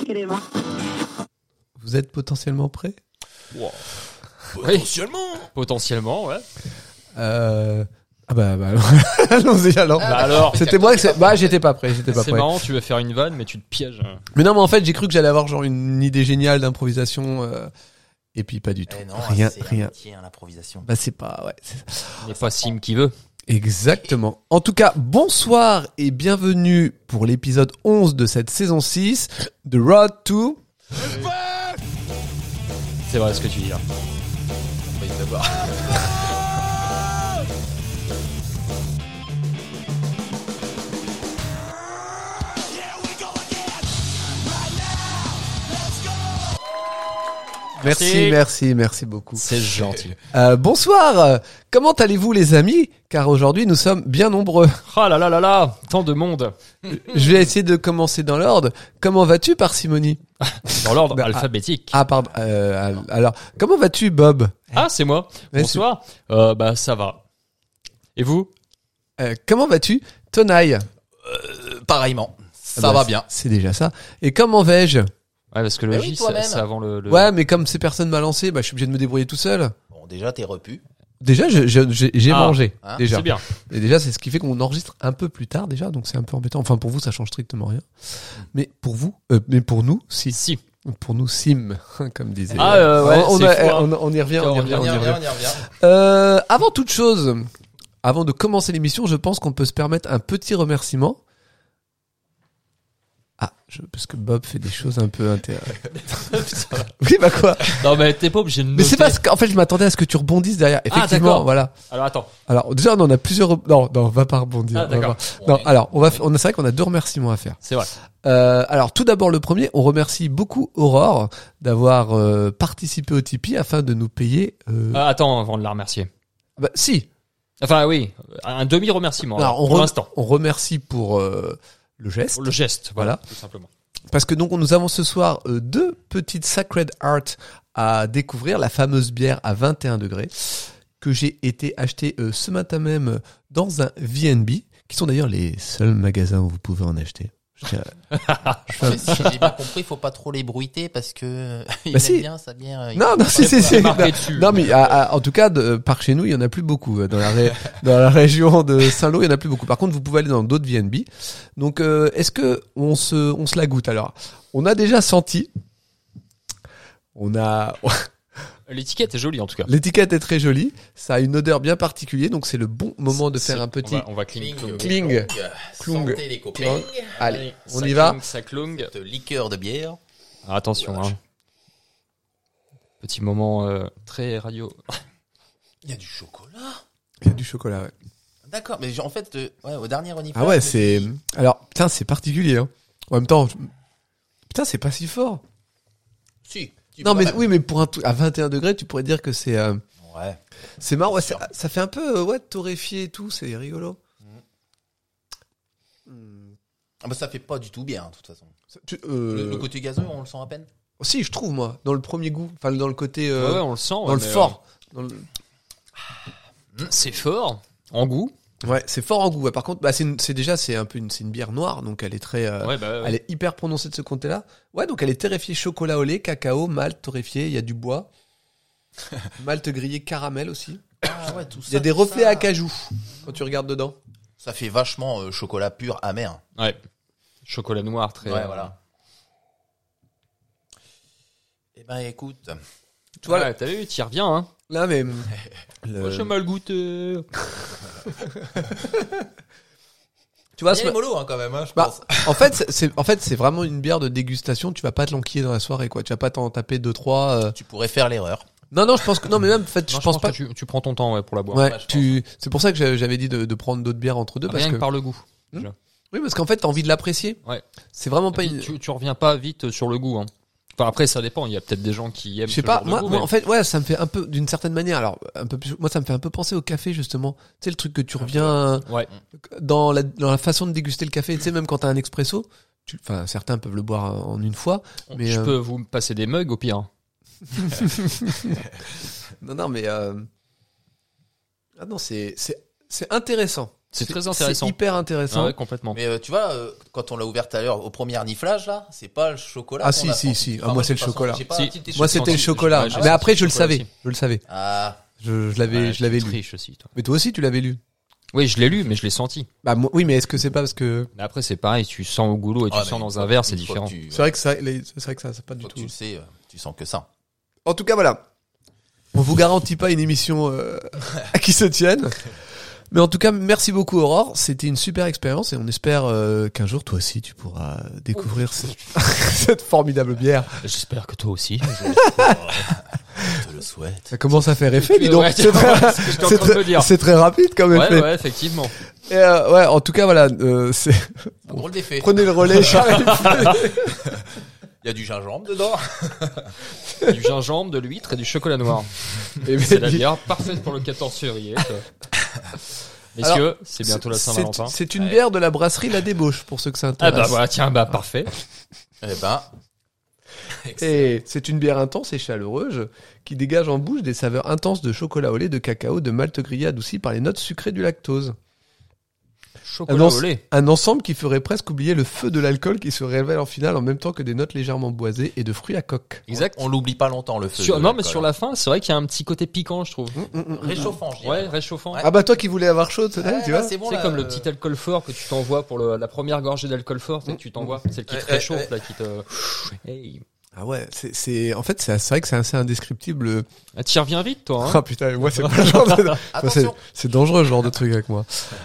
Vous êtes potentiellement prêts? Wow. Potentiellement, ouais. Allons-y alors. Bah alors, C'était moi que j'étais pas prêt, c'est marrant, tu veux faire une vanne, mais tu te pièges. Mais non, mais en fait, j'ai cru que j'allais avoir genre une idée géniale d'improvisation, et puis pas du tout. Non, rien. c'est un métier, l'improvisation. Bah c'est pas, ouais. Il n'est pas Sim qui veut. Exactement. En tout cas, bonsoir et bienvenue pour l'épisode 11 de cette saison 6 de Road to... C'est vrai ce que tu dis là. Oui, d'abord. Merci beaucoup. C'est gentil. Bonsoir, comment allez-vous les amis? Car aujourd'hui nous sommes bien nombreux. Oh là là là là, tant de monde. Je vais essayer de commencer dans l'ordre. Comment vas-tu parcimonie? Dans l'ordre Bah, alphabétique. Ah pardon, alors, comment vas-tu Bob? Ah, c'est moi. Ouais, Bonsoir. Bah ça va. Et vous? Comment vas-tu Tonaille? Pareillement. Ça Bah, va bien. C'est déjà ça. Et comment vais-je? Ouais, parce que le Mais oui, J, toi-même. c'est avant le... Ouais, mais comme ces personnes m'a lancé, bah, je suis obligé de me débrouiller tout seul. Bon, déjà, t'es repu. Déjà, j'ai Ah, mangé. hein, Déjà. C'est bien. Et déjà, c'est ce qui fait qu'on enregistre un peu plus tard déjà, donc c'est un peu embêtant. Enfin, pour vous, ça change strictement rien. Mais pour vous, mais pour nous, si. Si. Pour nous, sim, comme disait. Ah, ouais, on, c'est fou, hein. on y revient, On on y y revient, On on y y revient, revient. on y revient. Avant toute chose, avant de commencer l'émission, je pense qu'on peut se permettre un petit remerciement. Ah, parce que Bob fait des choses un peu intéressantes. Oui, bah quoi? Non, mais t'es pas obligé de noter. Mais c'est parce qu'en fait, je m'attendais à ce que tu rebondisses derrière. Effectivement, d'accord. voilà. Alors attends. Alors, déjà, on en a plusieurs. Non, on va pas rebondir. Ah, d'accord. Non, alors, c'est vrai qu'on a deux remerciements à faire. C'est vrai. Alors, tout d'abord, le premier, on remercie beaucoup Aurore d'avoir participé au Tipeee afin de nous payer. Attends, avant de la remercier. Bah, si. Enfin, oui. Un demi-remerciement. Alors, pour l'instant. on remercie pour le geste. Le geste, voilà. Voilà. Tout simplement. Parce que donc, nous avons ce soir deux petites Sacred Art à découvrir, la fameuse bière à 21 degrés que j'ai été acheter ce matin même dans un VNB, qui sont d'ailleurs les seuls magasins où vous pouvez en acheter. Je fais un- Mais si j'ai bien compris, faut pas trop les bruiter parce que ils Bah, si. aiment bien sa bière. Non, si. C'est marqué dessus. Non, mais en tout cas, par chez nous, il y en a plus beaucoup. Dans la région de Saint-Lô, il y en a plus beaucoup. Par contre, vous pouvez aller dans d'autres VNB. Donc, est-ce que on se la goûte alors? On a déjà senti. L'étiquette est jolie en tout cas. L'étiquette est très jolie. Ça a une odeur bien particulière, donc c'est le bon moment de faire un petit. On va cling. Kling. Klung. Santé les copains. Allez, on Ça y va. cling, ça clong. Cette liqueur de bière. Ah, attention, hein. Petit moment très radio. Il y a du chocolat. Il y a du chocolat, ouais. D'accord, mais en fait, au dernier Onifleur. Ah ouais, c'est. Alors, putain, c'est particulier. Hein. En même temps, putain, c'est pas si fort. Si. Non, mais oui, mais pour un truc à 21 degrés, tu pourrais dire que c'est. Ouais. C'est marrant, ouais, Sûr. ça fait un peu torréfié et tout, c'est rigolo. Ah bah ça fait pas du tout bien, de toute façon. Le Le côté gazeux, on le sent à peine. Si, je trouve, moi, dans le premier goût, enfin dans le côté. Ouais, on le sent. dans le fort. Dans le- C'est fort en goût. Ouais, c'est fort en goût. Ouais. Par contre, bah, c'est déjà, c'est un peu c'est une bière noire, donc elle est très. Ouais, bah, ouais. Elle est hyper prononcée de ce côté-là. Ouais, donc elle est torréfiée chocolat au lait, cacao, malt torréfié, il y a du bois. Malt grillé caramel aussi. Ah ouais, tout ça. Il y a des tout reflets ça. à cajou quand tu regardes dedans. Ça fait vachement chocolat pur amer. Ouais. Chocolat noir, très. Ouais, voilà. Eh ben écoute. Tu vois, Ouais, t'as vu, t'y reviens, hein. là, mais. Moi, j'ai mal goûté. Tu vois, Il y a les mollo hein, quand même, hein, je bah, pense. en fait, c'est vraiment une bière de dégustation. Tu vas pas te l'enquiller dans la soirée, quoi. Tu vas pas t'en taper 2-3. Tu pourrais faire l'erreur. Non, je pense que non, mais même en fait, Non, je pense pas. que tu prends ton temps ouais, pour la boire. Ouais, Ouais, je c'est pour ça que j'avais dit de prendre d'autres bières entre deux, parce Rien que que par le goût. oui, parce qu'en fait, t'as envie de l'apprécier. Ouais. C'est vraiment pas Et puis, une. tu reviens pas vite sur le goût. Hein. Enfin après ça dépend. Il y a peut-être des gens qui aiment. Je sais ce pas, genre de moi, goût, moi, mais- en fait, ouais, ça me fait un peu, d'une certaine manière, alors, un peu plus, moi, ça me fait un peu penser au café, justement. Tu sais, le truc que tu reviens Ouais. dans la façon de déguster le café, tu sais, même quand t'as un expresso, enfin, certains peuvent le boire en une fois, mais, Je peux vous passer des mugs au pire. non, mais, ah non, c'est intéressant. C'est très intéressant. C'est hyper intéressant. Ouais, complètement. Mais tu vois, quand on l'a ouvert tout à l'heure au premier niflage là, c'est pas le chocolat. Ah, qu'on si, a si, senti. si. Enfin, moi, c'est j'ai le pas chocolat. senti- j'ai pas Si. tilté Moi, c'était le chocolat. Ouais, j'ai Mais après, senti je le chocolat savais. aussi. Je le savais. Ah, Je l'avais Ouais, lu. triche aussi, toi. Mais toi aussi, tu l'avais lu. Oui, je l'ai lu, mais je l'ai senti. Bah, oui, mais est-ce que c'est pas parce que... Mais après, c'est pareil, tu sens au goulot et tu ah, sens mais dans une un fois- verre, c'est une fois différent. que tu- C'est vrai que ça, c'est pas du une fois que tout. tu le sais, tu sens que ça. En tout cas, voilà. On vous garantit pas une émission à qui se tienne. Mais en tout cas, merci beaucoup Aurore. C'était une super expérience et on espère qu'un jour, toi aussi, tu pourras découvrir cette formidable bière. J'espère que toi aussi. Je te le souhaite. Ça commence à faire effet, dis donc. Ouais, C'est très- c'est ce que j'étais en train de me dire. c'est très rapide comme effet. Ouais, ouais, effectivement. Et, ouais, en tout cas, voilà. C'est... Un drôle d'effet. Prenez le relais, Charles. Il y a du gingembre dedans. Du gingembre, de l'huître et du chocolat noir. Et C'est la bière parfaite pour le 14 février. Messieurs, Alors, c'est bientôt la Saint-Valentin. C'est une Ouais. bière de la brasserie La Débauche, pour ceux que ça Ah intéresse. bah voilà, tiens, bah parfait. Eh ben. Et c'est une bière intense et chaleureuse qui dégage en bouche des saveurs intenses de chocolat au lait, de cacao, de malt grillé adouci par les notes sucrées du lactose. Chocolat au lait. Un ensemble qui ferait presque oublier le feu de l'alcool qui se révèle en finale en même temps que des notes légèrement boisées et de fruits à coque. Exact. On l'oublie pas longtemps le feu. Sur, de non, mais l'alcool. sur la fin, c'est vrai qu'il y a un petit côté piquant, je trouve. Réchauffant, je dirais. Ouais, réchauffant. Ouais. Ah bah toi qui voulais avoir chaud, tu Ouais, tu là, vois. c'est bon, C'est là, comme le petit alcool fort que tu t'envoies pour la première gorgée d'alcool fort, c'est que tu t'envoies, celle qui te réchauffe, là, qui te... Hey. Ah ouais, en fait c'est vrai que c'est assez indescriptible. Ah, t'y reviens vite, toi, hein. Ah putain, moi c'est pas le genre de... Moi, Attention. c'est dangereux ce genre de truc avec moi.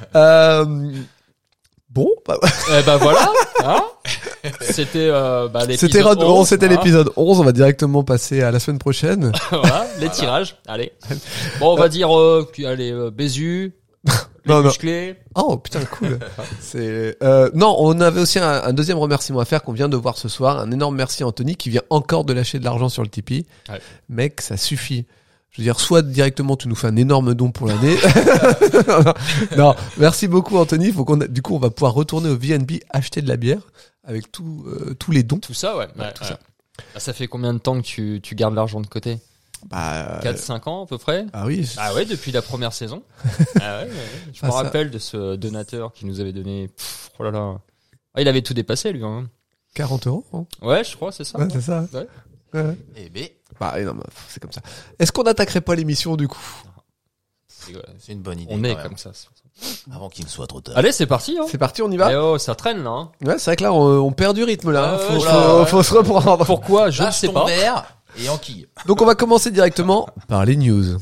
Bon, bah, Eh ben voilà, hein. C'était, l'épisode c'était 11, c'était hein. l'épisode 11, on va directement passer à la semaine prochaine. Voilà, les tirages, allez. Bon, on va dire, allez, Bézu, Non, non. musclés. Oh putain cool. C'est non, on avait aussi un deuxième remerciement à faire qu'on vient de voir ce soir. Un énorme merci à Anthony qui vient encore de lâcher de l'argent sur le Tipeee. Ouais. Mec, ça suffit. Je veux dire, soit directement tu nous fais un énorme don pour l'année. Non, merci beaucoup Anthony. Du coup on va pouvoir retourner au VNB acheter de la bière avec tous les dons. Tout ça, ouais. tout ça. Ah, ça fait combien de temps que tu gardes l'argent de côté? Bah 4-5 ans, à peu près? ah oui. Ah ouais, depuis la première saison. Ah ouais, ouais. Je Ah, me ça. rappelle de ce donateur qui nous avait donné. Oh là là. Ah, il avait tout dépassé lui. Hein. 40 €. Hein. Ouais, je crois, c'est ça. Ouais, c'est ça. Ouais. Ouais. Eh ben, Bah non, mais c'est comme ça. Est-ce qu'on n'attaquerait pas l'émission du coup? c'est une bonne idée. On est quand même. comme ça. Avant qu'il ne soit trop tard. Allez, c'est parti. Hein. C'est parti, on y va. Eh oh, ça traîne là. Hein. Ouais, c'est vrai que là on perd du rythme là. Ouais, Faut, ouais, faut- là, faut se reprendre. Pourquoi? Je ne Lâche sais ton pas. verre et enquille. Donc on va commencer directement par les news.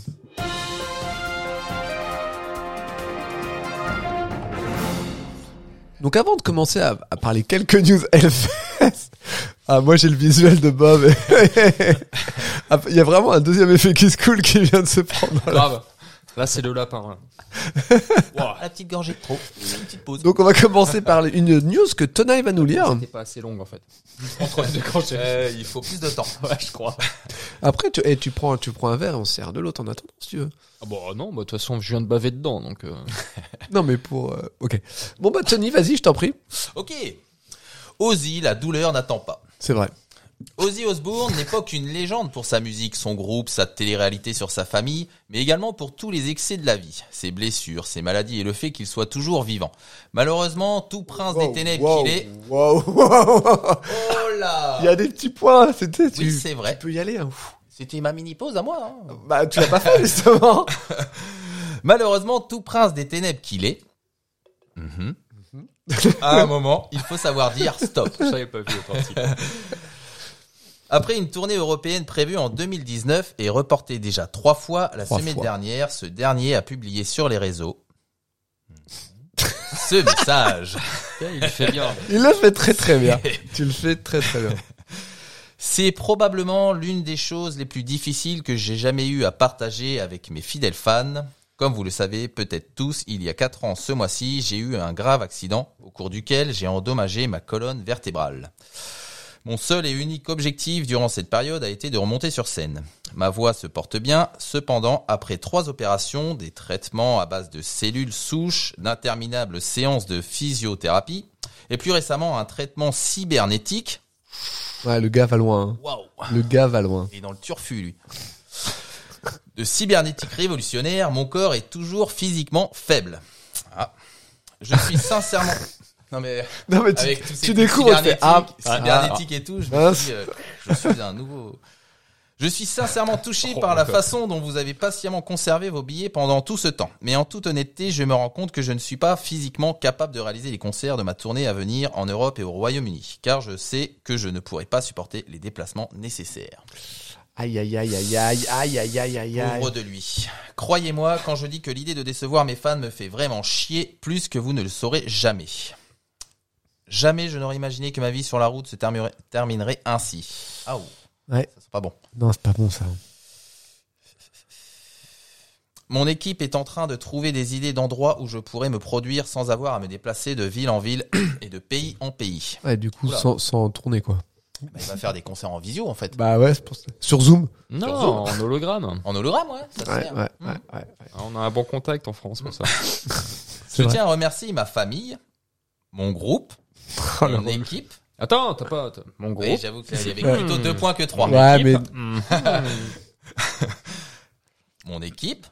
Donc avant de commencer à parler quelques news Hellfest, moi j'ai le visuel de Bob. Ah, il y a vraiment un deuxième effet qui se coule qui vient de se prendre. Grave. Là, c'est le lapin. Là. Wow. La petite gorgée de trop. Une petite pause. Donc on va commencer par une news que Tonai va nous lire. C'était pas assez longue en fait. Entre les deux gorgées. Il faut plus de temps. Ouais, je crois. Après tu prends un verre et on se sert de l'autre en attendant si tu veux. Ah bon, non, bah de toute façon, je viens de baver dedans, donc. Non mais pour ok. Bon bah Tony, vas-y, je t'en prie. Ok. Ozzy, la douleur n'attend pas. C'est vrai. Ozzy Osbourne n'est pas qu'une légende pour sa musique, son groupe, sa télé-réalité sur sa famille, mais également pour tous les excès de la vie, ses blessures, ses maladies et le fait qu'il soit toujours vivant. Malheureusement, tout prince des ténèbres qu'il est... Wow. Oh là Il y a des petits points, Oui, c'est vrai. Tu peux y aller. Hein. C'était ma mini-pause à moi. Hein. Bah tu l'as pas fait justement. Malheureusement, tout prince des ténèbres qu'il est... À un moment, il faut savoir dire stop. Je savais pas vu le parti. Après une tournée européenne prévue en 2019 et reportée déjà 3 fois, la 3 semaine fois. dernière, ce dernier a publié sur les réseaux ce message. Il fait bien. Il le fait très très bien. Tu le fais très très bien. C'est probablement l'une des choses les plus difficiles que j'ai jamais eu à partager avec mes fidèles fans. Comme vous le savez peut-être tous, il y a 4 ans ce mois-ci, j'ai eu un grave accident au cours duquel j'ai endommagé ma colonne vertébrale. Mon seul et unique objectif durant cette période a été de remonter sur scène. Ma voix se porte bien, cependant, après 3 opérations, des traitements à base de cellules souches, d'interminables séances de physiothérapie, et plus récemment un traitement cybernétique. Ouais, le gars va loin. Hein. Waouh! Le gars va loin. Et dans le turfu, lui. De cybernétique révolutionnaire, mon corps est toujours physiquement faible. Ah. Je suis sincèrement... Non mais avec tous ces tu découvres, cybernétiques et tout, je me dis, je suis un nouveau... Je suis sincèrement touché par la façon dont vous avez patiemment conservé vos billets pendant tout ce temps. Mais en toute honnêteté, je me rends compte que je ne suis pas physiquement capable de réaliser les concerts de ma tournée à venir en Europe et au Royaume-Uni, car je sais que je ne pourrai pas supporter les déplacements nécessaires. Aïe. Pauvre de lui. Croyez-moi quand je dis que l'idée de décevoir mes fans me fait vraiment chier plus que vous ne le saurez jamais. Jamais je n'aurais imaginé que ma vie sur la route se terminerait ainsi. Ah ouh. Ouais. Ça, c'est pas bon. Non, c'est pas bon ça. Mon équipe est en train de trouver des idées d'endroits où je pourrais me produire sans avoir à me déplacer de ville en ville et de pays en pays. Ouais, du coup, Oula. sans tourner quoi. Bah, il va faire des concerts en visio en fait. Bah ouais, c'est pour ça. Sur Zoom. Non, Sur Zoom. en hologramme. En hologramme, ouais. Ça se Ouais, fait. ouais. On a un bon contact en France pour ça. Je vrai. tiens à remercier ma famille, mon groupe, Oh, mon le- équipe. Attends, mon groupe. Oui, j'avoue qu'il y avait plutôt 2 points que 3. Ouais, mais Mon équipe.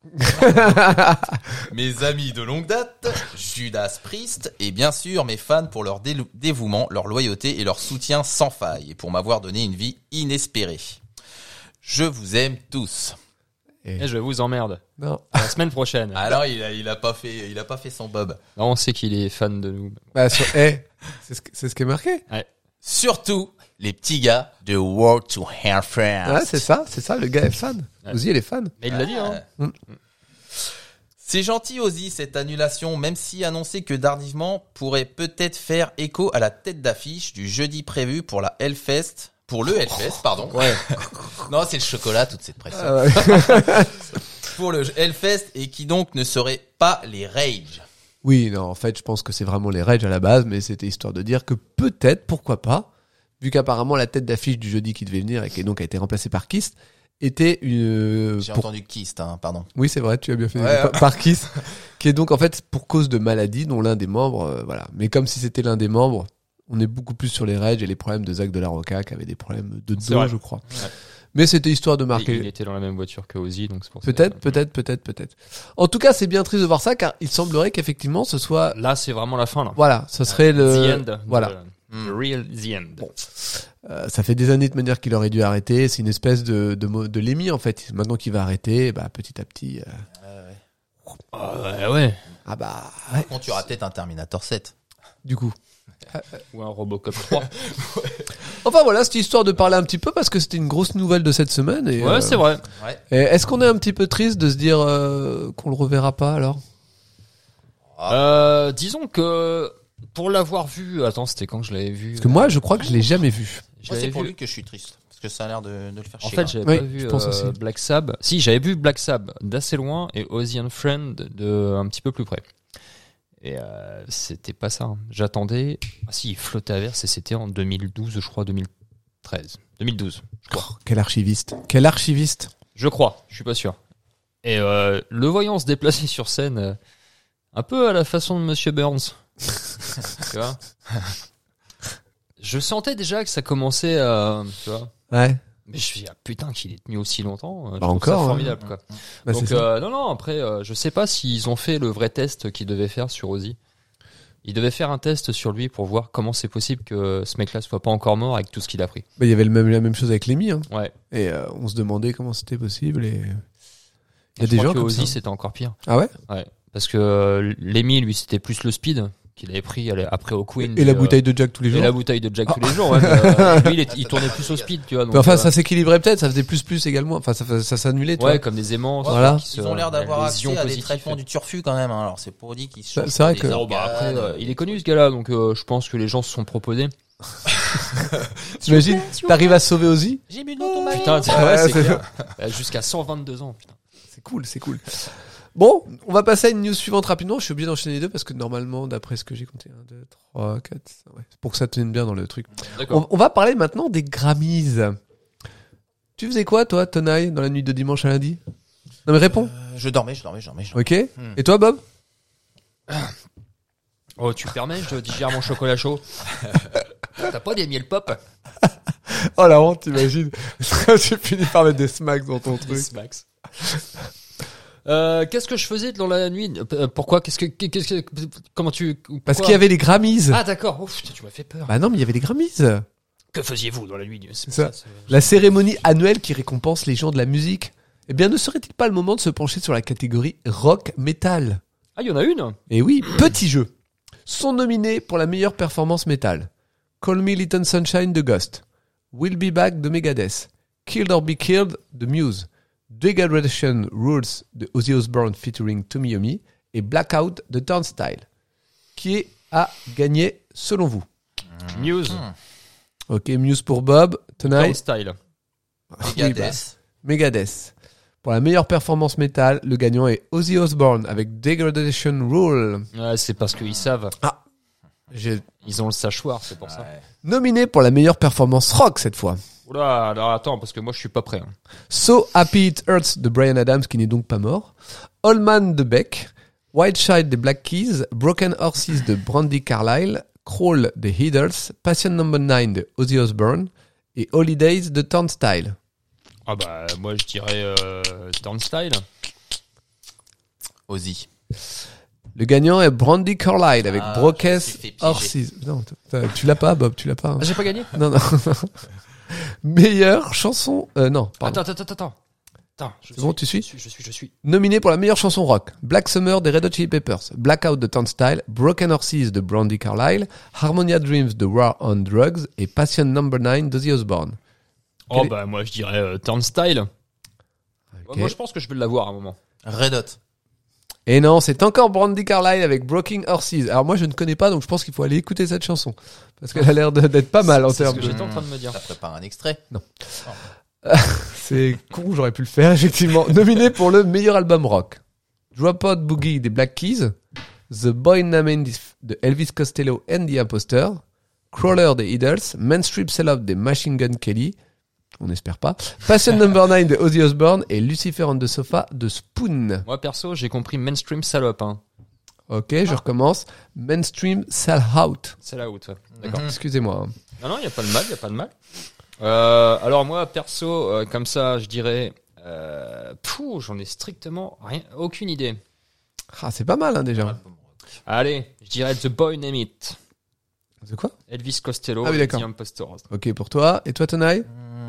Mes amis de longue date, Judas Priest et bien sûr mes fans pour leur dévouement, leur loyauté et leur soutien sans faille et pour m'avoir donné une vie inespérée. Je vous aime tous. Et je vous emmerde. non. La semaine prochaine. Alors il a pas fait son bob. Non, on sait qu'il est fan de nous. Bah c'est ce qui est marqué. Surtout les petits gars de World to Hair France. Ouais, c'est ça, le gars est fan. Ouais. Ozzy, elle est fan. Mais il l'a dit, hein. C'est gentil Ozzy cette annulation, même si annoncé que tardivement pourrait peut-être faire écho à la tête d'affiche du jeudi prévu pour la Hellfest. Pour le Hellfest, pardon. Ouais. Non, c'est le chocolat, toute cette pression. Ah ouais. Pour le Hellfest et qui donc ne serait pas les Rage. Oui, non, en fait, je pense que c'est vraiment les Rage à la base, mais c'était histoire de dire que peut-être, pourquoi pas, vu qu'apparemment la tête d'affiche du jeudi qui devait venir et qui donc a été remplacée par Kiss, était une... J'ai entendu Kist, hein, pardon. Oui, c'est vrai, tu as bien fait. Ouais, Par Kiss, qui est donc en fait pour cause de maladie dont l'un des membres, voilà. Mais comme si c'était l'un des membres, on est beaucoup plus sur les Rage et les problèmes de Zach de la Rocca qui avait des problèmes de C'est dos, vrai. je crois. Ouais. Mais c'était histoire de Il marquer. était dans la même voiture que Ozzy, donc c'est pour ça. Peut-être. En tout cas, c'est bien triste de voir ça car il semblerait qu'effectivement ce soit, Là, c'est vraiment la fin, là. voilà, ce serait The le, end. voilà. The real the end. Bon. Ça fait des années de me dire qu'il aurait dû arrêter. C'est une espèce de Lemmy en fait. Maintenant qu'il va arrêter, bah petit à petit. Ouais. Ah bah Par contre, tu auras peut-être un Terminator 7. du coup. Ou un Robocop 3. Enfin voilà, c'était histoire de parler un petit peu parce que c'était une grosse nouvelle de cette semaine. Et, Ouais, c'est vrai. Ouais. et est-ce qu'on est un petit peu triste de se dire qu'on le reverra pas alors? Disons que pour l'avoir vu, attends, c'était quand que je l'avais vu? Parce que moi, je crois que je l'ai jamais vu. Je Moi, c'est l'avais pour vu. lui que je suis triste. Parce que ça a l'air de le faire En chier. fait, là. j'avais Oui, pas vu je pense aussi. Black Sabbath. Si, j'avais vu Black Sabbath d'assez loin et Ozzy and Friend de un petit peu plus près. Et c'était pas ça. Hein. J'attendais. Ah si, il flottait à verse et c'était en 2012, je crois, 2013. 2012, je crois. Oh, quel archiviste. Quel archiviste. Je crois, je suis pas sûr. Et le voyant se déplacer sur scène, un peu à la façon de Monsieur Burns. Tu vois, je sentais déjà que ça commençait à... Tu vois, Ouais. mais je me suis dit, ah, putain, qu'il est tenu aussi longtemps. Je Bah, trouve ça encore, hein. formidable, quoi. Bah, Donc, c'est ça. non, après, je sais pas s'ils ont fait le vrai test qu'ils devaient faire sur Ozzy. Ils devaient faire un test sur lui pour voir comment c'est possible que ce mec-là soit pas encore mort avec tout ce qu'il a pris. Bah, il y avait la même chose avec Lemmy. Hein. Ouais. Et on se demandait comment c'était possible. Et il y a Je des crois gens que comme Ozzy, ça. c'était encore pire. Ah ouais. Ouais. Parce que Lemmy, lui, c'était plus le speed qu'il avait pris après au Queen. Et la bouteille de Jack tous les Et jours. la bouteille de Jack tous les jours. Ouais, mais, lui, il tournait plus au speed, tu vois. Donc, Mais enfin, ça s'équilibrait peut-être. Ça faisait plus également. Enfin, ça s'annulait. tu ouais, vois. comme des aimants. Voilà. qui se- Ils ont l'air d'avoir les accès ions à des positifs. traitements du turfu quand même. Hein. Alors c'est pour dire qu'ils se changent C'est vrai des que- Bon, bah, après, organes, il est connu ce gars-là, donc je pense que les gens se sont proposés. T'imagines, t'arrives à sauver Ozzy. J'ai bu de l'eau, ton mari. Putain, Ouais, c'est c'est- clair. Jusqu'à 122 ans, putain. C'est cool. Bon, on va passer à une news suivante rapidement. Je suis obligé d'enchaîner les deux parce que normalement, d'après ce que j'ai compté, 1, 2, 3, 4, 5, ouais. C'est pour que ça tienne bien dans le truc. D'accord. On va parler maintenant des Grammys. Tu faisais quoi, toi, Tonaï, dans la nuit de dimanche à lundi? Non, mais réponds. Je dormais. Ok. Et toi, Bob? Oh, tu permets, je digère mon chocolat chaud. T'as pas des miel pop? Oh, la honte, t'imagines. J'ai fini par mettre des smacks dans ton truc. Max. Qu'est-ce que je faisais dans la nuit? Pourquoi? Comment tu... Parce quoi qu'il y avait les Grammys. Ah d'accord. Oh, putain, tu m'as fait peur. Bah non, mais il y avait les Grammys. Que faisiez-vous dans la nuit? Ça. La cérémonie annuelle qui récompense les gens de la musique. Eh bien, ne serait-il pas le moment de se pencher sur la catégorie rock metal? Ah, il y en a une. Et oui, petit jeu. Sont nominés pour la meilleure performance métal. Call Me Little Sunshine de Ghost. Will Be Back de Megadeth. Killed or Be Killed de Muse. Degradation Rules de Ozzy Osbourne featuring Tommy Yomi. Et Blackout de Turnstile. Qui a gagné selon vous? Muse. Ok, Muse pour Bob. Tonight. Style. Megadeth. Megadeth. Pour la meilleure performance métal, le gagnant est Ozzy Osbourne avec Degradation Rule. Ouais, c'est parce qu'ils savent. Ils ont le sachoir, c'est pour ça. Ouais. Nominé pour la meilleure performance rock cette fois. Oula, alors attends, parce que moi je suis pas prêt. Hein. So Happy It Hurts de Bryan Adams, qui n'est donc pas mort. All Man de Beck. Wild Child des Black Keys. Broken Horses de Brandi Carlile. Crawl des Heathers. Passion No. 9 de Ozzy Osbourne. Et Holidays de Turnstile. Ah bah, moi je dirais Turnstile. Ozzy. Le gagnant est Brandi Carlile avec Ah, Broken je me suis fait piéger. Horses. Non, tu l'as pas, Bob, tu l'as pas. Hein. Ah, j'ai pas gagné? Non, non. Meilleure chanson... non, pardon. Attends. C'est bon, tu suis? Je suis. Nominé pour la meilleure chanson rock. Black Summer des Red Hot Chili Peppers. Blackout de Turnstile. Broken Horses de Brandi Carlile. Harmonia Dreams de War on Drugs. Et Passion No. 9 d'Ozzy Osbourne. Oh bah, moi je dirais Turnstile. Ok. Moi je pense que je vais l'avoir à un moment. Red Hot. Et non, c'est encore Brandi Carlile avec Broken Horses. Alors moi je ne connais pas, donc je pense qu'il faut aller écouter cette chanson. Parce qu'elle a l'air d'être pas mal en C'est ce termes que de... j'étais en train de me dire. Ça prépare un extrait. C'est con, j'aurais pu le faire, effectivement. Nominé pour le meilleur album rock. Dropout Boogie des Black Keys. The Boy Named de Elvis Costello and the Imposter. Crawler des Idols. Mainstream Sell-Up des Machine Gun Kelly. On n'espère pas. Passion No. 9 de Ozzy Osbourne. Et Lucifer on the Sofa de Spoon. Moi perso, j'ai compris mainstream salope. Hein. Ok, je recommence. Mainstream Sell Out. C'est là où toi. D'accord. Excusez-moi. Non, y a pas de mal. Alors moi perso, comme ça, je dirais, j'en ai strictement aucune idée. Ah, c'est pas mal, hein, déjà. Allez, je dirais The Boy Name It. C'est quoi? Elvis Costello, Ah oui, d'accord. The Impostor. Ok, pour toi. Et toi, Tonai?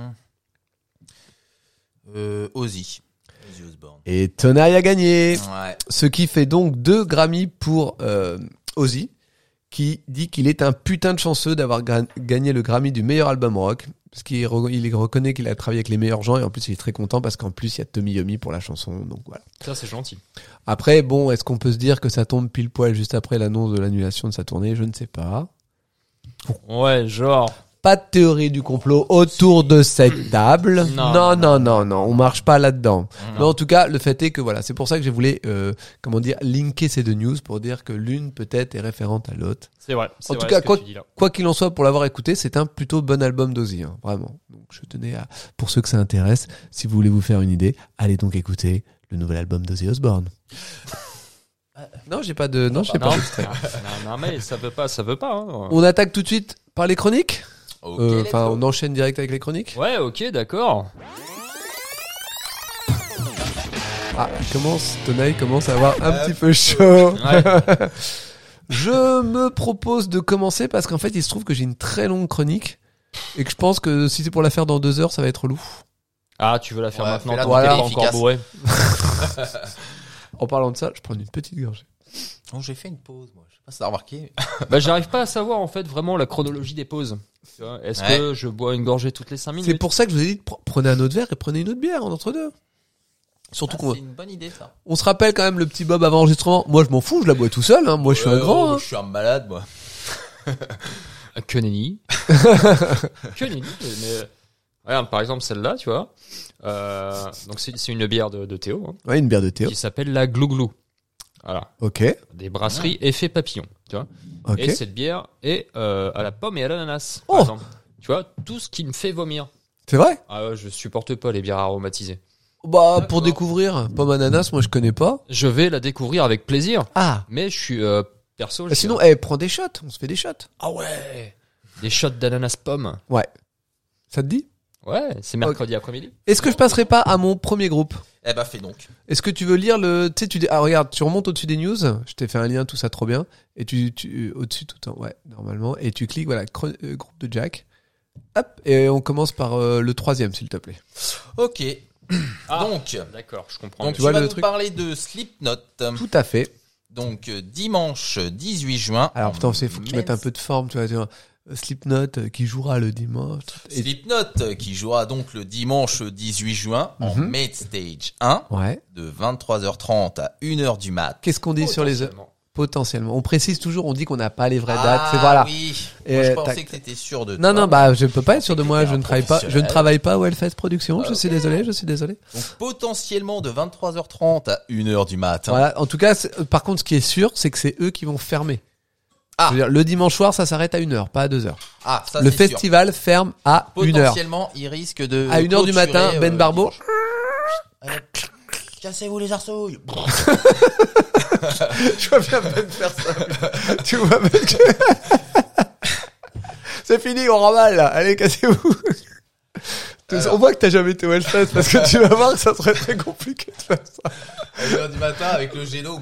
Ozzy. Ozzy Osbourne. Et Tonai a gagné. Ouais. Ce qui fait donc 2 Grammy pour Ozzy, qui dit qu'il est un putain de chanceux d'avoir gagné le Grammy du meilleur album rock, parce qu'il reconnaît qu'il a travaillé avec les meilleurs gens, et en plus il est très content parce qu'en plus il y a Tommy Yomi pour la chanson, donc voilà. Ça c'est gentil. Après, bon, est-ce qu'on peut se dire que ça tombe pile poil juste après l'annonce de l'annulation de sa tournée? Je ne sais pas. Ouais, genre. Pas de théorie du complot autour de cette table. Non, on marche pas là-dedans. Mais en tout cas, le fait est que voilà, c'est pour ça que je voulais, linker ces 2 news pour dire que l'une peut-être est référente à l'autre. C'est vrai. En tout cas, quoi qu'il en soit, pour l'avoir écouté, c'est un plutôt bon album d'Ozzy, hein, vraiment. Donc, je tenais à, pour ceux que ça intéresse, si vous voulez vous faire une idée, allez donc écouter le nouvel album d'Ozzy Osbourne. Non, j'ai pas d'extrait. Non, mais ça veut pas. Hein. On attaque tout de suite par les chroniques. Ok, let's go. On enchaîne direct avec les chroniques. Ouais, ok, d'accord. Ah, Tonai commence à avoir un petit peu chaud. Ouais. Je me propose de commencer parce qu'en fait, il se trouve que j'ai une très longue chronique et que je pense que si c'est pour la faire dans 2 heures, ça va être lourd. Ah, tu veux la faire Ouais, maintenant? fais-la Toi, tant t'es qu'elle pas est encore efficace. bourré. En parlant de ça, je prends une petite gorgée. Oh, j'ai fait une pause, moi. Je sais pas si t'as remarqué. Bah, j'arrive pas à savoir en fait vraiment la chronologie des pauses. Tu vois, est-ce que je bois une gorgée toutes les 5 minutes? C'est pour ça que je vous ai dit prenez un autre verre et prenez une autre bière entre deux. Surtout C'est une bonne idée, ça. on se rappelle quand même le petit Bob avant enregistrement. Moi, je m'en fous, je la bois tout seul. Hein. Moi, je suis un grand. Hein. Je suis un malade, moi. Que nenni. Que nenni. Mais regarde, par exemple celle-là, tu vois. Donc c'est une bière de Théo, hein, Ouais, une bière de Théo. qui s'appelle la Glouglou. Voilà. Ok. Des brasseries Effet Papillon, tu vois. Ok. Et cette bière est à la pomme et à l'ananas, Oh. par exemple. Tu vois, tout ce qui me fait vomir. C'est vrai? Ah ouais, je supporte pas les bières aromatisées. Bah, Ouais, pour bon. découvrir, pomme ananas, moi, je connais pas. Je vais la découvrir avec plaisir, Ah. mais je suis perso. Sinon, prends des shots. On se fait des shots. ah ouais, des shots d'ananas pomme. Ouais. Ça te dit? Ouais, c'est mercredi après-midi. Est-ce que je passerai pas à mon premier groupe? Eh ben, fais donc. Est-ce que tu veux lire le... Tu sais, regarde, tu remontes au-dessus des news. Je t'ai fait un lien, tout ça, trop bien. Et tu au-dessus tout le temps, ouais, normalement. Et tu cliques, voilà, groupe de Jack. Hop, et on commence par le 3e, s'il te plaît. Ok. Ah, Donc, d'accord, je comprends. donc tu tu vois vas le nous truc parler de Slipknot. Tout à fait. Donc, dimanche 18 juin. Alors, putain, il faut que tu mettes un peu de forme, tu vois. Slipknot qui jouera le dimanche. Et... Slipknot qui jouera donc le dimanche 18 juin en Main Stage 1 Ouais. de 23h30 à 1h du mat. Qu'est-ce qu'on dit sur les heures? Potentiellement. On précise toujours, on dit qu'on n'a pas les vraies dates. Ah C'est voilà. oui. Et Moi, je tac. pensais que t'étais sûr de Non, toi. non, bah, je peux pas être sûr de que moi. t'étais Je un ne travaille pas. Je ne professionnel. travaille pas au Hellfest Productions. Je suis désolé. Donc, potentiellement de 23h30 à 1h du matin. Voilà. En tout cas, par contre, ce qui est sûr, c'est que c'est eux qui vont fermer. Ah. Je veux dire, le dimanche soir, ça s'arrête à 1h, pas à 2h. Ah, ça Le c'est sûr. festival ferme à 1h. Potentiellement, il risque de À 1h du matin, clôturer, Ben Barbeau. Cassez-vous les arceaux. Je vois bien Ben faire ça. Tu vois Ben C'est fini, on remballe là. Allez, cassez-vous. Alors. On voit que t'as jamais été au Hellfest parce que tu vas voir que ça serait très compliqué de faire ça. À 1h du matin avec le géno.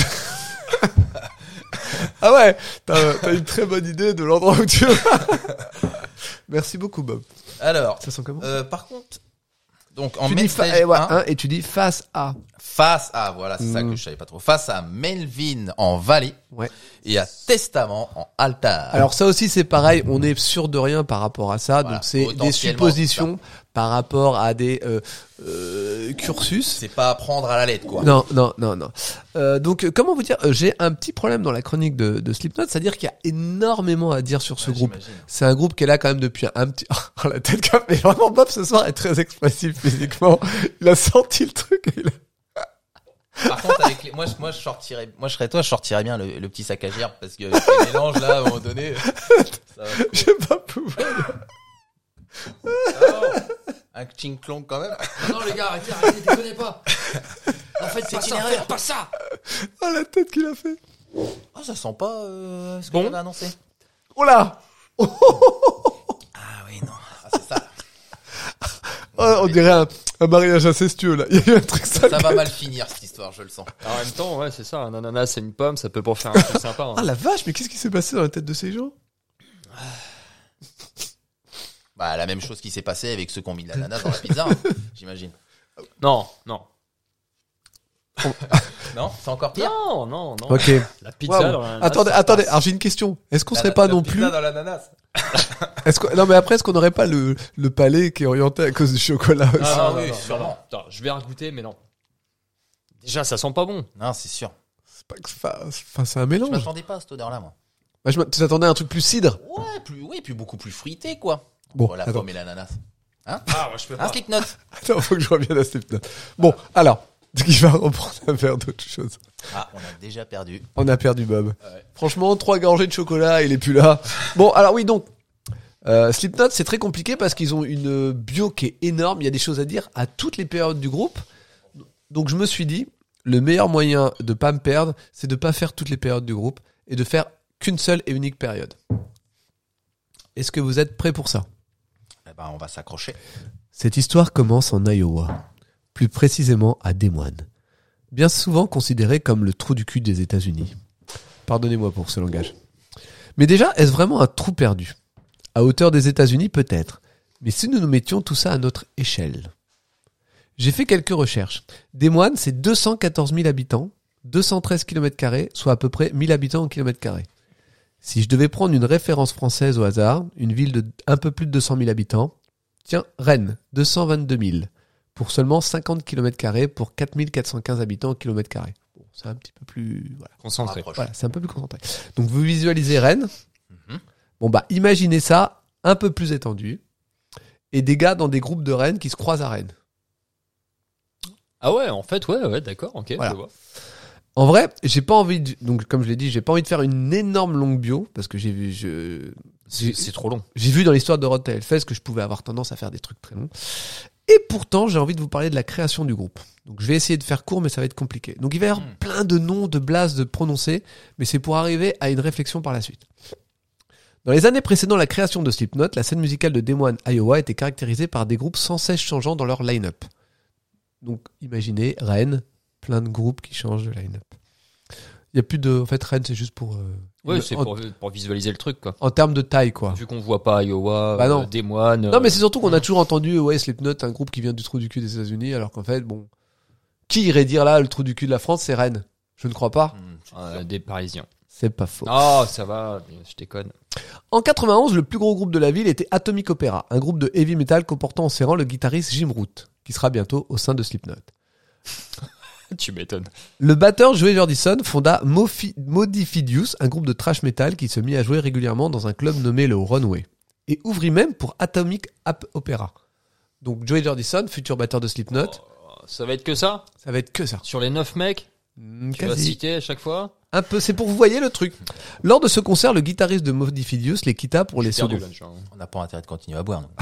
Ah ouais, t'as une très bonne idée de l'endroit où tu vas. Merci beaucoup, Bob. Alors, Ça sent comment par contre, donc en Tu main dis stage ouais, 1, et tu dis face à. face à, voilà, c'est ça que je savais pas trop, face à Melvin en Valais Ouais. et à Testament en Altar. Alors ça aussi c'est pareil, on est sûr de rien par rapport à ça, Voilà, donc c'est des potentiellement, suppositions par rapport à des cursus. c'est pas à prendre à la lettre, quoi. Non. Donc comment vous dire, j'ai un petit problème dans la chronique de Slipknot, c'est-à-dire qu'il y a énormément à dire sur ce Ouais, groupe. j'imagine. C'est un groupe qui est là quand même depuis un petit... Oh, la tête comme... Mais vraiment, Bob, ce soir, est très expressif physiquement. Il a senti le truc. Et il a... Par contre, avec les... moi, je serais toi, je sortirais bien le petit sac à gire parce que les mélanges là, à un moment donné, ça va. Je vais pas pouvoir... Un ching-clong quand même. Non, les gars, arrêtez, déconnez pas. En fait, c'est une erreur, pas ça. Oh, la tête qu'il a fait. Ah, ça sent pas ce Bon. qu'on a annoncé. Oh là Ah oui, non. Ah, c'est ça. Oh, on dirait un mariage incestueux, là. Il y a eu un truc sale. Ça va mal finir cette histoire, je le sens. En même temps, ouais, c'est ça. Un ananas et une pomme, ça peut pour faire un truc sympa. Hein. Ah la vache, mais qu'est-ce qui s'est passé dans la tête de ces gens? Bah, la même chose qui s'est passée avec ceux qui ont mis de l'ananas dans la pizza, hein, j'imagine. Non. Non, c'est encore pire. Non. Ok. La pizza Wow. dans l'ananas, Attendez, ça passe. alors j'ai une question. Est-ce qu'on serait pas non plus... Pizza dans l'ananas. Non mais après, est-ce qu'on n'aurait pas le palais qui est orienté à cause du chocolat aussi? Ah, non, oui, non, sûrement. non. Attends, je vais regoûter, mais non. Déjà, ça sent pas bon. Non, c'est sûr. C'est pas que... Enfin, c'est un Je mélange. m'attendais pas à cette odeur-là, moi. Bah, tu t'attendais à un truc plus cidre. Ouais, puis beaucoup plus fruité, quoi. Bon, La attends. pomme et l'ananas. Ah, moi, je peux Un Slipknot. Attends, faut que je revienne à Slipknot. Bon, alors, il va reprendre un verre d'autre chose. Ah, on a déjà perdu. On a perdu Bob. Ouais. Franchement, 3 gorgées de chocolat, il est plus là. Bon, alors oui, donc, Slipknot, c'est très compliqué parce qu'ils ont une bio qui est énorme. Il y a des choses à dire à toutes les périodes du groupe. Donc, je me suis dit, le meilleur moyen de pas me perdre, c'est de pas faire toutes les périodes du groupe et de faire qu'une seule et unique période. Est-ce que vous êtes prêts pour ça? Eh ben, on va s'accrocher. Cette histoire commence en Iowa, plus précisément à Des Moines, bien souvent considéré comme le trou du cul des États-Unis. Pardonnez-moi pour ce langage. Mais déjà, est-ce vraiment un trou perdu? À hauteur des États-Unis, peut-être. Mais si nous nous mettions tout ça à notre échelle? J'ai fait quelques recherches. Des Moines, c'est 214 000 habitants, 213 km², soit à peu près 1000 habitants au km². Si je devais prendre une référence française au hasard, une ville de un peu plus de 200 000 habitants, tiens, Rennes, 222 000, pour seulement 50 km² pour 4415 habitants au km². Bon, c'est un petit peu plus... Voilà. Concentré. Rapproche. Voilà, c'est un peu plus concentré. Donc vous visualisez Rennes. Mhm. Bon bah imaginez ça un peu plus étendu. Et des gars dans des groupes de Rennes qui se croisent à Rennes. Ah ouais, en fait, ouais, d'accord, ok, Voilà. je vois. En vrai, j'ai pas envie de, donc comme je l'ai dit, j'ai pas envie de faire une énorme longue bio parce que C'est trop long. j'ai vu dans l'histoire de Road to Hellfest que je pouvais avoir tendance à faire des trucs très longs. Et pourtant, j'ai envie de vous parler de la création du groupe. Donc je vais essayer de faire court, mais ça va être compliqué. Donc il va y avoir plein de noms, de blases, de prononcer, mais c'est pour arriver à une réflexion par la suite. Dans les années précédant la création de Slipknot, la scène musicale de Des Moines, Iowa, était caractérisée par des groupes sans cesse changeants dans leur line-up. Donc, imaginez, Rennes, plein de groupes qui changent de line-up. Il y a plus de... En fait, Rennes, c'est juste pour... Ouais, c'est pour visualiser le truc, quoi. En termes de taille, quoi. Vu qu'on voit pas Iowa, Bah non. des moines. Non, mais c'est surtout qu'on a toujours entendu, ouais, Slipknot, un groupe qui vient du trou du cul des États-Unis, alors qu'en fait, bon... Qui irait dire là, le trou du cul de la France, c'est Rennes? Je ne crois pas. Des Parisiens. C'est pas faux. Oh, ça va, je déconne. En 91, le plus gros groupe de la ville était Atomic Opera, un groupe de heavy metal comportant en ses rangs le guitariste Jim Root, qui sera bientôt au sein de Slipknot. Tu m'étonnes. Le batteur Joey Jordison fonda Modifidius, un groupe de thrash metal qui se mit à jouer régulièrement dans un club nommé le Runway, et ouvrit même pour Atomic Opera. Donc Joey Jordison, futur batteur de Slipknot, Ça va être que ça? ça va être que ça. Sur les 9 mecs? Tu vas Quasi. citer à chaque fois? Un peu, c'est pour vous voyez le truc. Lors de ce concert, le guitariste de Modifidius les quitta pour les solos. On n'a pas intérêt de continuer à boire. Non.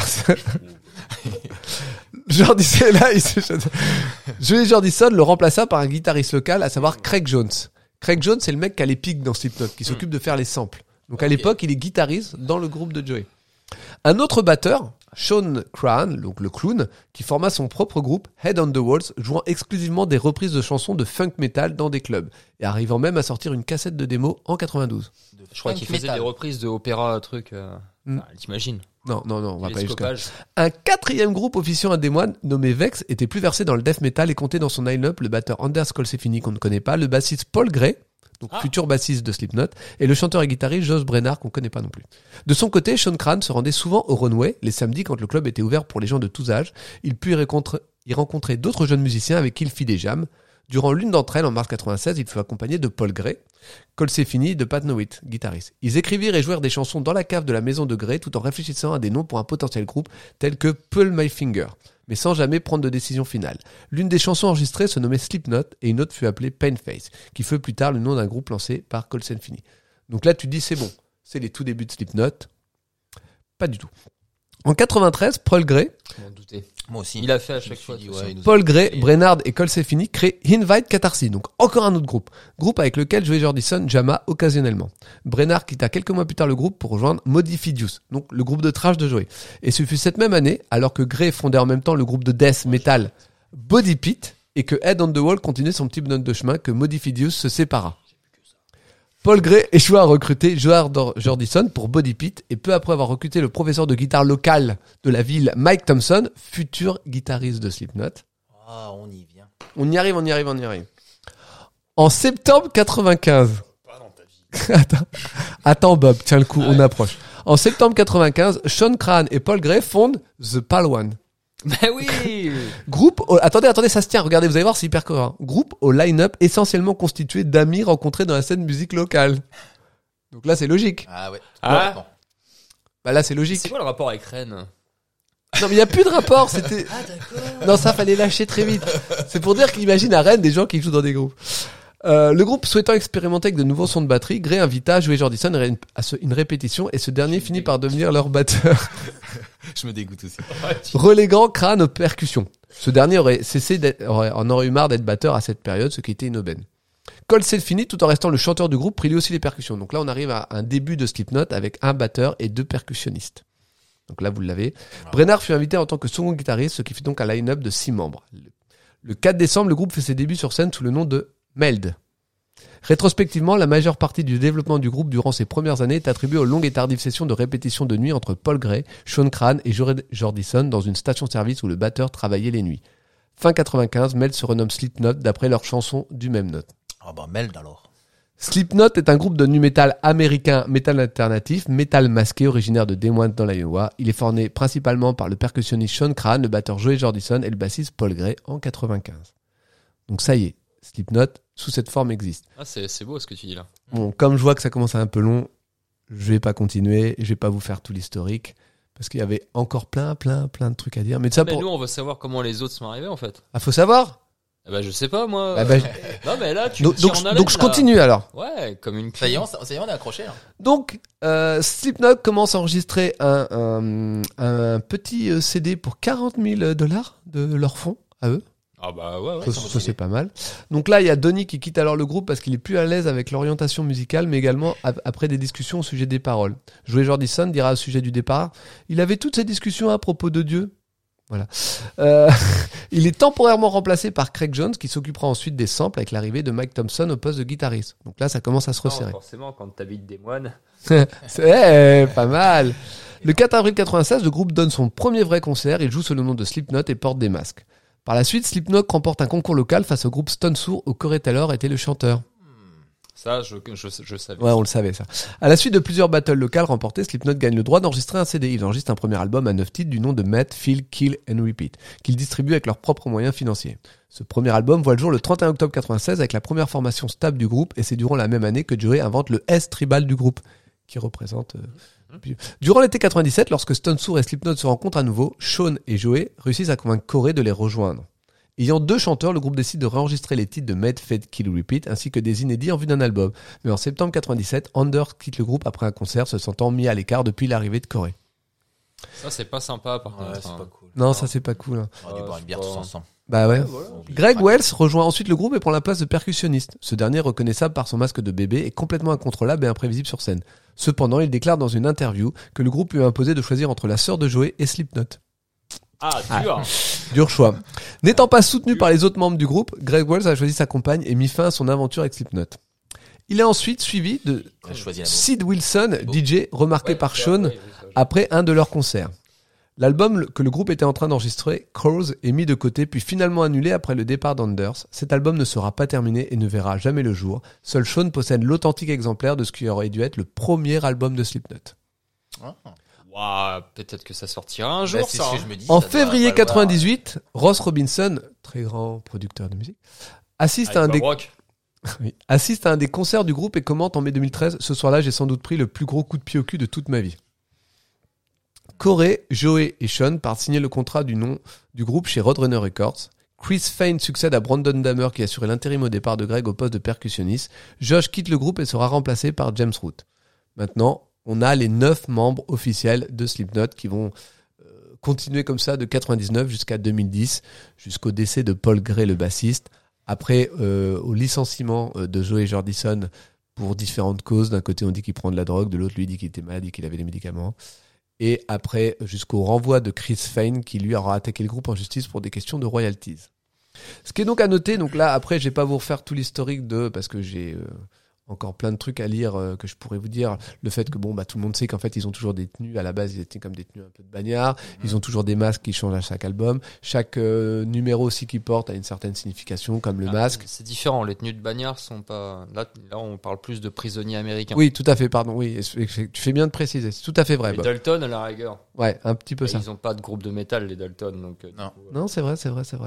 Jordison, là, Joey Jordison le remplaça par un guitariste local, à savoir Craig Jones. Craig Jones, c'est le mec qui a les pics dans Slipknot, qui s'occupe de faire les samples. Donc à l'époque, il est guitariste dans le groupe de Joey. Un autre batteur, Sean Crahan, donc le clown, qui forma son propre groupe, Head on the Walls, jouant exclusivement des reprises de chansons de funk metal dans des clubs, et arrivant même à sortir une cassette de démo en 92. Je crois qu'il faisait des reprises de opéra, truc. T'imagines? Non, on va pas aller jusqu'à. Télescopage. Un quatrième groupe officiant à des moines, nommé Vex, était plus versé dans le death metal et comptait dans son line-up le batteur Anders Colsefini, qu'on ne connaît pas, le bassiste Paul Gray, donc futur bassiste de Slipknot, et le chanteur et guitariste Josh Brennar, qu'on connaît pas non plus. De son côté, Sean Crahan se rendait souvent au Runway, les samedis quand le club était ouvert pour les gens de tous âges. Il put y rencontrer d'autres jeunes musiciens avec qui il fit des jams. Durant l'une d'entre elles, en mars 96, il fut accompagné de Paul Gray, Colsefini de Pat Nowitt, guitariste. Ils écrivirent et jouèrent des chansons dans la cave de la maison de Gray tout en réfléchissant à des noms pour un potentiel groupe tel que Pull My Finger, mais sans jamais prendre de décision finale. L'une des chansons enregistrées se nommait Slipknot et une autre fut appelée Painface, qui fut plus tard le nom d'un groupe lancé par Colsefini. Donc là, tu te dis c'est bon, c'est les tout débuts de Slipknot. Pas du tout. En 93, Paul Gray, Je m'en doutais. Moi aussi. Il a fait à chaque fois. Paul Gray, Brennard et Colsefini créent Invite Catharsis, donc encore un autre groupe avec lequel Joey Jordison jamma occasionnellement. Brennard quitta quelques mois plus tard le groupe pour rejoindre Modifidius, donc le groupe de thrash de Joey. Et ce fut cette même année, alors que Gray fondait en même temps le groupe de death metal Body Pit et que Head on the Wall continuait son petit bonhomme de chemin, que Modifidius se sépara. Paul Gray échoua à recruter Joey Jordison pour Body Pit et peu après avoir recruté le professeur de guitare local de la ville, Mike Thompson, futur guitariste de Slipknot. Ah, on y vient. On y arrive. En septembre 95. Attends Bob, tiens le coup, on approche. En septembre 95, Sean Crahan et Paul Gray fondent The Pal-One. Mais oui. Attendez, ça se tient. Regardez, vous allez voir, c'est hyper cohérent. Groupe au line-up essentiellement constitué d'amis rencontrés dans la scène musique locale. Donc là, c'est logique. Ah ouais. Ah. Non. Bah là, c'est logique. C'est quoi le rapport avec Rennes? Non, mais il y a plus de rapport. C'était. Non, ça fallait lâcher très vite. C'est pour dire qu'imagine à Rennes des gens qui jouent dans des groupes. Le groupe souhaitant expérimenter avec de nouveaux sons de batterie, Gray invita Joey Jordison à une répétition et ce dernier finit par devenir leur batteur. Je me dégoûte aussi. Reléguant Crahan aux percussions. Ce dernier en aurait eu marre d'être batteur à cette période, ce qui était une aubaine. Colsefini, tout en restant le chanteur du groupe, prit lui aussi les percussions. Donc là, on arrive à un début de Slipknot avec un batteur et 2 percussionnistes. Donc là, vous l'avez. Brennard fut invité en tant que second guitariste, ce qui fait donc un line-up de 6 membres. Le 4 décembre, le groupe fait ses débuts sur scène sous le nom de Meld. Rétrospectivement, la majeure partie du développement du groupe durant ces premières années est attribuée aux longues et tardives sessions de répétition de nuit entre Paul Gray, Sean Crahan et Joey Jordison dans une station-service où le batteur travaillait les nuits. Fin 95, Meld se renomme Slipknot d'après leur chanson du même nom. Ah bah Meld alors. Slipknot est un groupe de nu metal américain, metal alternatif, metal masqué originaire de Des Moines dans l'Iowa. Il est formé principalement par le percussionniste Sean Crahan, le batteur Joey Jordison et le bassiste Paul Gray en 95. Donc ça y est, Slipknot sous cette forme existe. Ah, c'est beau ce que tu dis là. Bon, comme je vois que ça commence à un peu long, je vais pas continuer, je vais pas vous faire tout l'historique parce qu'il y avait encore plein de trucs à dire. Mais ça Mais nous, on veut savoir comment les autres sont arrivés en fait. Ah, faut savoir. Bah je sais pas moi. Non mais là tu. Donc je continue alors. Ouais, comme une. Ça y est, on est accroché là. Donc Slipknot commence à enregistrer un petit CD pour $40,000 de leur fonds à eux. Ah bah ouais. Ça c'est pas mal. Donc là il y a Donny qui quitte alors le groupe parce qu'il est plus à l'aise avec l'orientation musicale, mais également après des discussions au sujet des paroles. Joey Jordison dira au sujet du départ: il avait toutes ces discussions à propos de Dieu. Voilà. Il est temporairement remplacé par Craig Jones qui s'occupera ensuite des samples avec l'arrivée de Mike Thompson au poste de guitariste. Donc là, ça commence à se resserrer. Forcément, quand t'habites des moines. C'est pas mal. Le 4 avril 96, le groupe donne son premier vrai concert. Il joue sous le nom de Slipknot et porte des masques. Par la suite, Slipknot remporte un concours local face au groupe Stone Sour où Corey Taylor était le chanteur. Ça, je savais. Ouais, on le savait, ça. À la suite de plusieurs battles locales remportées, Slipknot gagne le droit d'enregistrer un CD. Il enregistre un premier album à 9 titres du nom de Met, Feel, Kill and Repeat, qu'ils distribuent avec leurs propres moyens financiers. Ce premier album voit le jour le 31 octobre 96 avec la première formation stable du groupe et c'est durant la même année que Joey invente le S-Tribal du groupe, qui représente... Durant l'été 97, lorsque Stone Sour et Slipknot se rencontrent à nouveau, Sean et Joey réussissent à convaincre Corey de les rejoindre. Ayant 2 chanteurs, le groupe décide de réenregistrer les titres de Made, Fade, Kill, Repeat, ainsi que des inédits en vue d'un album. Mais en septembre 97, Anders quitte le groupe après un concert, se sentant mis à l'écart depuis l'arrivée de Corey. Ça, c'est pas sympa, par Ouais, contre. c'est hein. pas cool. Non, ça c'est pas cool. Hein. On aurait dû boire une bière tous ensemble. Bah ouais. Voilà. Greg Wells rejoint ensuite le groupe et prend la place de percussionniste. Ce dernier, reconnaissable par son masque de bébé, est complètement incontrôlable et imprévisible sur scène. Cependant, il déclare dans une interview que le groupe lui a imposé de choisir entre la sœur de Joey et Slipknot. Dur. Dur choix. N'étant pas soutenu par les autres membres du groupe, Greg Wells a choisi sa compagne et mis fin à son aventure avec Slipknot. Il est ensuite suivi de On a choisi la Sid Wilson, DJ, remarqué par Sean après un de leurs concerts. L'album que le groupe était en train d'enregistrer, Crows, est mis de côté puis finalement annulé après le départ d'Anders. Cet album ne sera pas terminé et ne verra jamais le jour. Seul Sean possède l'authentique exemplaire de ce qui aurait dû être le premier album de Slipknot. Ah. Waouh, peut-être que ça sortira un jour, Bah, c'est ça. ce que hein. je me dis, En ça doit février valoir. 98, Ross Robinson, très grand producteur de musique, assiste à un Avec des Bob Rock. Oui. Assiste à un des concerts du groupe et commente en mai 2013 « Ce soir-là, j'ai sans doute pris le plus gros coup de pied au cul de toute ma vie. » Corey, Joey et Sean partent signer le contrat du nom du groupe chez Roadrunner Records. Chris Fane succède à Brandon Damer qui assurait l'intérim au départ de Greg au poste de percussionniste. Josh quitte le groupe et sera remplacé par James Root. Maintenant, on a les 9 membres officiels de Slipknot qui vont continuer comme ça de 99 jusqu'à 2010, jusqu'au décès de Paul Gray, le bassiste. Après, au licenciement de Joey Jordison pour différentes causes. D'un côté, on dit qu'il prend de la drogue, de l'autre, lui dit qu'il était malade et qu'il avait des médicaments. Et après, jusqu'au renvoi de Chris Fane, qui lui aura attaqué le groupe en justice pour des questions de royalties. Ce qui est donc à noter, donc là, après, je vais pas vous refaire tout l'historique parce que j'ai encore plein de trucs à lire que je pourrais vous dire. Le fait que tout le monde sait qu'en fait ils ont toujours des tenues. À la base, ils étaient comme des tenues un peu de bagnards. Ils ont toujours des masques qui changent à chaque album. Chaque numéro aussi qu'ils portent a une certaine signification, comme le masque. C'est différent. Les tenues de bagnards sont pas. Là, on parle plus de prisonniers américains. Oui, tout à fait. Pardon. Oui, tu fais bien de préciser. C'est tout à fait vrai. Les Bob. Dalton à la rigueur. Ouais, un petit peu Et ça. ils ont pas de groupe de métal, les Dalton, donc. Non. Non, c'est vrai.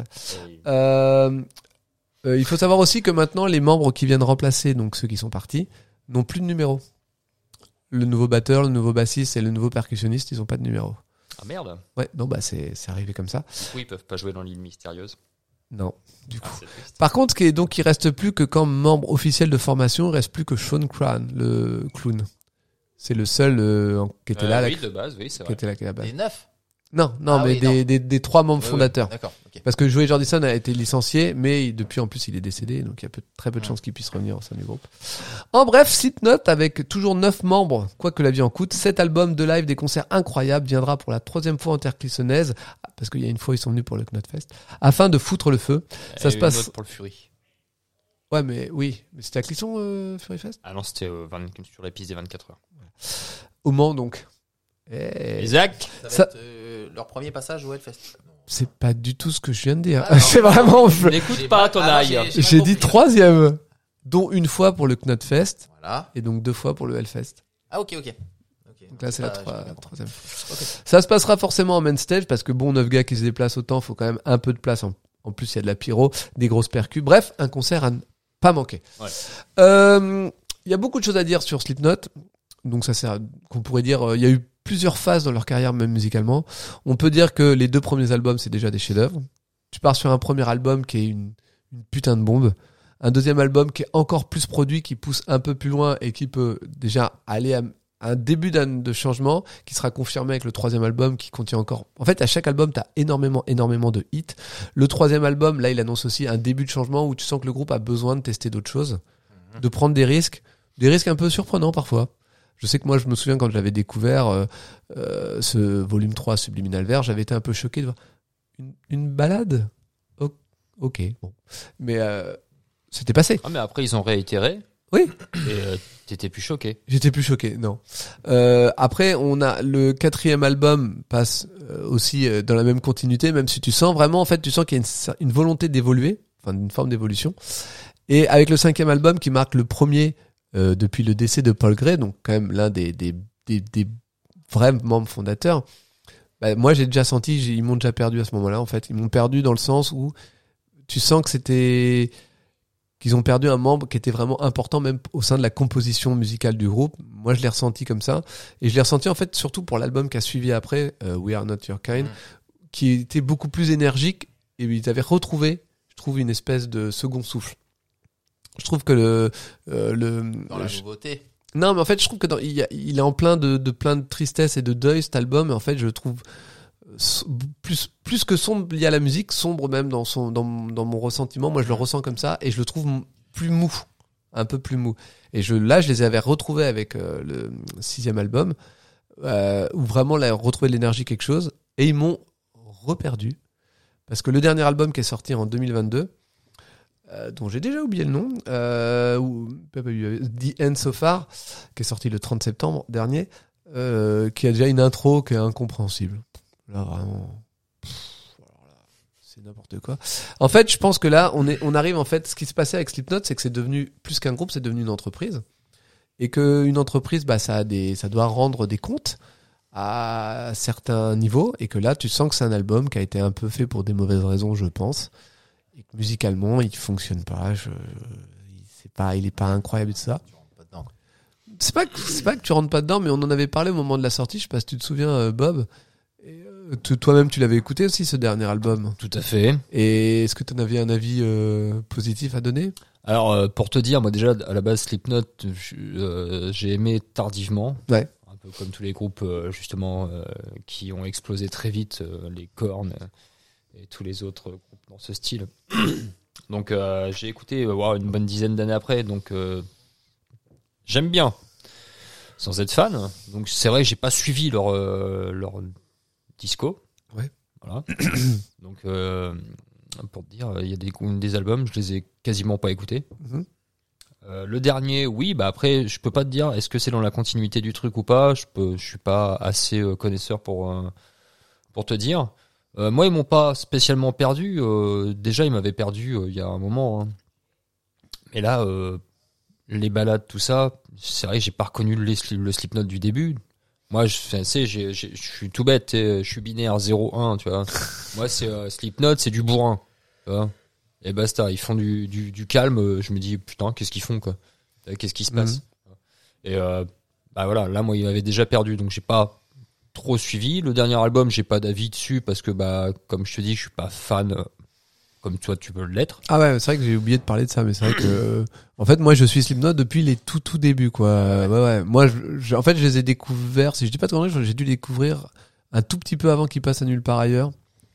euh, Il faut savoir aussi que maintenant, les membres qui viennent remplacer, donc ceux qui sont partis, n'ont plus de numéro. Le nouveau batteur, le nouveau bassiste et le nouveau percussionniste, ils n'ont pas de numéro. Ah merde. Ouais, non, c'est arrivé comme ça. Du coup, ils peuvent pas jouer dans l'île mystérieuse. Non, du coup. Ah, c'est triste. Par contre, il reste plus que comme membre officiel de formation, il reste plus que Sean Cran, le clown. C'est le seul qui était là, Oui, de base, oui, c'est qui vrai. était là, qui est à la base. Les 9. Non, Ah mais oui, des 3 membres Oui, fondateurs. oui, d'accord. Ok. Parce que Joey Jordison a été licencié, mais depuis en plus il est décédé, donc il y a très peu de chances qu'il puisse revenir au sein du groupe. En bref, Slipknot avec toujours 9 membres, quoi que la vie en coûte. Cet album de live, des concerts incroyables, viendra pour la 3e fois en terre clissonnaise, parce qu'il y a une fois ils sont venus pour le Knotfest, afin de foutre le feu. Ça Et se une passe. autre pour le Fury. Ouais, mais c'était à Clisson, Fury Fest. Ah non, c'était sur la piste des 24 heures. Au Mans donc. Eh, Isaac. Ça va Ça- être leur premier passage au Hellfest. c'est pas du tout ce que je viens de dire. Ah, non. C'est vraiment. N'écoute pas ton aïe. J'ai dit 3e, dont une fois pour le Knotfest Voilà. et donc 2 fois pour le Hellfest. Ah, ok. Donc là, c'est la j'ai pas compris. 3e. Ok. Ça se passera forcément en main stage parce que 9 gars qui se déplacent autant, faut quand même un peu de place. En plus, il y a de la pyro, des grosses percus. Bref, un concert à ne pas manquer. Ouais. Il y a beaucoup de choses à dire sur Slipknot. Donc ça sert qu'on pourrait dire, il y a eu plusieurs phases dans leur carrière, même musicalement. On peut dire que les 2 premiers albums, c'est déjà des chefs-d'œuvre. Tu pars sur un premier album qui est une putain de bombe. Un deuxième album qui est encore plus produit, qui pousse un peu plus loin et qui peut déjà aller à un début de changement qui sera confirmé avec le 3e album qui contient encore... En fait, à chaque album, t'as énormément de hits. Le 3e album, là, il annonce aussi un début de changement où tu sens que le groupe a besoin de tester d'autres choses, de prendre des risques un peu surprenants parfois. Je sais que moi, je me souviens quand j'avais découvert ce volume 3 Subliminal Vert, j'avais été un peu choqué de voir une balade. Ok, bon. Mais c'était passé. Ah, mais après, ils ont réitéré. Oui. Et t'étais plus choqué. J'étais plus choqué, non. Après, on a le 4e album passe aussi dans la même continuité, même si tu sens vraiment, en fait, tu sens qu'il y a une volonté d'évoluer, enfin une forme d'évolution. Et avec le 5e album qui marque le premier depuis le décès de Paul Gray, donc quand même l'un des vrais membres fondateurs. Bah, moi, j'ai déjà senti, ils m'ont déjà perdu à ce moment-là. En fait, ils m'ont perdu dans le sens où tu sens que qu'ils ont perdu un membre qui était vraiment important même au sein de la composition musicale du groupe. Moi, je l'ai ressenti comme ça. Et je l'ai ressenti, en fait, surtout pour l'album qui a suivi après, We Are Not Your Kind, qui était beaucoup plus énergique et ils avaient retrouvé, je trouve, une espèce de second souffle. Je trouve que Dans la nouveauté. Non, mais en fait, je trouve que il est en plein de plein de tristesse et de deuil, cet album. Et en fait, je le trouve plus que sombre lié à la musique, sombre même dans mon ressentiment. Moi, je le ressens comme ça et je le trouve plus mou, un peu plus mou. Et je les avais retrouvés avec le 6e album, où vraiment là, retrouvé de l'énergie, quelque chose. Et ils m'ont reperdu parce que le dernier album qui est sorti en 2022. Dont j'ai déjà oublié le nom, The End So Far, qui est sorti le 30 septembre dernier, qui a déjà une intro qui est incompréhensible. Là, vraiment, c'est n'importe quoi. En fait, je pense que là, on arrive, en fait, ce qui se passait avec Slipknot, c'est que c'est devenu, plus qu'un groupe, c'est devenu une entreprise. Et qu'une entreprise, bah, ça doit rendre des comptes à certains niveaux, et que là, tu sens que c'est un album qui a été un peu fait pour des mauvaises raisons, je pense. Et que musicalement, il fonctionne pas. Il est pas incroyable et tout ça. C'est pas que tu rentres pas dedans, mais on en avait parlé au moment de la sortie. Je sais pas si tu te souviens, Bob. Et, toi-même, tu l'avais écouté aussi, ce dernier album. Tout à fait. Et est-ce que tu en avais un avis positif à donner? Alors, pour te dire, moi déjà, à la base, Slipknot, j'ai aimé tardivement. Ouais. Un peu comme tous les groupes, justement, qui ont explosé très vite, les Korn et tous les autres groupes dans ce style. Donc j'ai écouté une bonne dizaine d'années après, donc j'aime bien, sans être fan. Donc c'est vrai que j'ai pas suivi leur disco. Ouais. Voilà. Donc pour te dire, il y a des albums, je les ai quasiment pas écoutés. Le dernier, oui, bah après, je peux pas te dire est-ce que c'est dans la continuité du truc ou pas. Je suis pas assez connaisseur pour te dire. Moi, ils m'ont pas spécialement perdu. Déjà, ils m'avaient perdu il y a un moment. Hein. Mais là, les balades, tout ça, c'est vrai que j'ai pas reconnu le Slipknot du début. Moi, je suis tout bête, je suis binaire 0-1, tu vois. Moi, c'est Slipknot, c'est du bourrin, tu vois. Et basta, ils font du calme. Je me dis putain, qu'est-ce qu'ils font quoi? Qu'est-ce qui se passe? Et bah voilà, là, moi, ils m'avaient déjà perdu, donc j'ai pas trop suivi. Le dernier album, j'ai pas d'avis dessus parce que bah comme je te dis, je suis pas fan comme toi tu peux l'être. Ah ouais, c'est vrai que j'ai oublié de parler de ça, mais c'est vrai que en fait moi je suis Slipknot depuis les tout débuts quoi. Ouais. Moi en fait je les ai découverts, si je dis pas de conneries, j'ai dû les découvrir un tout petit peu avant qu'ils passent à nulle part ailleurs.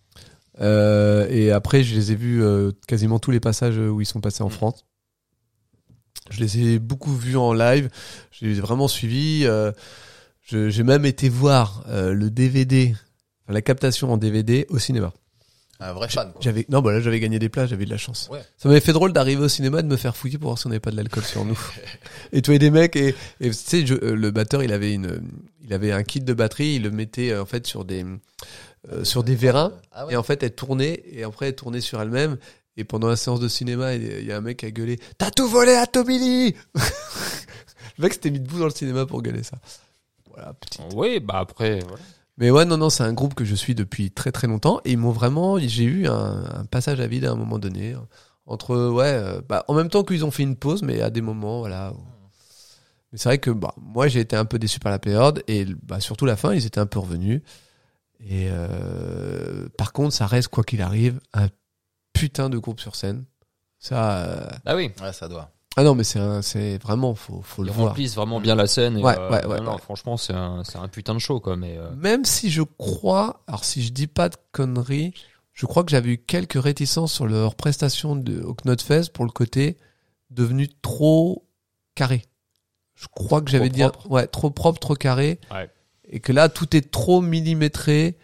Et après je les ai vus quasiment tous les passages où ils sont passés en France. Je les ai beaucoup vus en live, j'ai vraiment suivi. J'ai même été voir le DVD, la captation en DVD au cinéma. Un vrai fan, quoi. J'avais gagné des places, j'avais de la chance. Ouais. Ça m'avait fait drôle d'arriver au cinéma et de me faire fouiller pour voir si on n'avait pas de l'alcool sur nous. Et toi et des mecs, et tu sais, le batteur, il avait un kit de batterie, il le mettait en fait sur des vérins, Ah ouais. et en fait elle tournait, et après elle tournait sur elle-même. Et pendant la séance de cinéma, il y a un mec qui a gueulé « T'as tout volé à Tommy Lee !» Le mec s'était mis debout dans le cinéma pour gueuler ça. Voilà, petite. Oui, bah après. Ouais. Mais ouais, non, c'est un groupe que je suis depuis très très longtemps et ils m'ont vraiment, j'ai eu un passage à vide à un moment donné entre en même temps qu'ils ont fait une pause, mais à des moments, voilà. Mais c'est vrai que moi j'ai été un peu déçu par la période et surtout la fin, ils étaient un peu revenus. Et par contre, ça reste quoi qu'il arrive un putain de groupe sur scène. Ça. Ah oui. Ouais, ça doit. Ah non, mais c'est vraiment faut Ils le voir. remplissent vraiment bien la scène. Et, Ouais. Franchement, c'est un putain de show, quoi. Mais même si je crois, alors si je dis pas de conneries, je crois que j'avais eu quelques réticences sur leur prestation au Knotfest pour le côté devenu trop carré. Je crois que j'avais dit trop propre, trop carré. Ouais. Et que là, tout est trop millimétré.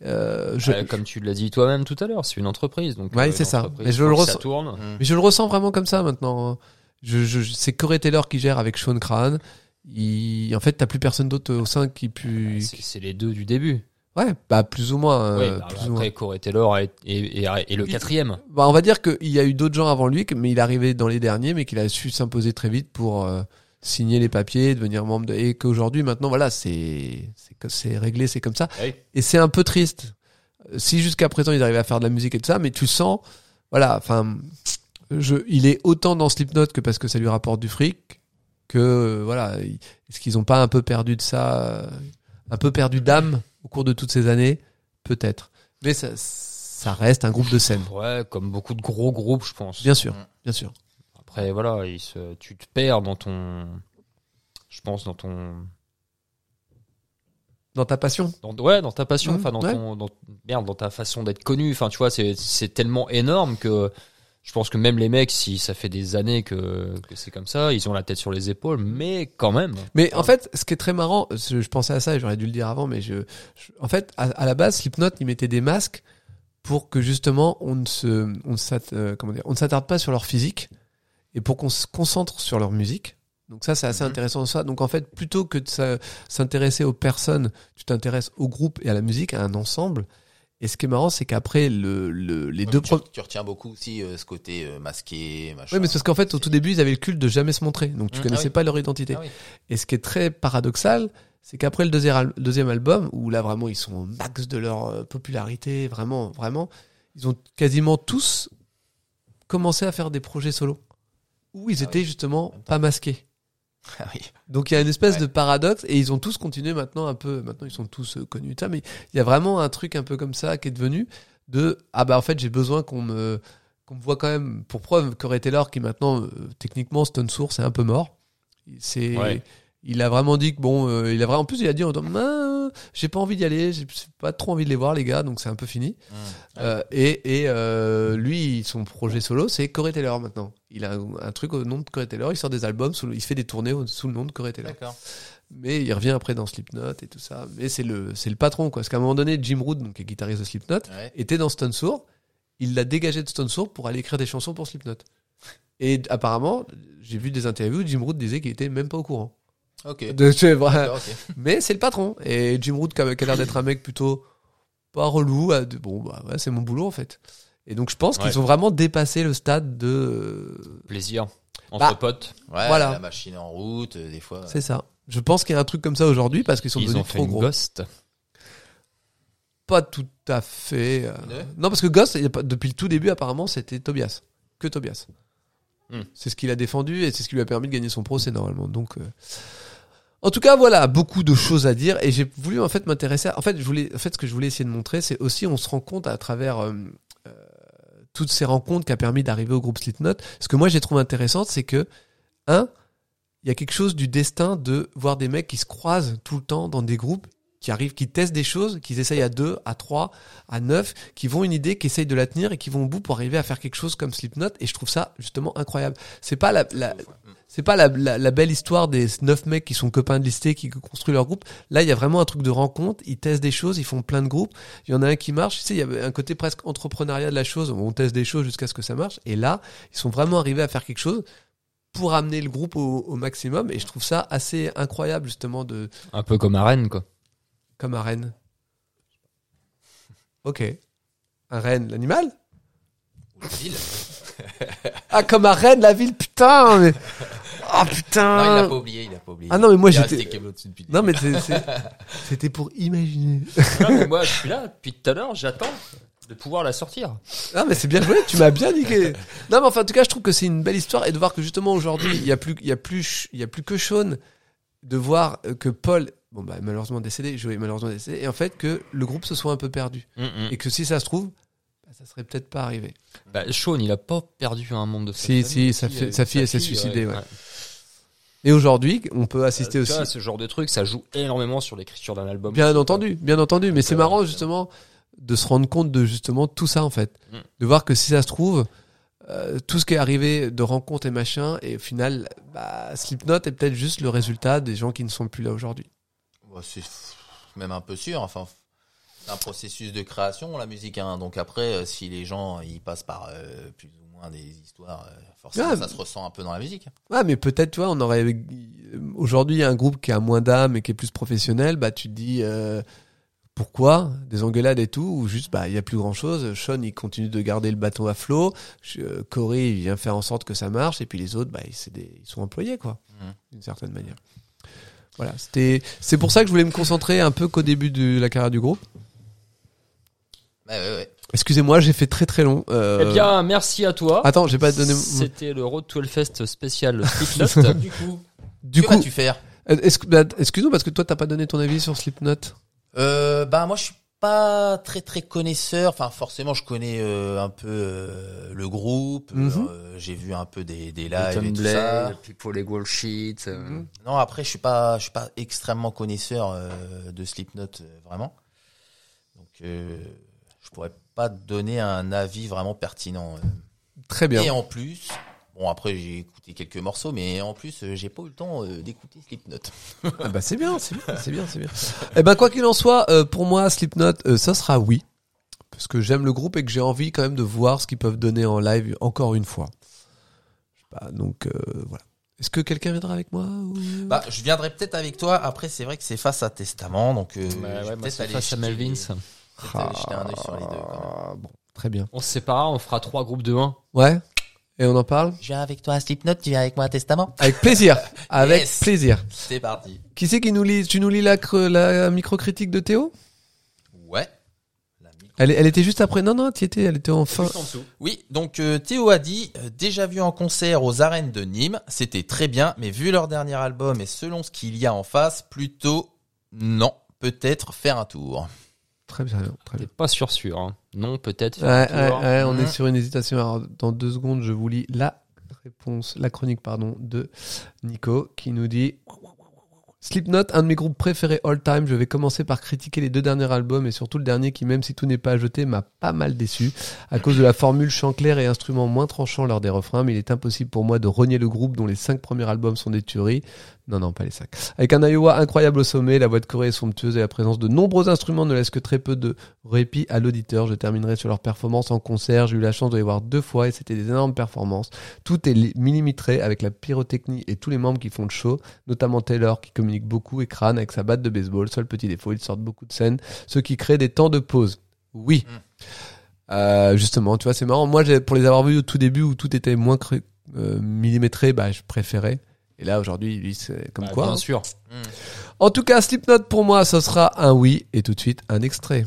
Comme tu l'as dit toi-même tout à l'heure, c'est une entreprise. Donc, Ouais, c'est une ça. entreprise, Mais je le quand ressens. ça tourne. Mais je le ressens vraiment comme ça maintenant. C'est Corey Taylor qui gère avec Sean Crahan. En fait, t'as plus personne d'autre au sein qui C'est les deux du début. Ouais, bah plus ou moins. Oui, plus ou moins. après, Corey Taylor est le quatrième. Bah, on va dire qu'il y a eu d'autres gens avant lui, mais il est arrivé dans les derniers, mais qu'il a su s'imposer très vite pour signer les papiers, devenir membre et qu'aujourd'hui, maintenant, voilà, c'est réglé, c'est comme ça. Oui. Et c'est un peu triste. Si jusqu'à présent ils arrivaient à faire de la musique et tout ça, mais tu sens, voilà, enfin, il est autant dans Slipknot que parce que ça lui rapporte du fric, que voilà, est-ce qu'ils ont pas un peu perdu de ça, un peu perdu d'âme au cours de toutes ces années, peut-être. Mais ça reste un groupe de scène. Ouais, comme beaucoup de gros groupes, je pense. Bien sûr, bien sûr. Après, voilà, tu te perds dans ton, je pense, dans ton, Dans ta passion. dans ta passion, enfin, ouais. dans ta façon d'être connu. Enfin, tu vois, c'est tellement énorme que je pense que même les mecs, si ça fait des années que c'est comme ça, ils ont la tête sur les épaules, mais quand même. Mais en fait, ce qui est très marrant, je pensais à ça et j'aurais dû le dire avant, mais en fait, à la base, Slipknot, ils mettaient des masques pour que justement on ne s'attarde pas sur leur physique et pour qu'on se concentre sur leur musique. Donc ça, c'est assez intéressant ça. Donc en fait, plutôt que de s'intéresser aux personnes, tu t'intéresses au groupe et à la musique, à un ensemble. Et ce qui est marrant, c'est qu'après les deux premiers... Tu retiens beaucoup aussi ce côté masqué, machin. Oui, mais c'est parce qu'en fait, au tout début, ils avaient le culte de jamais se montrer. Donc tu connaissais pas leur identité. Ah oui. Et ce qui est très paradoxal, c'est qu'après le deuxième album, où là vraiment ils sont au max de leur popularité, vraiment, vraiment, ils ont quasiment tous commencé à faire des projets solo, où ils étaient justement pas masqués. Ah oui. Donc il y a une espèce de paradoxe, et ils ont tous continué maintenant un peu, maintenant ils sont tous connus, ça, mais il y a vraiment un truc un peu comme ça qui est devenu de, ah bah en fait j'ai besoin qu'on me voit quand même, pour preuve, Corey Taylor qui maintenant, techniquement, Stone Sour, c'est un peu mort. Il a vraiment dit que bon, en plus il a dit j'ai pas envie d'y aller, j'ai pas trop envie de les voir les gars, donc c'est un peu fini. Lui, son projet solo, c'est Corey Taylor maintenant. Il a un truc au nom de Corey Taylor, il sort des albums, il fait des tournées sous le nom de Corey Taylor. D'accord. Mais il revient après dans Slipknot et tout ça. Mais c'est le patron, quoi. Parce qu'à un moment donné, Jim Root, donc qui est guitariste de Slipknot, était dans Stone Sour. Il l'a dégagé de Stone Sour pour aller écrire des chansons pour Slipknot. Et apparemment, j'ai vu des interviews, Jim Root disait qu'il était même pas au courant. Ok. D'accord, Ok. Mais c'est le patron. Et Jim Root, qui a l'air d'être un mec plutôt pas relou, c'est mon boulot en fait. Et donc je pense qu'ils ont vraiment dépassé le stade de plaisir entre potes. Ouais, voilà. La machine en route, des fois. C'est ça. Je pense qu'il y a un truc comme ça aujourd'hui parce qu'ils sont devenus trop gros. Ghost. Pas tout à fait. Non, parce que Ghost, depuis le tout début, apparemment, c'était Tobias. Que Tobias. C'est ce qu'il a défendu et c'est ce qui lui a permis de gagner son procès normalement. Donc, en tout cas, voilà, beaucoup de choses à dire et j'ai voulu en fait m'intéresser. En fait, ce que je voulais essayer de montrer, c'est aussi on se rend compte à travers toutes ces rencontres qui a permis d'arriver au groupe Slipknot. Ce que moi j'ai trouvé intéressant, c'est que il y a quelque chose du destin de voir des mecs qui se croisent tout le temps dans des groupes, qui arrivent, qui testent des choses, qui essayent à 2, à 3, à 9, qui vont une idée, qui essayent de la tenir et qui vont au bout pour arriver à faire quelque chose comme Slipknot. Et je trouve ça justement incroyable. C'est pas la belle histoire des 9 mecs qui sont copains de listés, qui construisent leur groupe. Là, il y a vraiment un truc de rencontre. Ils testent des choses, ils font plein de groupes. Il y en a un qui marche. Tu sais, il y a un côté presque entrepreneuriat de la chose. On teste des choses jusqu'à ce que ça marche. Et là, ils sont vraiment arrivés à faire quelque chose pour amener le groupe au maximum. Et je trouve ça assez incroyable, justement, un peu comme à Rennes, quoi. Comme un renne. Ok. Un renne, l'animal? Ou la ville. Ah, comme un renne, la ville, putain! Mais... Oh putain! Non, il l'a pas oublié. Ah non, mais moi j'étais. Resté câble au-dessus depuis le Non, mais début. c'était pour imaginer. Non, mais moi, je suis là depuis tout à l'heure, j'attends de pouvoir la sortir. Non, mais c'est bien joué, tu m'as bien niqué. Non, mais enfin, en tout cas, je trouve que c'est une belle histoire et de voir que justement aujourd'hui, il y a plus que Sean, de voir que Paul, malheureusement décédé, Joey malheureusement décédé, et en fait que le groupe se soit un peu perdu. Et que si ça se trouve, ça serait peut-être pas arrivé. Sean, il a pas perdu un membre de sa famille. Sa fille, elle s'est suicidée, ouais. Et aujourd'hui, on peut assister aussi. Ce genre de truc, ça joue énormément sur l'écriture d'un album. Bien entendu. Mais c'est marrant, justement, de se rendre compte de justement tout ça, en fait. De voir que si ça se trouve, tout ce qui est arrivé de rencontres et machin, et au final, Slipknot est peut-être juste le résultat des gens qui ne sont plus là aujourd'hui. C'est même un peu sûr. Enfin, C'est un processus de création, la musique. Hein. Donc après, si les gens ils passent par plus ou moins des histoires, forcément ça se ressent un peu dans la musique. Ouais, mais peut-être, tu vois, on aurait aujourd'hui il y a un groupe qui a moins d'âme et qui est plus professionnel. Bah, tu te dis pourquoi des engueulades et tout, ou juste il y a plus grand chose. Sean il continue de garder le bateau à flot. Corey il vient faire en sorte que ça marche, et puis les autres, ils sont employés quoi, d'une certaine manière. Voilà, c'est pour ça que je voulais me concentrer un peu qu'au début de la carrière du groupe. Ouais. Excusez-moi, j'ai fait très très long. Eh bien, merci à toi. Attends, j'ai pas donné. C'était le Road to Hellfest spécial Slipknot. Du coup, vas-tu faire Excuse-nous parce que toi t'as pas donné ton avis sur Slipknot. Moi je suis pas très très connaisseur. Enfin forcément je connais un peu le groupe. J'ai vu un peu des lives et tout ça. People les Wall Sheet. Non, après je suis pas extrêmement connaisseur de Slipknot vraiment. Donc je pourrais pas donner un avis vraiment pertinent. Très bien. Et en plus, bon après j'ai écouté quelques morceaux, mais en plus j'ai pas eu le temps d'écouter Slipknot. Ah bah c'est bien. Eh ben quoi qu'il en soit, pour moi Slipknot, ça sera oui, parce que j'aime le groupe et que j'ai envie quand même de voir ce qu'ils peuvent donner en live encore une fois. Je sais pas, donc voilà. Est-ce que quelqu'un viendra avec moi ou... Je viendrai peut-être avec toi. Après c'est vrai que c'est face à Testament, donc peut-être aller face à Melvins. Jeter un œil sur les deux. Quand même. Bon, très bien. On se séparera, on fera 3 groupes de 1. Ouais. Et on en parle? Je viens avec toi à Slipknot, tu viens avec moi à Testament? Avec plaisir. Avec Yes. plaisir. C'est parti. Qui c'est qui nous lit? Tu nous lis la micro-critique de Théo? Ouais. Elle était juste après. Non, tu étais. Elle était en fin. Juste en dessous. Oui, donc Théo a dit déjà vu en concert aux arènes de Nîmes, c'était très bien, mais vu leur dernier album et selon ce qu'il y a en face, plutôt non, peut-être faire un tour. Très bien. T'es pas sûr. Hein. Non, peut-être. Ouais, on est sur une hésitation. Alors, dans 2 secondes, je vous lis la chronique, de Nico, qui nous dit Slipknot, un de mes groupes préférés all time. Je vais commencer par critiquer les 2 derniers albums et surtout le dernier qui, même si tout n'est pas à jeter, m'a pas mal déçu à cause de la formule chant clair et instruments moins tranchants lors des refrains. Mais il est impossible pour moi de renier le groupe dont les 5 premiers albums sont des tueries. Non, pas les 5. Avec un Iowa incroyable au sommet, la voix de Corey est somptueuse et la présence de nombreux instruments ne laisse que très peu de répit à l'auditeur. Je terminerai sur leur performance en concert. J'ai eu la chance de les voir 2 fois et c'était des énormes performances. Tout est millimétré avec la pyrotechnie et tous les membres qui font le show, notamment Taylor qui communique beaucoup et Crane avec sa batte de baseball. Seul petit défaut, ils sortent beaucoup de scènes, ce qui crée des temps de pause. Oui. Justement, tu vois, c'est marrant. Moi, pour les avoir vus au tout début où tout était moins millimétré, je préférais. Et là, aujourd'hui, lui, c'est comme quoi. Bien sûr. En tout cas, Slipknot, pour moi, ça sera un oui. Et tout de suite, un extrait.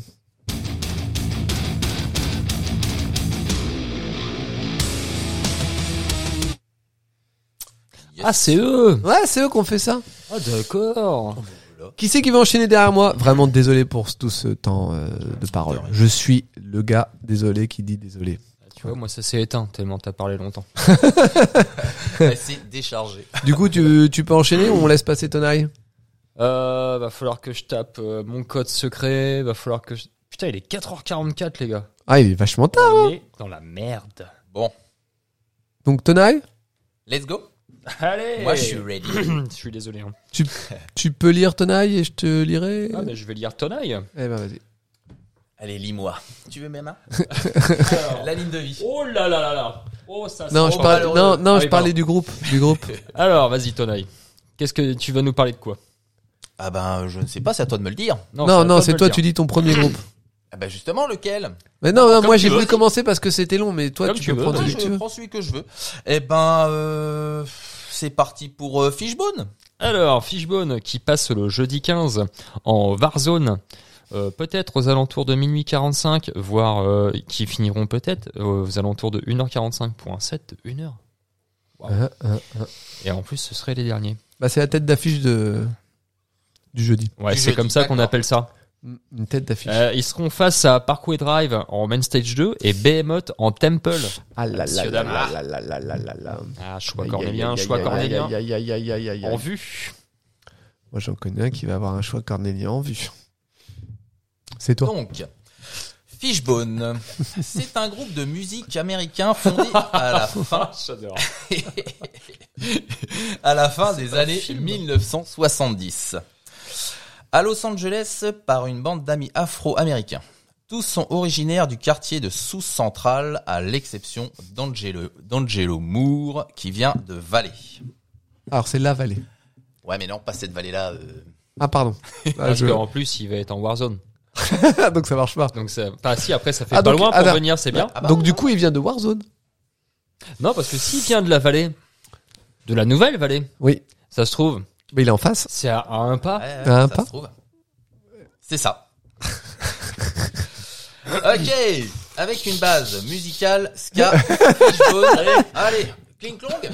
Yes. Ah, c'est eux. Ouais, c'est eux qui ont fait ça. Ah, d'accord. Qui c'est qui va enchaîner derrière moi? Vraiment désolé pour tout ce temps de parole. Je suis le gars désolé qui dit désolé. Tu vois, moi, ça s'est éteint tellement t'as parlé longtemps. C'est déchargé. Du coup, tu peux enchaîner ou on laisse passer Tonaï? Va falloir que je tape mon code secret. Va falloir que je... Putain, il est 4h44, les gars. Ah, il est vachement tard. On est dans la merde. Bon, Donc Tonaï, let's go. Allez. Moi, je suis ready. Je suis désolé. Hein. tu peux lire Tonaï et je te lirai. Ah, je vais lire Tonaï. Eh ben vas-y. Allez, lis-moi. Tu veux mes mains? La ligne de vie. Oh là là là là. Oh, ça. Non, c'est je trop parlais, malheureux. non, Ah je oui, parlais pardon. du groupe. Alors, vas-y, Tonaï. Qu'est-ce que tu vas nous parler de quoi? Ah ben, je ne sais pas, c'est à toi de me le dire. Non, c'est toi, tu dis ton premier groupe. Ah ben justement, lequel? Mais non, Comme moi tu j'ai veux. voulu commencer parce que c'était long, mais toi Comme tu tu peux veux. prendre Ouais, celui que tu je veux. prends celui que je veux. Eh ben, c'est parti pour Fishbone. Alors, Fishbone qui passe le jeudi 15 en Warzone, peut-être aux alentours de minuit 45, voire qui finiront peut-être aux alentours de 1h45 pour un set de 1h. Wow. Et en plus, ce seraient les derniers. Bah c'est la tête d'affiche du jeudi. Ouais, Du c'est jeudi, comme ça qu'on d'accord. appelle ça. Une tête d'affiche. Ils seront face à Parkway Drive en Main Stage 2 et Behemoth en Temple. Ah là là Messieurs, là dames. là là là là là là. Ah, choix cornélien. En vue. Moi j'en connais un qui va avoir un choix cornélien en vue. C'est toi. Donc, Fishbone, c'est un groupe de musique américain fondé à la fin, J'adore. à la fin des un années film. 1970. À Los Angeles, par une bande d'amis afro-américains. Tous sont originaires du quartier de South Central, à l'exception d'Angelo Moore, qui vient de Valley. Alors, c'est la vallée. Ouais, mais non, pas cette vallée-là. Ah, pardon. Ah, Parce qu'en plus, il va être en Warzone. Donc, ça marche pas. Donc ça, enfin si, après ça fait Ah, pas donc- loin ah, pour bah- venir, c'est bien. Ah bah, Donc, du coup, il vient de Warzone. Non, parce que s'il vient de la vallée, de la nouvelle vallée, Oui. ça se trouve, Mais il est en face. c'est à un pas. ouais, Ah, ça pas se trouve. C'est ça. Ok, avec une base musicale, ska, fishbone, allez, cling clong.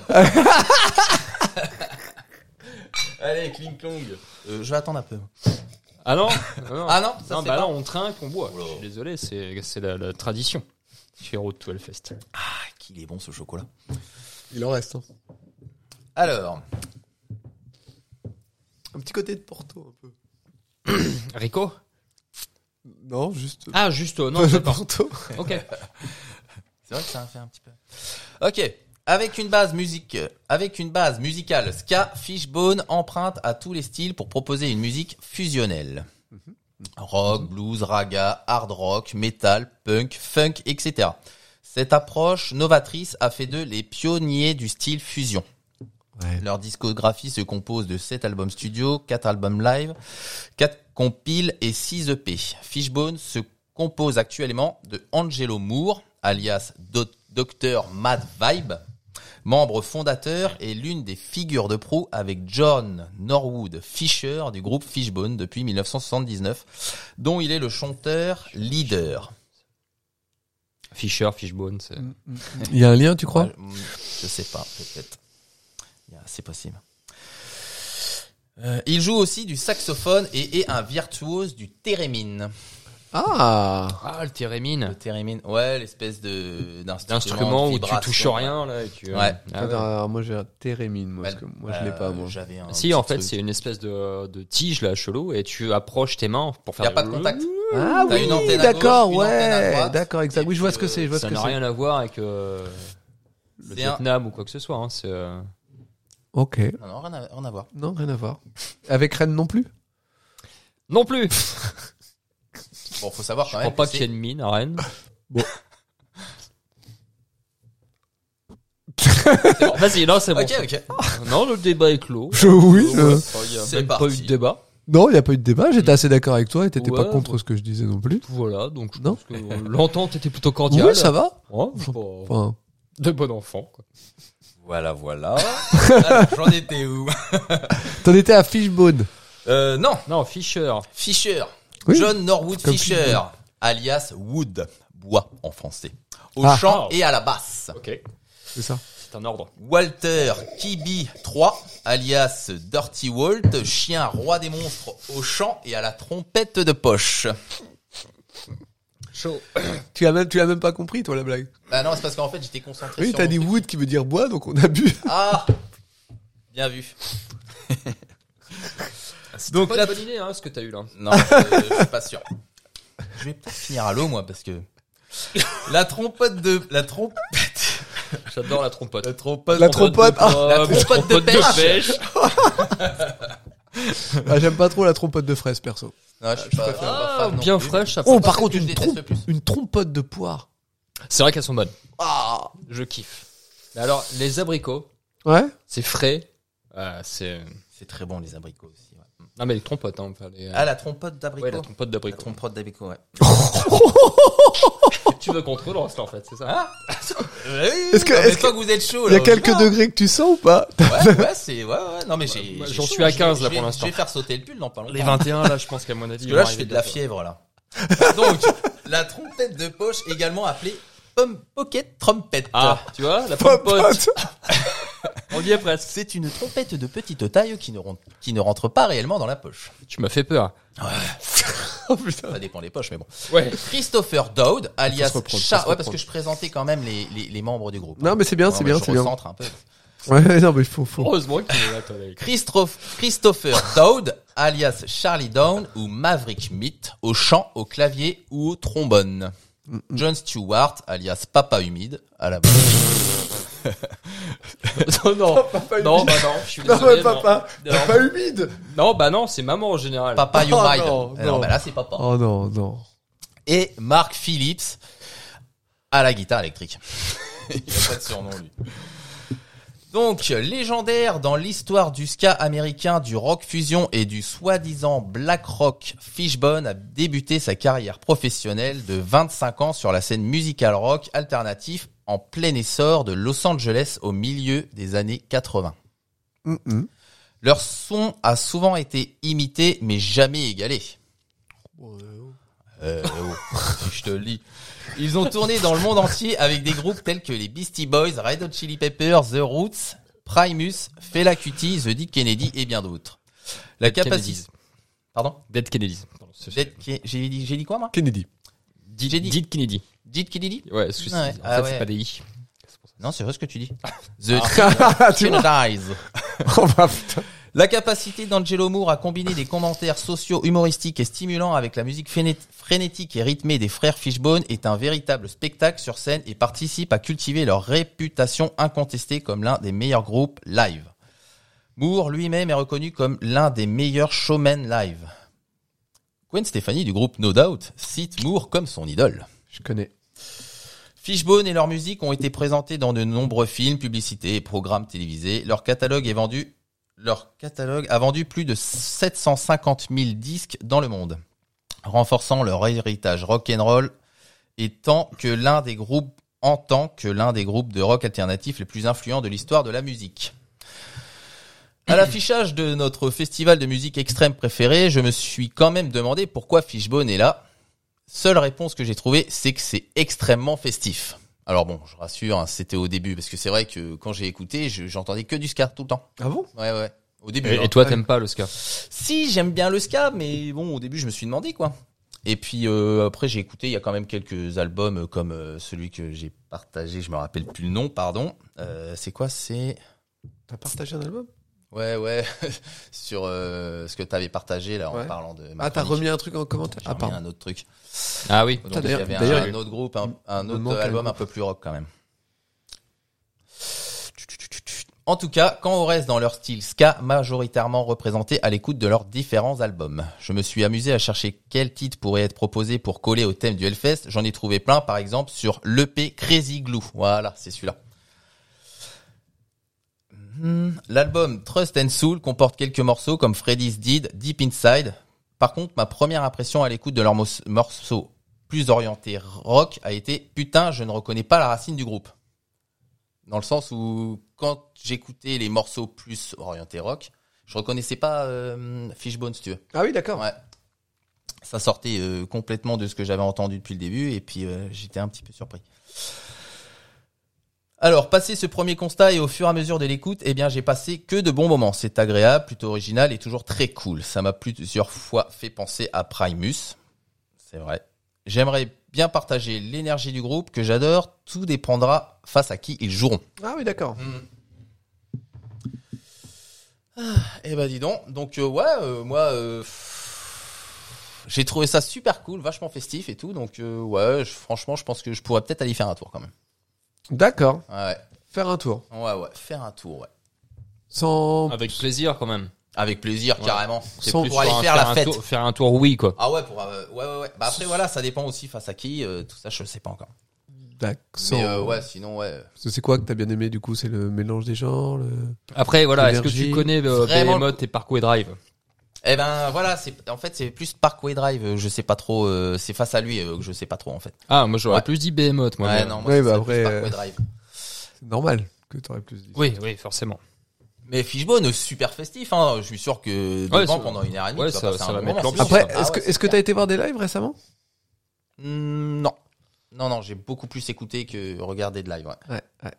Allez, cling clong. Je vais attendre un peu. Ah non, non, Ah non, ça non, c'est bah pas. là on trinque, on boit. Oula. Je suis désolé, c'est la tradition. Chez Road to Hellfest. Ah, qu'il est bon ce chocolat. Il en reste. Hein. Alors, Un petit côté de Porto, un peu. Rico. Non, juste. Ah juste non, de d'accord. Porto. Ok. c'est vrai que ça a fait un petit peu. Ok, avec une base musicale, ska, fishbone emprunte à tous les styles pour proposer une musique fusionnelle. Rock, blues, raga, hard rock, metal, punk, funk, etc. Cette approche novatrice a fait d'eux les pionniers du style fusion. Ouais. Leur discographie se compose de 7 albums studio, 4 albums live, 4 compiles et 6 EP. Fishbone se compose actuellement de Angelo Moore, alias Dr. Mad Vibe, membre fondateur et l'une des figures de proue avec John Norwood Fisher du groupe Fishbone depuis 1979, dont il est le chanteur leader. Fisher, Fishbone, c'est... Il y a un lien, tu crois? Je sais pas, peut-être. C'est possible. Il joue aussi du saxophone et est un virtuose du thérémine. Ah! Ah, le thérémine. Le thérémine, ouais, l'espèce D'instrument où tu vibration, touches rien, là. Et tu, Ouais. Ah ouais. Alors, moi, j'ai un thérémine, moi, parce que moi, je l'ai pas, moi. J'avais un Si, petit en fait, truc. c'est une espèce de tige, là, chelou, et tu approches tes mains pour faire Y a pas de contact. Ah T'as oui, une antenne à d'accord, gauche, une antenne à ouais, droite, d'accord, exact. et Oui, je vois puis, ce que c'est, je vois ce Ça que n'a c'est. rien à voir avec le C'est un- Vietnam ou quoi que ce soit. Hein, c'est, Ok. Non, rien à voir. Non, rien à voir. Avec Rennes non plus? Non plus. Bon, faut savoir Je quand crois même. pas que qu'il y ait une mine à Rennes. C'est bon, vas-y, non, c'est bon. Ok. Non, le débat est clos. Oui. Il y a c'est même pas eu parti. de débat. Non, il n'y a pas eu de débat. J'étais assez d'accord avec toi et t'étais pas Ouais, contre bon. ce que je disais non plus. Voilà, donc je Non. pense que l'entente était plutôt cordiale. Oui, ça va. Ouais, c'est pas- Enfin, de bon enfant, quoi. Voilà. Alors, j'en étais où? t'en étais à Fishbone. Non. Non, Fisher. Fisher. Oui. John Norwood Comme Fisher, Fishbone. alias Wood, bois en français. Au Ah. chant et à la basse. Ok. C'est ça. C'est un ordre. Walter Kibi 3, alias Dirty Walt, chien roi des monstres au chant et à la trompette de poche. Chaud. Tu l'as même pas compris, toi, la blague. Ah non, c'est parce qu'en fait, j'étais concentré Oui, sur t'as mon dit truc. wood qui veut dire bois, donc on a bu. Ah, bien vu. C'est Donc pas là- une bonne idée, hein, ce que t'as eu là. Non, je suis pas sûr. Je vais peut-être finir à l'eau, moi, parce que la trompette. J'adore la trompote. La trompette. La trompote. Ah, La trompotte de pêche. ah, j'aime pas trop la trompote de fraise, perso. Non, je suis pas fan non bien plus. fraîche, ça Oh, fait- par c'est contre, ce que je déteste le plus. une trompote de poire. C'est vrai qu'elles sont bonnes. Ah. Je kiffe. Mais alors, les abricots, Ouais. c'est frais. C'est... C'est très bon, les abricots aussi. Ouais. Non, mais les trompotes, hein. Enfin, les, Ah, la trompote d'abricot. ouais, la trompote La d'abricot. trompote d'abricot, ouais. Tu veux qu'on te relance là, en fait, c'est ça? Est-ce que- Non, mais est-ce toi, vous êtes chaud, Il y a là, quelques au degrés que tu sens ou pas? Ouais, non, mais j'ai. Moi, j'ai j'en chaud, suis à je vais- 15 là je vais- pour l'instant. Je vais faire sauter le pull dans pas longtemps. Les 21, là, je pense qu'à mon avis. Parce que là, je fais de la fièvre, là. Donc, la trompette de poche, également appelée pocket trumpet. Ah, tu vois, la pompote. On y est presque. C'est une trompette de petite taille qui ne rentre pas réellement dans la poche. Tu m'as fait peur. Oh putain. Ça dépend des poches, mais bon. Ouais. Christopher Dowd, alias se reprendre, Char... faut se Ouais, parce reprendre. que je présentais quand même les membres du groupe. Non, mais c'est bien, Ouais, c'est ouais, bien, je c'est bien. recentre un peu. Ouais, non, mais il faut. Heureusement qu'il est là, toi, avec. Christopher Dowd, alias Charlie Down ou Maverick Meat, au chant, au clavier ou au trombone. John Stewart, alias Papa Humide, à la basse. non, Papa non, humide. bah non, je suis Non, désolé. mais papa. Non. Papa humide. Non, bah non, c'est maman en général. Papa You Oh, Mind. non, Non, non. bah là, c'est papa. Oh non, non. Et Mark Phillips à la guitare électrique. Il a pas de surnom, lui. Donc, légendaire dans l'histoire du ska américain, du rock fusion et du soi-disant black rock, Fishbone a débuté sa carrière professionnelle de 25 ans sur la scène musical rock alternatif en plein essor de Los Angeles au milieu des années 80. Leur son a souvent été imité mais jamais égalé. Je te le dis. Ils ont tourné dans le monde entier avec des groupes tels que les Beastie Boys, Red Hot Chili Peppers, The Roots, Primus, Fela Kuti, The Dead Kennedy et bien d'autres. La Dead capacité... Kennedys. Pardon? Dead Kennedys. Pardon, J'ai dit quoi, moi? Kennedy. J'ai dit- Dead Kennedy. Dead Kennedy? Ouais, parce que Ouais. en fait, Ah ouais. c'est pas des I. Non, c'est vrai ce que tu dis. The Tu vois. Kennedys. Oh bah putain. La capacité d'Angelo Moore à combiner des commentaires sociaux humoristiques et stimulants avec la musique frénétique et rythmée des frères Fishbone est un véritable spectacle sur scène et participe à cultiver leur réputation incontestée comme l'un des meilleurs groupes live. Moore lui-même est reconnu comme l'un des meilleurs showmen live. Gwen Stefani du groupe No Doubt cite Moore comme son idole. Je connais. Fishbone et leur musique ont été présentés dans de nombreux films, publicités et programmes télévisés. Leur catalogue a vendu plus de 750 000 disques dans le monde, renforçant leur héritage rock'n'roll en tant que l'un des groupes de rock alternatif les plus influents de l'histoire de la musique. À l'affichage de notre festival de musique extrême préféré, je me suis quand même demandé pourquoi Fishbone est là. Seule réponse que j'ai trouvée, c'est que c'est extrêmement festif. Alors bon, je rassure, hein, c'était au début, parce que c'est vrai que quand j'ai écouté, j'entendais que du ska tout le temps. Ah bon? Ouais. Au début. Et toi, t'aimes pas le ska? Si, j'aime bien le ska, mais bon, au début, je me suis demandé, quoi. Et puis après, j'ai écouté, il y a quand même quelques albums comme celui que j'ai partagé, je me rappelle plus le nom, pardon. C'est quoi? C'est... T'as partagé un album? Ouais, sur ce que t'avais partagé là en Ouais. parlant de ma Ah, t'as chronique. remis un truc en commentaire? J'ai Ah, remis pardon. un autre truc. Ah oui. Donc, il y d'ailleurs- avait d'ailleurs, un autre groupe, un me autre manque un album un groupe. peu plus rock quand même. En tout cas, quand on reste dans leur style ska, majoritairement représenté à l'écoute de leurs différents albums. Je me suis amusé à chercher quel titre pourrait être proposé pour coller au thème du Hellfest. J'en ai trouvé plein, par exemple, sur l'EP Crazy Glue. Voilà, c'est celui-là. L'album Trust and Soul comporte quelques morceaux comme Freddy's Dead, Deep Inside. Par contre, ma première impression à l'écoute de leurs morceaux plus orientés rock a été « Putain, je ne reconnais pas la racine du groupe ». Dans le sens où, quand j'écoutais les morceaux plus orientés rock, je reconnaissais pas Fishbone, si tu veux. Ah oui, d'accord. Ouais. Ça sortait complètement de ce que j'avais entendu depuis le début, et puis j'étais un petit peu surpris. Alors, passé ce premier constat et au fur et à mesure de l'écoute, eh bien, j'ai passé que de bons moments. C'est agréable, plutôt original et toujours très cool. Ça m'a plusieurs fois fait penser à Primus. C'est vrai. J'aimerais bien partager l'énergie du groupe que j'adore. Tout dépendra face à qui ils joueront. Ah oui, d'accord. Eh ben, dis donc. Donc, moi, j'ai trouvé ça super cool, vachement festif et tout. Donc, franchement, je pense que je pourrais peut-être aller faire un tour quand même. D'accord. Ouais. Faire un tour. Ouais, faire un tour, ouais. Sans... Avec plaisir quand même. Avec plaisir, Ouais. carrément. C'est Sans- pour aller faire la fête. Faire un tour, oui, quoi. Ah ouais, ouais. Bah après, voilà, ça dépend aussi face à qui. Tout ça, je sais pas encore. D'accord. Mais sinon, ouais. C'est quoi que t'as bien aimé du coup? C'est le mélange des genres Après, voilà, est-ce que Énergie. tu connais Vraiment. Behemoth et Parkway Drive? Eh ben, voilà, c'est plus Parkway Drive. Je sais pas trop. C'est face à lui que je sais pas trop en fait. Ah, moi j'aurais Ouais. plus dit Behemoth, moi. Ouais, mais- non, moi, Ouais, ça bah serait après, plus Parkway Drive. C'est normal que t'aurais plus dit. Oui, forcément. Mais Fishbone, super festif. Hein. Je suis sûr que Ouais, devant ça- pendant 1h30, ouais, tu vas ça- passer ça un va bon mettre moment. l'ambiance. Après, Ah est-ce ouais, que t'as été voir des lives récemment? Non, j'ai beaucoup plus écouté que regardé de live. Ouais. Ouais.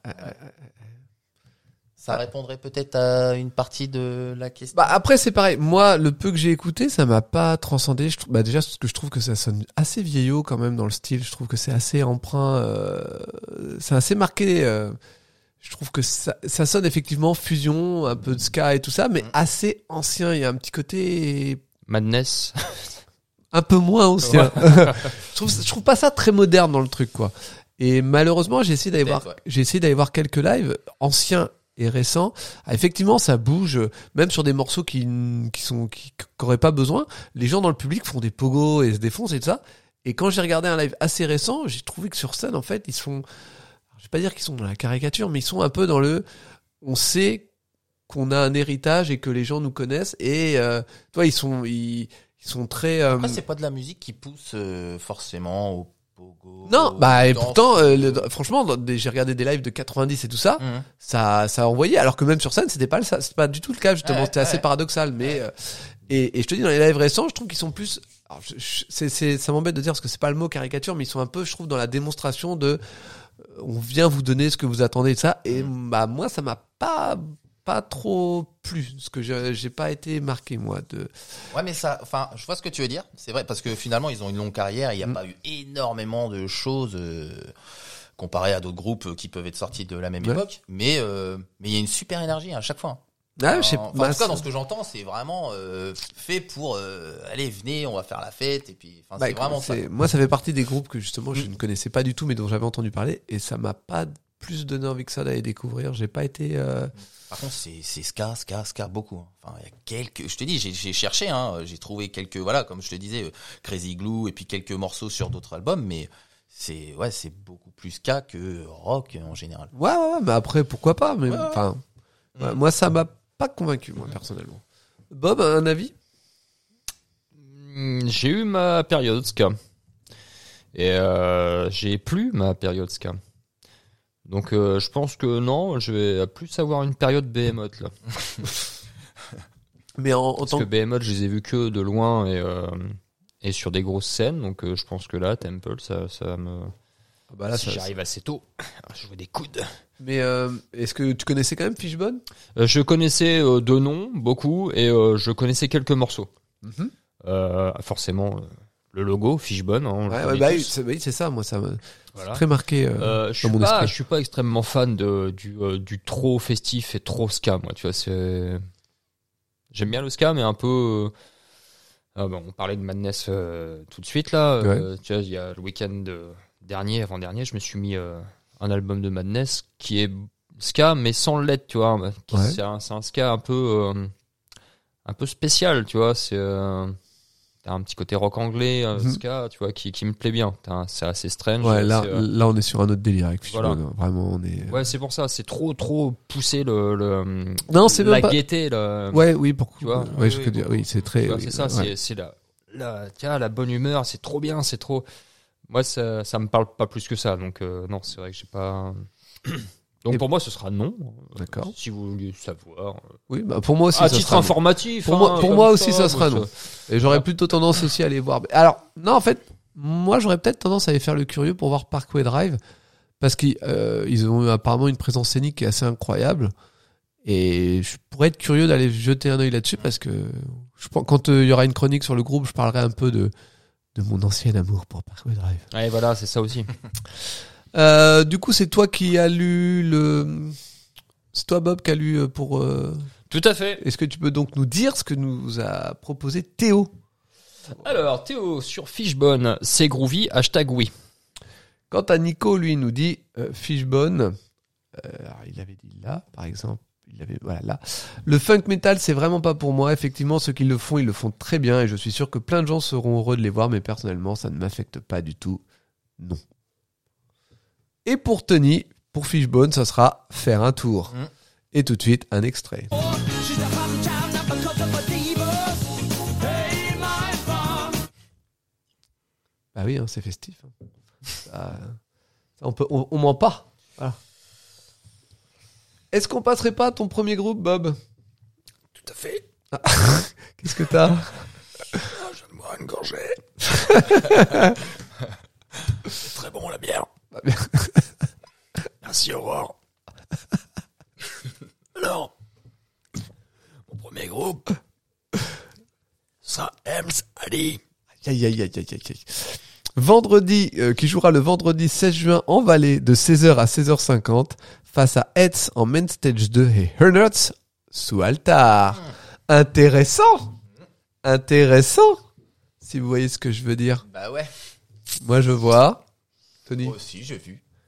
Ça répondrait peut-être à une partie de la question. Bah après c'est pareil. Moi, le peu que j'ai écouté, ça m'a pas transcendé. Bah déjà parce que je trouve que ça sonne assez vieillot quand même dans le style. Je trouve que c'est assez emprunt. C'est assez marqué. Je trouve que ça sonne effectivement fusion, un peu de ska et tout ça, mais assez ancien. Il y a un petit côté Madness. un peu moins ancien. je trouve pas ça très moderne dans le truc quoi. Et malheureusement, j'ai essayé d'aller Peut-être, voir, ouais. j'ai essayé d'aller voir quelques lives anciens et récents. Ah, effectivement, ça bouge, même sur des morceaux qui auraient pas besoin. Les gens dans le public font des pogos et se défoncent et tout ça. Et quand j'ai regardé un live assez récent, j'ai trouvé que sur scène, en fait, ils sont, je vais pas dire qu'ils sont dans la caricature, mais ils sont un peu dans le, on sait qu'on a un héritage et que les gens nous connaissent et, toi, ils sont très, Après, c'est pas de la musique qui pousse forcément au pogo. non, aux bah et danses. pourtant, franchement, j'ai regardé des lives de 90 et tout ça, Mhm. ça a envoyé. Alors que même sur scène, c'était pas du tout le cas justement. Ouais, C'était assez ouais. paradoxal, mais et je te dis dans les lives récents, je trouve qu'ils sont plus. Alors, ça m'embête de dire parce que c'est pas le mot caricature, mais ils sont un peu, je trouve, dans la démonstration de, on vient vous donner ce que vous attendez de ça. Et bah moi, ça m'a pas trop plu, parce que j'ai pas été marqué moi de. Ouais, mais ça, enfin, je vois ce que tu veux dire. C'est vrai, parce que finalement, ils ont une longue carrière. Il n'y a pas eu énormément de choses comparé à d'autres groupes qui peuvent être sortis de la même Ouais. époque. Mais il y a une super énergie à chaque fois. Ah, je sais Enfin, pas. en tout cas, dans ce que j'entends, c'est vraiment fait pour allez, venez, on va faire la fête. Et puis, enfin, Bah, c'est écoute, vraiment ça. moi, ça fait partie des groupes que justement je ne connaissais pas du tout, mais dont j'avais entendu parler, et ça m'a pas plus donné envie que ça d'aller découvrir. J'ai pas été. Par contre, c'est ska beaucoup. Hein. Enfin, il y a quelques. Je te dis, j'ai cherché. Hein, j'ai trouvé quelques. Voilà, comme je te disais, Crazy Glue et puis quelques morceaux sur d'autres albums, mais c'est beaucoup plus ska que rock en général. Ouais, mais après, pourquoi pas, mais Ouais, ouais. enfin, ouais, Mm. moi, ça m'a pas convaincu, moi, personnellement. Bob, un avis? J'ai eu ma période ska. Et j'ai plus ma période ska. Donc je pense que non, je vais plus avoir une période Behemoth là. Mais en Parce tant que que. Behemoth, je les ai vus que de loin et sur des grosses scènes. Donc je pense que là, Temple, ça va me... Bah là, si j'arrive assez tôt, je joue des coudes. Mais est-ce que tu connaissais quand même Fishbone? Je connaissais deux noms, beaucoup, et je connaissais quelques morceaux. Forcément, le logo, Fishbone, hein, on le Ouais, connaît bah tous. oui, c'est ça, moi, ça m'a Voilà. très marqué Je dans mon esprit. suis pas extrêmement fan du trop festif et trop ska, moi, tu vois, j'aime bien le ska, mais un peu, bon, on parlait de Madness tout de suite, là, Ouais. tu vois, il y a le week-end avant-dernier, je me suis mis un album de Madness qui est ska, mais sans le l'être, tu vois, Ouais. c'est un ska un peu spécial, tu vois, t'as un petit côté rock anglais, ska, tu vois, qui me plaît bien. C'est assez strange. Ouais, là, c'est, là, on est sur un autre délire avec Fishbone. Voilà. Vraiment, on est. ouais, c'est pour ça, c'est trop poussé Non, c'est la même pas. gaieté, Ouais, oui, pour. Tu vois, ouais, je oui, peux dire, bon, oui, c'est très. tu vois, oui, c'est ça, ouais. c'est la bonne humeur, c'est trop bien, c'est trop. Moi, ça me parle pas plus que ça, donc non, c'est vrai que j'ai pas. Donc Et- pour moi, ce sera non. D'accord. Si vous voulez savoir. Oui, bah pour moi aussi, À ça titre sera non. informatif. Pour hein, moi comme aussi, ça sera moi, non. Et j'aurais plutôt tendance aussi à aller voir. Alors, non, en fait, moi, j'aurais peut-être tendance à aller faire le curieux pour voir Parkway Drive. Parce qu'ils ont apparemment une présence scénique qui est assez incroyable. Et je pourrais être curieux d'aller jeter un œil là-dessus parce que je pense, quand il y aura une chronique sur le groupe, je parlerai un peu de mon ancien amour pour Parkway Drive. Ouais, voilà, c'est ça aussi. Du coup, c'est toi qui as lu c'est toi, Bob, qui a lu pour... Tout à fait. Est-ce que tu peux donc nous dire ce que nous a proposé Théo? Alors, Théo, sur Fishbone, c'est groovy, #oui. Quant à Nico, lui, il nous dit Fishbone. Alors, il avait dit là, par exemple. Voilà, là. Le funk metal, c'est vraiment pas pour moi. Effectivement, ceux qui le font, ils le font très bien. Et je suis sûr que plein de gens seront heureux de les voir. Mais personnellement, ça ne m'affecte pas du tout. Non. Et pour Tony, pour Fishbone, ça sera faire un tour. Et tout de suite, un extrait. Bah oui, hein, c'est festif. Hein. Ça, on ment pas. Voilà. Est-ce qu'on passerait pas à ton premier groupe, Bob? Tout à fait. Qu'est-ce que t'as? Je viens de boire une gorgée. C'est très bon, la bière. Merci, Aurore. Alors, mon premier groupe, ça Ems Ali. Aïe. Vendredi, qui jouera le vendredi 16 juin en Valais de 16h à 16h50 face à Hetz en Main Stage 2 et Hernertz sous Altar. Intéressant, si vous voyez ce que je veux dire. Bah ouais. Moi je vois. Tony. Moi aussi, j'ai vu.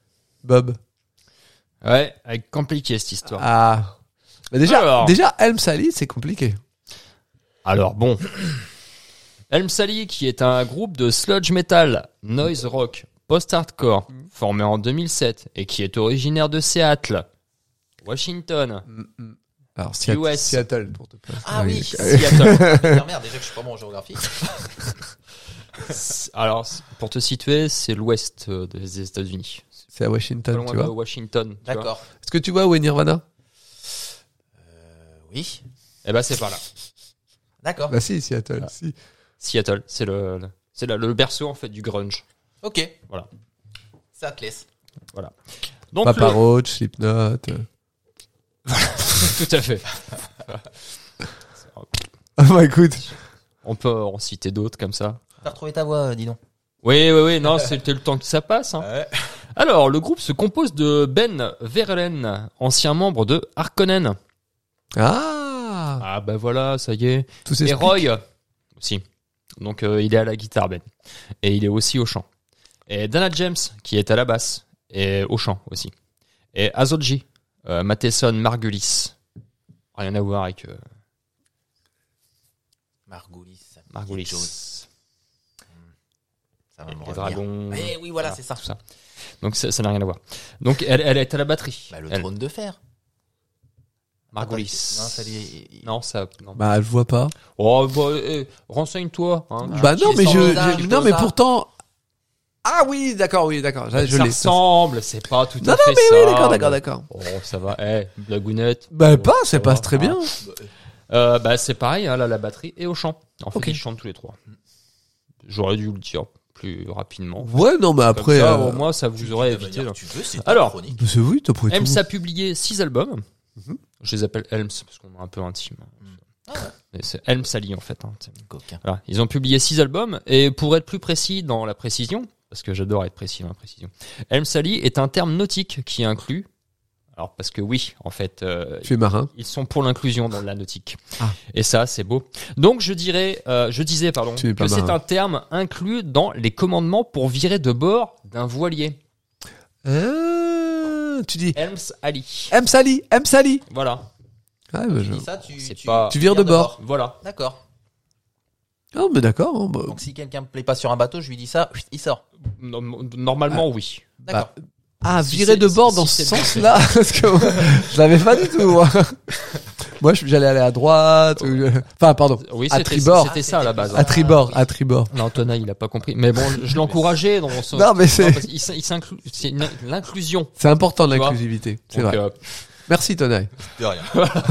Bob. Ouais, avec compliqué cette histoire. Ah. Bah déjà, Helm Sally, c'est compliqué. Alors bon, Helm Sally, qui est un groupe de sludge metal, noise rock, post-hardcore, formé en 2007 et qui est originaire de Seattle, Washington. Alors, US. Seattle, pour te placer. Ah oui, Seattle. Merde, déjà que je suis pas bon en géographie. Alors, pour te situer, c'est l'ouest des États-Unis. C'est à Pas Washington, loin tu de vois. Washington. tu vois. D'accord. Est-ce que tu vois où est Nirvana? Oui. Eh ben, c'est par là. D'accord. Bah si, Seattle. Ah. Si. Seattle, c'est le berceau en fait du grunge. Ok. Voilà. Ça te laisse. Donc Papa le- Roach, Slipknot. tout à fait. Ah bah écoute. On peut en citer d'autres comme ça. T'as retrouvé ta voix, dis donc. Oui, non, c'était le temps que ça passe. Hein. Ouais. Alors, le groupe se compose de Ben Verelen, ancien membre de Harkonnen. Ah. Ah bah voilà, ça y est. Tout Et s'explique. Roy aussi. Donc il est à la guitare, Ben. Et il est aussi au chant. Et Dana James, qui est à la basse, et au chant aussi. Et Azoji, Matheson Margulis. Rien à voir avec Margulis. Margulis. Ça va me Les revenir. dragons. Eh oui, voilà, c'est ça. Tout ça. Donc ça n'a rien à voir. Donc elle est à la batterie. Bah, le Elle. trône de fer. Margulis. Non, ça lui... Non, ça. Non. Bah je vois pas. Oh, bah, renseigne-toi. Hein. Bah non, mais sans visage, non, mais ça. pourtant. Ah oui, d'accord. Je Ça l'ai. ressemble, c'est pas tout Non, à non, fait mais ça. oui, d'accord. Oh, ça va. Blagounette. Bah Oh, pas, ça ça passe va. très bien. Bah c'est pareil, hein, là, la batterie et au chant. En fait, Ok. ils chantent tous les trois. J'aurais dû le dire plus rapidement. Ouais, non, mais après. Comme ça, au moins, ça vous aurait évité. Là. Tu veux, c'est Alors, ta chronique. Bah, c'est oui, après tout. Helms a publié 6 albums. Mhm. Je les appelle Helms parce qu'on est un peu intime. Ah ouais. Mais c'est Helms Sally en fait. Hein. Coquin. Voilà. Ils ont publié 6 albums et pour être plus précis dans la précision, parce que j'adore être précis dans la précision, Helms Sally est un terme nautique qui inclut. Alors parce que oui, en fait, Tu es marin. ils sont pour l'inclusion dans la nautique. Ah. Et ça, c'est beau. Donc je disais, Tu es pas que c'est marin. un terme inclus dans les commandements pour virer de bord d'un voilier. Tu dis. Helms Ali. M. Sally. Voilà. Ah, bah, Tu dis ça, C'est pas- Tu vires de bord. Voilà. D'accord. Oh, mais d'accord. Hein, bah, Donc si quelqu'un me plaît pas sur un bateau, je lui dis ça, il sort. Normalement, oui. D'accord. Ah, Si virer c'est- de bord si dans c'est ce bien sens-là, parce que moi, je l'avais pas du tout. Moi, j'allais aller à droite. Enfin, pardon. Oui, À c'était tribord. c'était ça à la base. À tribord, à tribord. Non, Antonin, il a pas compris. Mais bon, je l'encourageais dans son. Non, mais c'est- parce qu'il s'inclut. C'est l'inclusion. C'est important Tu vois. l'inclusivité. C'est Donc, vrai. Merci, Tonai. De rien.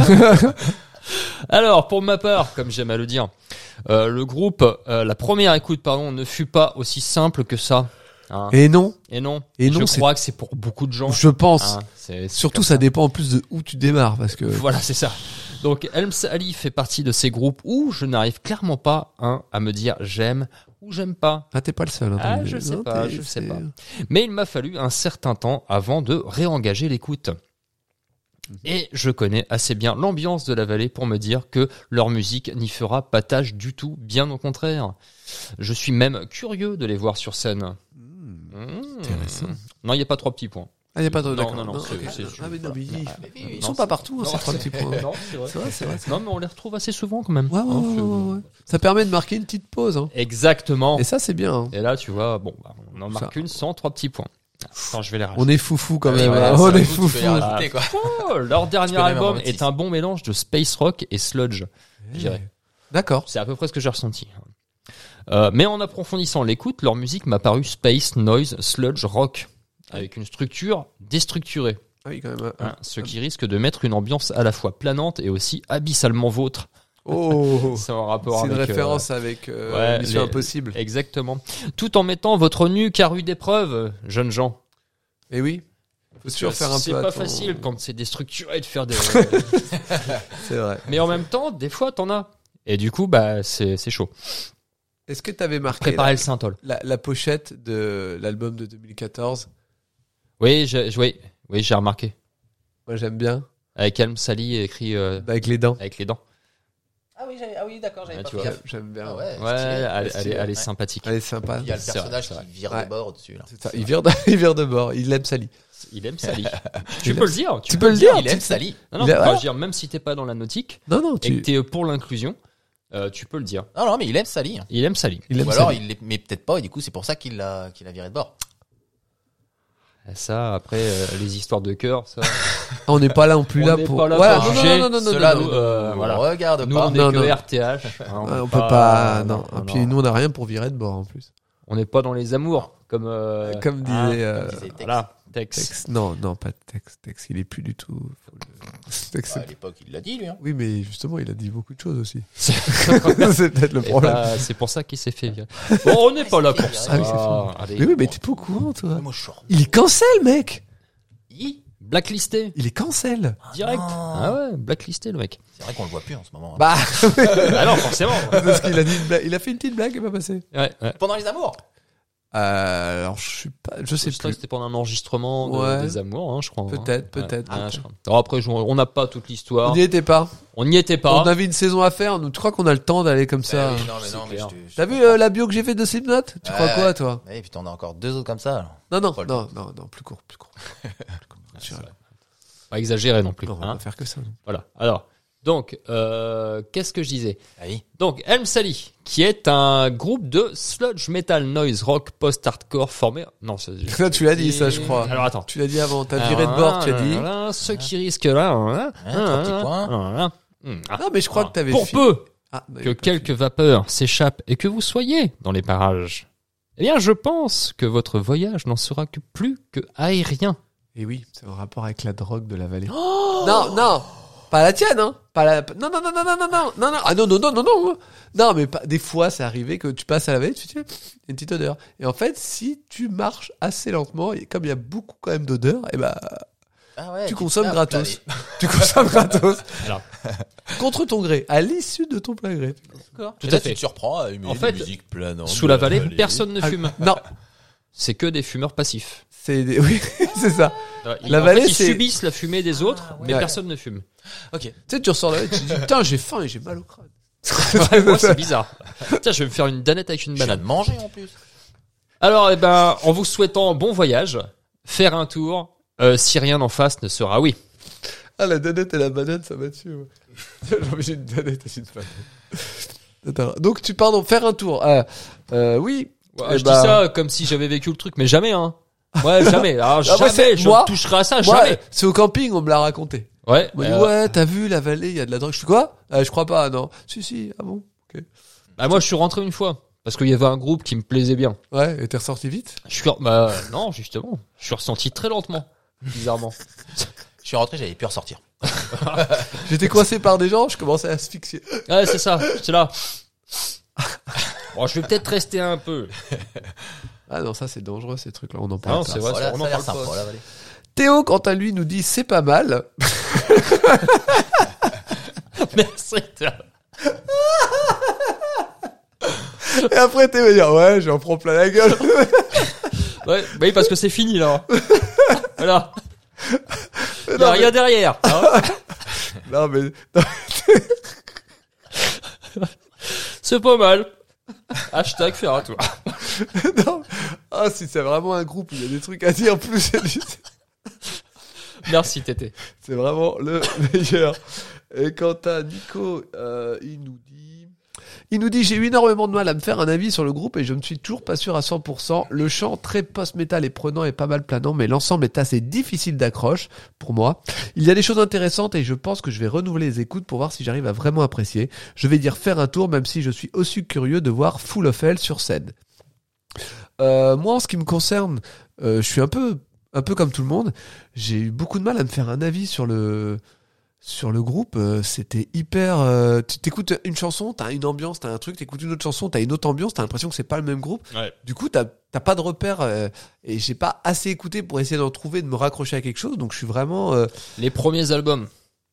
Alors, pour ma part, comme j'aime à le dire, le groupe, la première écoute, pardon, ne fut pas aussi simple que ça. Hein. Et non, Et non. Et non, je c'est- crois que c'est pour beaucoup de gens. je pense. Hein, c'est Surtout, comme ça dépend en plus de où tu démarres, parce que. Voilà, c'est ça. Donc, Helms Ali fait partie de ces groupes où je n'arrive clairement pas à me dire j'aime ou j'aime pas. Ah, t'es pas le seul. Hein, Ah, Tonai. je sais Non, pas, t'es- je sais c'est- pas. Mais il m'a fallu un certain temps avant de réengager l'écoute. Et je connais assez bien l'ambiance de la vallée pour me dire que leur musique n'y fera pas tâche du tout, bien au contraire. Je suis même curieux de les voir sur scène. Intéressant. Non, il n'y a pas 3 petits points. Ah, y a pas de. Non, d'accord. non, ok. c'est- Ah, mais non, mais ils Non, sont c'est- pas partout, hein, non, ces 3 petits points. Non, c'est vrai. C'est vrai, c'est vrai. Non, mais on les retrouve assez souvent quand même. Ouais, Hein, ouais, c'est- ouais. Ça permet de marquer une petite pause. Hein. Exactement. Et ça, c'est bien. Hein. Et là, tu vois, bon, bah, on en marque Ça. une sans 3 petits points. Attends, je vais les rajouter. On est foufou quand Ouais, même. ouais, hein. ça, On est du coup, tu peux les foufou. rajouter, quoi. Oh, leur dernier peux même album en mettre est six. un bon mélange de space rock et sludge, je dirais. D'accord. C'est à peu près ce que j'ai ressenti. Mais en approfondissant l'écoute, leur musique m'a paru space, noise, sludge, rock, avec une structure déstructurée, Ah oui, quand même. hein, ce qui risque de mettre une ambiance à la fois planante et aussi abyssalement vôtre. Oh, C'est en rapport c'est une avec référence avec ouais, Mission les- Impossible. exactement. Tout en mettant votre nuque à rude épreuve, jeunes gens. Et oui, faut toujours faire un peu. C'est pas attention. facile quand c'est déstructuré de faire des. C'est vrai. Mais en même temps, des fois, t'en as. Et du coup, bah, c'est chaud. Est-ce que t'avais marqué Préparez le synthol. la pochette de l'album de 2014? Oui, oui, j'ai remarqué. Moi, j'aime bien. Avec Helm Sally écrit Avec les dents. avec les dents. Ah oui, d'accord, j'avais Ah, pas tu fait vois. gaffe. J'aime bien. Ah ouais, Ouais, stylé. elle est Ouais. sympathique. Elle est sympa. Il y a le C'est personnage vrai, c'est qui vire vrai. de bord au-dessus, là. C'est ça. Il vire de bord. Il aime Sally. Il aime Sally. Tu peux le dire. Tu peux le dire. Il aime Sally. Non, Il a- enfin, je ouais. veux dire, même si t'es pas dans la nautique Non, et que tu... t'es pour l'inclusion, tu peux le dire. Non, mais il aime Sally. Il aime Sally. il aime Ou alors, Sally. il l'est, mais peut-être pas, et du coup, c'est pour ça qu'il l'a viré de bord. Ça, après, les histoires de cœur, ça. On n'est pas là non plus On là n'est pour... pas là Voilà, pour non, juger. non, non, non, Cela non, nous non. voilà. regarde Nous, pas. on est Non, que non. RTH. On n'est peut pas... non, Non. Et puis nous, on n'a rien pour virer de bord en plus. On n'est pas dans les amours, comme. Comme disait... Comme disait Tex. Voilà, Tex. Tex. Non, pas Tex. Tex, il est plus du tout... Tex, À l'époque, il l'a dit, lui. Hein. oui, mais justement, il a dit beaucoup de choses aussi. C'est C'est peut-être le problème. c'est pour ça qu'il s'est fait virer. Bon, on n'est pas là pour ça. Ah oui, c'est faux. Allez. Mais oui, mais t'es pas au courant, toi. Moi, je suis Il est cancel, mec. Blacklisté, Il est cancel. direct. non. Ah ouais, blacklisté le mec. C'est vrai qu'on le voit plus en ce moment. hein. Bah, Ah non, forcément. parce qu'il a dit une blague. Il a fait une petite blague, elle est pas passée. Ouais. Pendant les amours. Alors, je sais Je crois que plus. c'était pendant un enregistrement Ouais. des amours, hein, je crois. Peut-être. Ouais, je crois. Alors après, on n'a pas toute l'histoire. On n'y était pas. On n'y était pas. On avait une saison à faire. Nous, tu crois qu'on a le temps d'aller comme ça? Oui, non, mais c'est non, mais clair. T'as vu la bio que j'ai fait de Slipknot? Tu crois Ouais. quoi, toi? Et puis t'en as encore 2 autres comme ça. Alors. Non, Paul. non, plus court. C'est vrai. Pas exagéré non plus. Non, on va hein. pas faire que ça. Voilà. Alors, donc, qu'est-ce que je disais? Ah oui. Donc, Helm Sally, qui est un groupe de sludge metal noise rock post-hardcore formé. Non, Ça, tu l'as dit, ça, je crois. Alors attends. Tu l'as dit avant. T'as viré de bord, tu as dit. Voilà, ceux qui risquent là. Hein, 3 petits points. Non, mais je crois que t'avais Pour fini. peu Ah, non, il que a pas quelques vapeurs s'échappent et que vous soyez dans les parages, eh bien, je pense que votre voyage n'en sera que plus que aérien. Et oui, c'est en rapport avec la drogue de la vallée. Non, pas la tienne, hein. Pas la. Non. Ah non. Non, mais des fois, c'est arrivé que tu passes à la vallée, tu te dis, il y a une petite odeur. Et en fait, si tu marches assez lentement, et comme il y a beaucoup quand même d'odeur, et ben, Ah ouais, tu consommes tapes, gratos. allez. Tu consommes gratos. Alors. Contre ton gré, à l'issue de ton plein gré. D'accord. Tout Et là, à fait. tu te surprends à aimer En des fait, musiques planantes. Sous la vallée, Allez. personne ne fume. Non, C'est que des fumeurs passifs. oui, c'est ça. La vallée, vallée, ils c'est- subissent la fumée des autres, mais ouais. personne ne fume. Ok. Tu sais, tu ressors de là et tu te dis, putain, j'ai faim et j'ai mal au crâne. Moi, c'est bizarre. Tiens, je vais me faire une danette avec une Je viens banane. de manger en plus. Alors, eh ben, en vous souhaitant bon voyage, faire un tour, si rien en face ne sera oui. Ah, la danette et la banane, ça m'a tué. Ouais. J'ai une danette et une banane. Attends, donc tu pars donc faire un tour. Oui. Ouais, Eh je ben- dis ça comme si j'avais vécu le truc, mais jamais, hein. Ouais, jamais. Alors, Ah, moi, jamais, c'est- je moi- toucherai à ça, Moi, jamais. c'est au camping, on me l'a raconté. Ouais. On m'a dit, ouais, t'as vu la vallée, il y a de la drogue. Je fais quoi? Je crois pas, non. Si, ah bon? Bah, moi, je suis rentré une fois. Parce qu'il y avait un groupe qui me plaisait bien. Ouais, et t'es ressorti vite? Bah, non, justement. Je suis ressenti très lentement. Bizarrement. Je suis rentré, j'avais pu ressortir. J'étais coincé par des gens, je commençais à asphyxier. Ouais, c'est ça. J'étais là. Bon, je vais peut-être rester un peu. Ah non, ça c'est dangereux ces trucs-là, on en parle Non, pas. c'est vrai, Voilà, on ça en a l'air parle sympa, pas. la vallée. Théo, quant à lui, nous dit c'est pas mal. Merci. Et après, Théo va dire, ouais, j'en prends plein la gueule. Ouais, bah oui, parce que c'est fini, là. Voilà. Il y Non, a mais- rien derrière. Hein. Non, mais, C'est pas mal. Hashtag faire un tour. non. Ah, si c'est vraiment un groupe où il y a des trucs à dire, plus Merci, Tété. c'est vraiment le meilleur. Et quant à Nico, il nous dit, j'ai eu énormément de mal à me faire un avis sur le groupe et je ne suis toujours pas sûr à 100%. Le chant très post-metal et prenant est pas mal planant, mais l'ensemble est assez difficile d'accroche pour moi. Il y a des choses intéressantes et je pense que je vais renouveler les écoutes pour voir si j'arrive à vraiment apprécier. Je vais dire faire un tour, même si je suis aussi curieux de voir Full of Hell sur scène. Moi, en ce qui me concerne, je suis un peu comme tout le monde. J'ai eu beaucoup de mal à me faire un avis sur le groupe. C'était hyper. Tu t'écoutes une chanson, t'as une ambiance, t'as un truc. T'écoutes une autre chanson, t'as une autre ambiance. T'as l'impression que c'est pas le même groupe. Ouais. Du coup, t'as pas de repère et j'ai pas assez écouté pour essayer d'en trouver, de me raccrocher à quelque chose. Donc, je suis vraiment. Les premiers albums.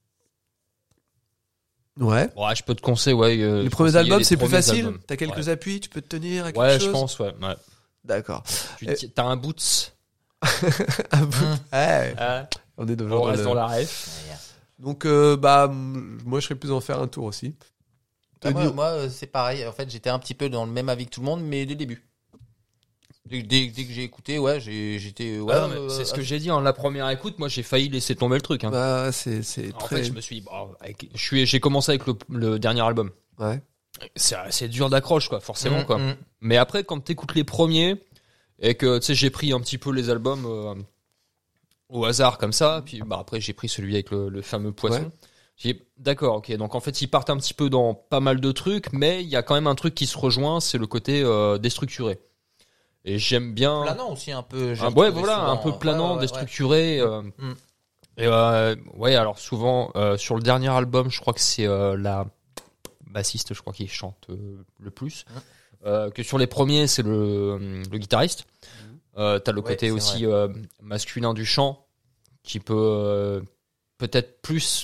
Ouais. Ouais, je peux te conseiller, ouais. Les premiers albums, c'est plus facile. T'as quelques appuis, tu peux te tenir à quelque Ouais, chose. je pense, ouais. D'accord. T'as un boots. Un bout. Ouais. Ouais. On est On reste dans la ref. Donc, moi, je serais plus en faire un tour aussi. Ah, moi, c'est pareil. En fait, j'étais un petit peu dans le même avis que tout le monde, mais dès le début. Dès que j'ai écouté, ouais, j'étais. Ouais, Ah non, mais c'est ce que j'ai dit. La première écoute, moi, j'ai failli laisser tomber le truc. Hein. Bah, c'est En très. fait, je me suis dit, j'ai commencé avec le dernier album. Ouais. C'est dur d'accroche, quoi, forcément, quoi. Mais après, quand t'écoutes les premiers et que tu sais, j'ai pris un petit peu les albums au hasard comme ça, puis après j'ai pris celui avec le fameux poisson. Ouais. J'ai dit, d'accord, ok. Donc en fait, ils partent un petit peu dans pas mal de trucs, mais il y a quand même un truc qui se rejoint, c'est le côté déstructuré. Et j'aime bien. Planant aussi un peu. Ouais, voilà, un peu planant, déstructuré. Et ouais, alors souvent sur le dernier album, je crois que c'est la bassiste, je crois qui chante le plus. Que sur les premiers, c'est le guitariste. T'as le côté aussi masculin du chant qui peut peut-être plus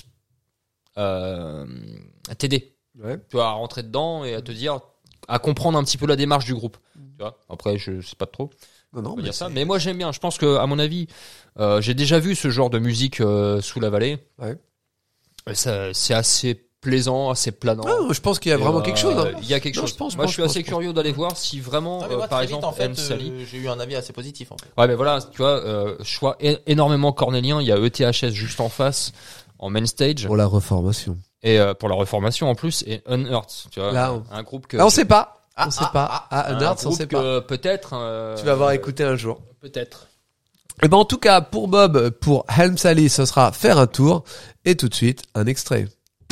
t'aider. Ouais. Tu vois, à rentrer dedans et à te dire, à comprendre un petit peu la démarche du groupe. Tu vois. Après, je sais pas trop. Non, Mais, ça. Mais moi j'aime bien. Je pense que, à mon avis, j'ai déjà vu ce genre de musique sous la vallée. Ouais. Et c'est assez plaisant, assez planant. Ah, je pense qu'il y a vraiment quelque chose. Hein. Il y a quelque chose. Moi, je suis assez curieux d'aller voir si vraiment, par exemple, en fait, Sally. j'ai eu un avis assez positif. En fait. Ouais, mais voilà, tu vois, je vois énormément cornélien. Il y a ETHS juste en face, en main stage. Pour la reformation. Et pour la reformation en plus, et Unearth, tu vois, là, un groupe que. Là, on sait pas. On Ah, sait pas. Unearth, on groupe sait que pas. peut-être. Tu vas voir écouter un jour. Peut-être. Et ben en tout cas, pour Bob, pour Helm Sally, ce sera faire un tour. Et tout de suite, un extrait.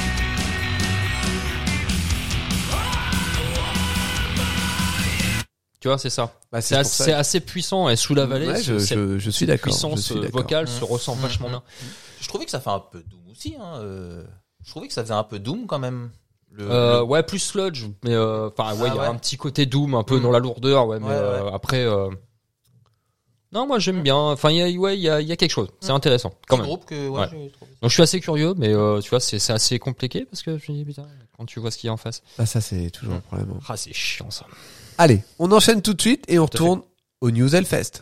Tu vois, c'est ça. Bah, C'est assez puissant et sous la vallée. Ouais, je suis d'accord. Puissance vocale se ressent vachement bien. Je trouvais que ça fait un peu doom aussi. Hein. Je trouvais que ça faisait un peu doom quand même. Ouais, plus sludge, mais enfin ouais, il y a un petit côté doom, un peu dans la lourdeur, ouais, mais après. Non, moi j'aime bien. Enfin, il y a quelque chose. C'est intéressant, quand même. Groupe que j'ai trouvé. Donc je suis assez curieux, mais tu vois, c'est assez compliqué parce que je me dis putain, quand tu vois ce qu'il y a en face. Ah, ça c'est toujours un problème. Ah, c'est chiant ça. Allez, on enchaîne tout de suite et on retourne au News Hellfest.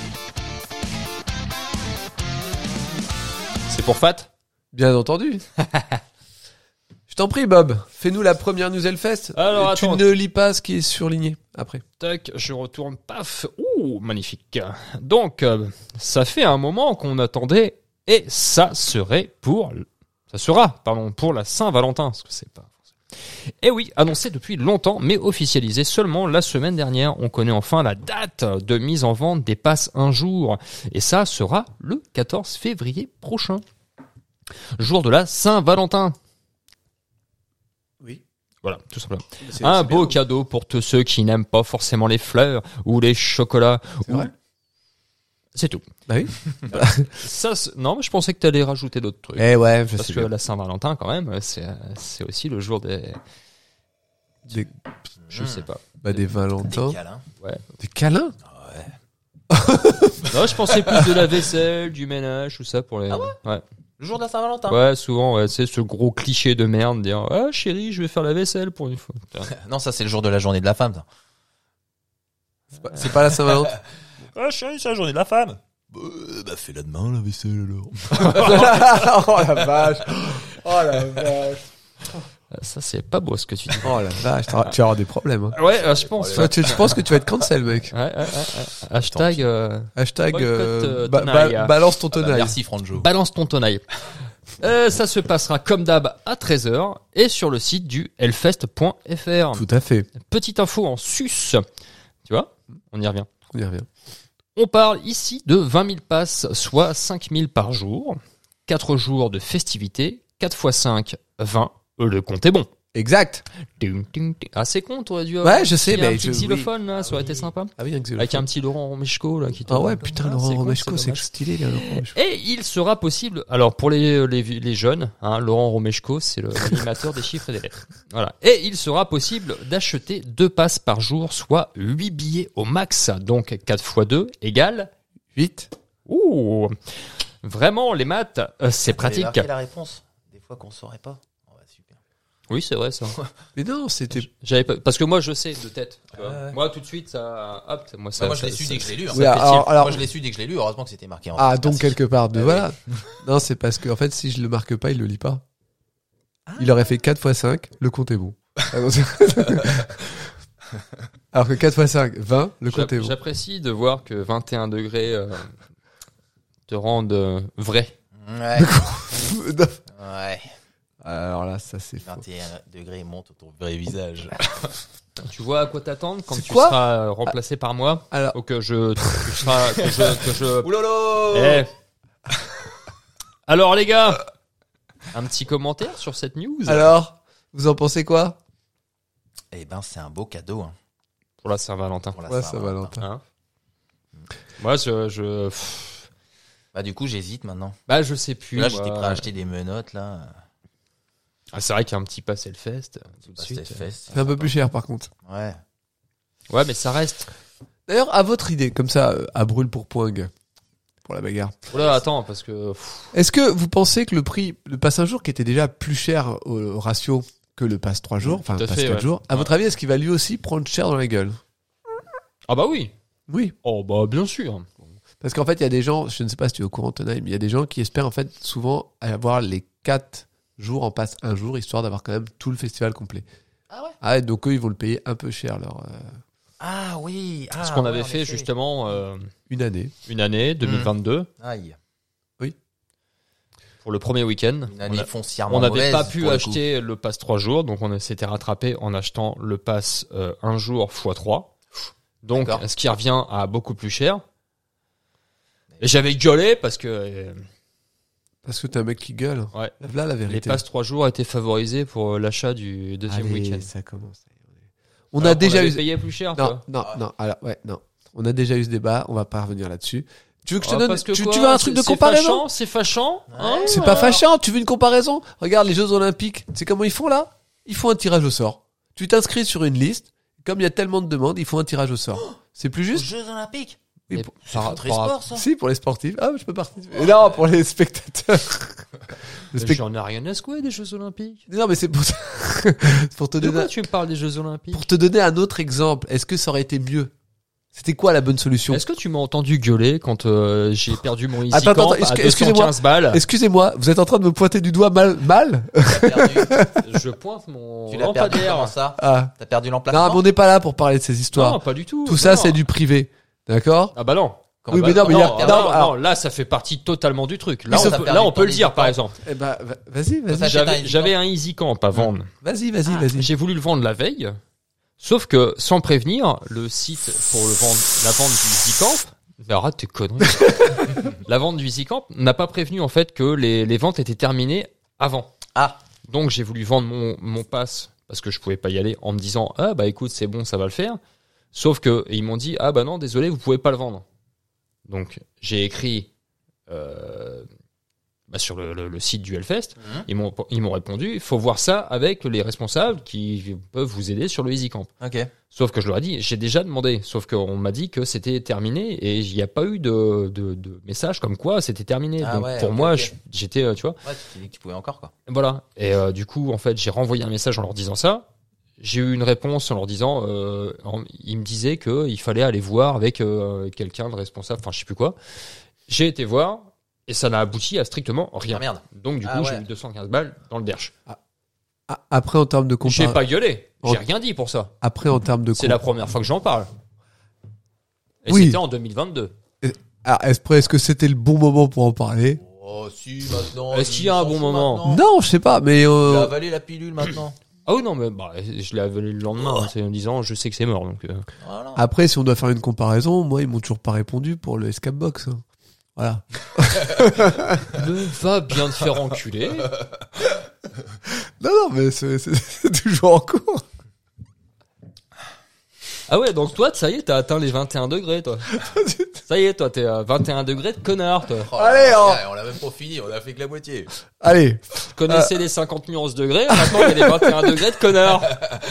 C'est pour Fat. Bien entendu. Je t'en prie, Bob. Fais-nous la première News Hellfest. Alors, tu attends. ne lis pas ce qui est surligné après. Tac, je retourne, paf. Ouh, magnifique. Donc, ça fait un moment qu'on attendait et ça sera pour la Saint-Valentin, parce que c'est pas. Et oui, annoncé depuis longtemps, mais officialisé seulement la semaine dernière. On connaît enfin la date de mise en vente des passes un jour. Et ça sera le 14 février prochain. Jour de la Saint-Valentin. Oui. Voilà, tout simplement. Un beau cadeau pour tous ceux qui n'aiment pas forcément les fleurs ou les chocolats. C'est vrai. C'est tout. Bah oui. Ça, non, mais je pensais que tu allais rajouter d'autres trucs. Eh ouais, je Parce sais que bien. la Saint-Valentin, quand même, c'est aussi le jour des... Je sais pas. Bah, des Valentins. Des câlins. Ouais. Des câlins. Non, je pensais plus de la vaisselle, du ménage, tout ça pour les... Ah ouais. Le jour de la Saint-Valentin. Ouais, souvent, ouais, c'est ce gros cliché de merde, dire « Ah, chérie, je vais faire la vaisselle pour une fois. » Non, ça c'est le jour de la journée de la femme. Ça. C'est pas la Saint-Valentin. Ah chérie, c'est la journée de la femme. Bah fais-la demain la vaisselle alors. Oh la vache. Oh la vache. Ça, c'est pas beau ce que tu dis. Oh la vache. Tu vas avoir des problèmes. Hein. Ouais, je pense. Toi, je pense que tu vas être cancel, mec. Ouais. Hashtag... Hashtag boycott, tenaille. balance ton Ah bah, tenaille. merci Franjo. Balance ton tenaille. Ça se passera comme d'hab à 13h et sur le site du hellfest.fr. Tout à fait. Petite info en sus. Tu vois, on y revient. On y revient. On parle ici de 20 000 passes, soit 5 000 par jour. 4 jours de festivités, 4 x 5, 20. Le compte est bon. Exact. Ah, c'est con, t'aurais dû avoir Ouais, je sais, un mais petit xylophone, là, ça aurait été sympa. Ah oui, Avec un petit Laurent Romeshko, là, qui te... Ah ouais, putain, Ah, Laurent c'est con, Romeshko, c'est dommage. stylé, là, Laurent Romeshko. Et il sera possible, alors pour les jeunes, hein, Laurent Romeshko, c'est l'animateur des chiffres et des lettres. Voilà. Et il sera possible d'acheter 2 passes par jour, soit 8 billets au max. Donc 4 x 2 égale 8. Ouh. Vraiment, les maths, c'est pratique. Vous avez marqué la réponse. Des fois qu'on saurait pas. Oh, bah, super. Oui, c'est vrai ça. Mais non, c'était... J'avais pas... Parce que moi je sais de tête. Tu vois. Ouais. Moi tout de suite ça, hop, moi ça. Moi je ça- l'ai su ça- dès que je l'ai lu. hein. Oui, fait alors, Moi je l'ai su dès que je l'ai lu. Heureusement que c'était marqué en ah, France. donc Merci. quelque part, de Ah voilà. Non, c'est parce que, en fait, si je le marque pas, il le lit pas. Il aurait fait 4 x 5, le compte est bon. Ah non, Alors que 4 x 5, 20, le compte est bon. J'apprécie de voir que 21 degrés te rendent vrai. Ouais. Ouais. Alors là, ça c'est faux. 21 degrés monte ton vrai visage. Tu vois à quoi t'attendre quand C'est tu quoi seras remplacé par moi Alors, ou que je Oulolo. Alors les gars, un petit commentaire sur cette news alors, vous en pensez quoi? Eh ben, c'est un beau cadeau, hein. pour la Saint-Valentin. Pour la Ouais, Saint-Valentin. Saint-Valentin. Hein moi Bah, du coup, j'hésite maintenant. bah je sais plus. Là, moi. j'étais prêt à acheter des menottes, là. Ah, c'est vrai qu'il y a un petit pass Hellfest tout de Bah, suite. c'est fait, C'est un peu plus cher par contre. Ouais. Ouais, mais ça reste. D'ailleurs, à votre idée, comme ça, à brûle pour poing, pour la bagarre. Oula, attends, parce que Est-ce que vous pensez que le prix, le pass un jour qui était déjà plus cher au ratio que le pass 3 jours, enfin Tout à pass fait, 4 ouais. jours, à Ouais. votre avis, est-ce qu'il va lui aussi prendre cher dans la gueule? ah bah oui. Oui. Oh bah bien sûr. Parce qu'en fait, il y a des gens, je ne sais pas si tu es au courant, Tonai, mais il y a des gens qui espèrent en fait souvent avoir les 4 jours en pass un jour, histoire d'avoir quand même tout le festival complet. Ah ouais? Ah ouais, donc eux, ils vont le payer un peu cher, leur Ah oui. Ce qu'on avait fait justement une année. une année 2022 Aïe. pour le premier week-end. Une année foncièrement On n'avait mauvaise, pas pu pour le acheter le pass 3 jours, donc on s'était rattrapé en achetant le pass 1 jour x 3. Donc, D'accord. ce qui revient à beaucoup plus cher. Et j'avais gueulé parce que Parce que t'es un mec qui gueule. ouais, Là, la les vérité. passes 3 jours étaient favorisés pour l'achat du deuxième Allez, week-end. ça commence. On Alors a déjà avait eu. payé plus cher. Non, toi. non, non. Alors, ouais, non. On a déjà eu ce débat. On va pas revenir là-dessus. Tu veux que je te Ah, donne parce que tu, quoi, tu veux un truc de c'est comparaison? C'est fâchant. Hein, C'est voilà. pas fâchant. Tu veux une comparaison? Regarde les Jeux Olympiques. Tu sais comment ils font là? Ils font un tirage au sort. Tu t'inscris sur une liste. Comme il y a tellement de demandes, ils font un tirage au sort. C'est plus Aux juste? Jeux Olympiques. Oui, Mais pour- C'est pas très sport, ça. Si, pour les sportifs. Ah, je peux participer. Non, pour les spectateurs. Le spect- J'en ai rien à secouer des Jeux Olympiques. Non, mais c'est pour ça. C'est pour te De donner, quoi tu me parles des Jeux Olympiques? pour te donner un autre exemple. Est-ce que ça aurait été mieux? C'était quoi la bonne solution? Est-ce que tu m'as entendu gueuler quand j'ai perdu mon Easy Attends, Camp attends, à excusez-moi. 215 balles? Excusez-moi, vous êtes en train de me pointer du doigt mal? T'as perdu. Je pointe mon Tu l'as perdu comment lampadaire. ça? Ah. T'as perdu Non, l'emplacement? mais on n'est pas là pour parler de ces histoires. Non, pas du tout. Tout ça, Non. c'est du privé. D'accord? Ah bah non. Oui, mais non, mais il y a- non, non, alors- là, ça fait partie totalement du truc. Là, Oui, on ça peut, fait là, on du peut le temps dire, des par temps. exemple. Eh ben, vas-y, vas-y. Ça, J'avais un Easy Camp à vendre. Vas-y, vas-y. J'ai voulu le vendre la veille. Sauf que, sans prévenir, le site pour le vendre, la vente du Easy Camp, mais arrête tes conneries. La vente du Easy Camp n'a pas prévenu, en fait, que les ventes étaient terminées avant. Ah. Donc, j'ai voulu vendre mon pass parce que je pouvais pas y aller en me disant, ah, bah, écoute, c'est bon, ça va le faire. Sauf que, et ils m'ont dit, ah, bah non, désolé, vous pouvez pas le vendre. Donc, j'ai écrit, sur le site du Hellfest. Mhm. Ils m'ont répondu, il faut voir ça avec les responsables qui peuvent vous aider sur le Easy Camp. Ok. Sauf que je leur ai dit, j'ai déjà demandé. Sauf qu'on m'a dit que c'était terminé et il n'y a pas eu de message comme quoi c'était terminé. Ah Donc ouais, pour ok, moi, ok. j'étais, tu vois. Ouais, tu t'es dit que tu pouvais encore, quoi. Voilà. Et du coup, en fait, j'ai renvoyé un message en leur disant ça. J'ai eu une réponse en leur disant, ils me disaient qu'il fallait aller voir avec quelqu'un de responsable, enfin je sais plus quoi. J'ai été voir et ça n'a abouti à strictement rien. Ah merde. Donc du Ah coup, ouais. j'ai eu 215 balles dans le derche. Ah, après, en termes de J'ai comparaison. pas gueulé. J'ai Oh. rien dit pour ça. Après, en termes de C'est la première fois que j'en parle. Et Oui. c'était en 2022. Alors, est-ce que c'était le bon moment pour en parler? Oh, si, maintenant. Est-ce qu'il y a un bon moment? Non, je sais pas, mais Il a avalé la pilule maintenant. Ah oui, non, mais je l'ai avalé le lendemain, c'est en disant je sais que c'est mort. Donc, Voilà. après, si on doit faire une comparaison, moi, ils m'ont toujours pas répondu pour le escape box. hein. Voilà. me va bien te faire enculer. Non, mais c'est toujours en cours. Ah ouais, donc toi, ça y est, t'as atteint les 21 degrés, toi. Ça y est, toi, t'es à 21 degrés de connard, toi. Oh, Allez, on l'a même pas fini, on a fait que la moitié. Allez. Tu connaissais les 50 nuances degrés, maintenant il y a les 21 degrés de connard.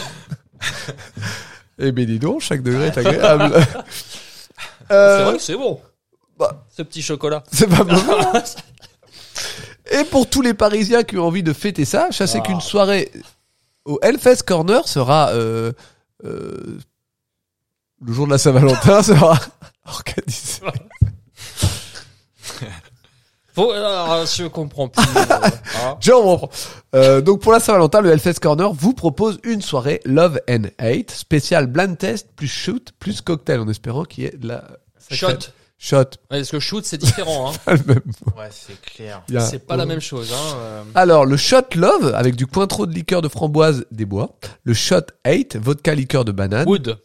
Eh ben, dis donc, chaque degré est agréable. C'est vrai que c'est bon. bah. Ce petit chocolat. C'est pas mauvais. Et pour tous les Parisiens qui ont envie de fêter ça, sachez qu'une soirée au Hellfest Corner sera le jour de la Saint-Valentin sera organisée. Bon, alors, je comprends plus. Hein. Je reprends. Donc pour la Saint-Valentin, le Hellfest Corner vous propose une soirée Love and Hate, spécial blind test, plus shoot, plus cocktail, en espérant qu'il y ait de la... Shot. Shot. Ouais, parce que shoot, c'est différent. Hein. Ouais, c'est clair. Il y a- C'est pas la même chose. Hein. Alors, le shot Love, avec du cointreau de liqueur de framboise des bois. Le shot Hate, vodka liqueur de banane. Wood.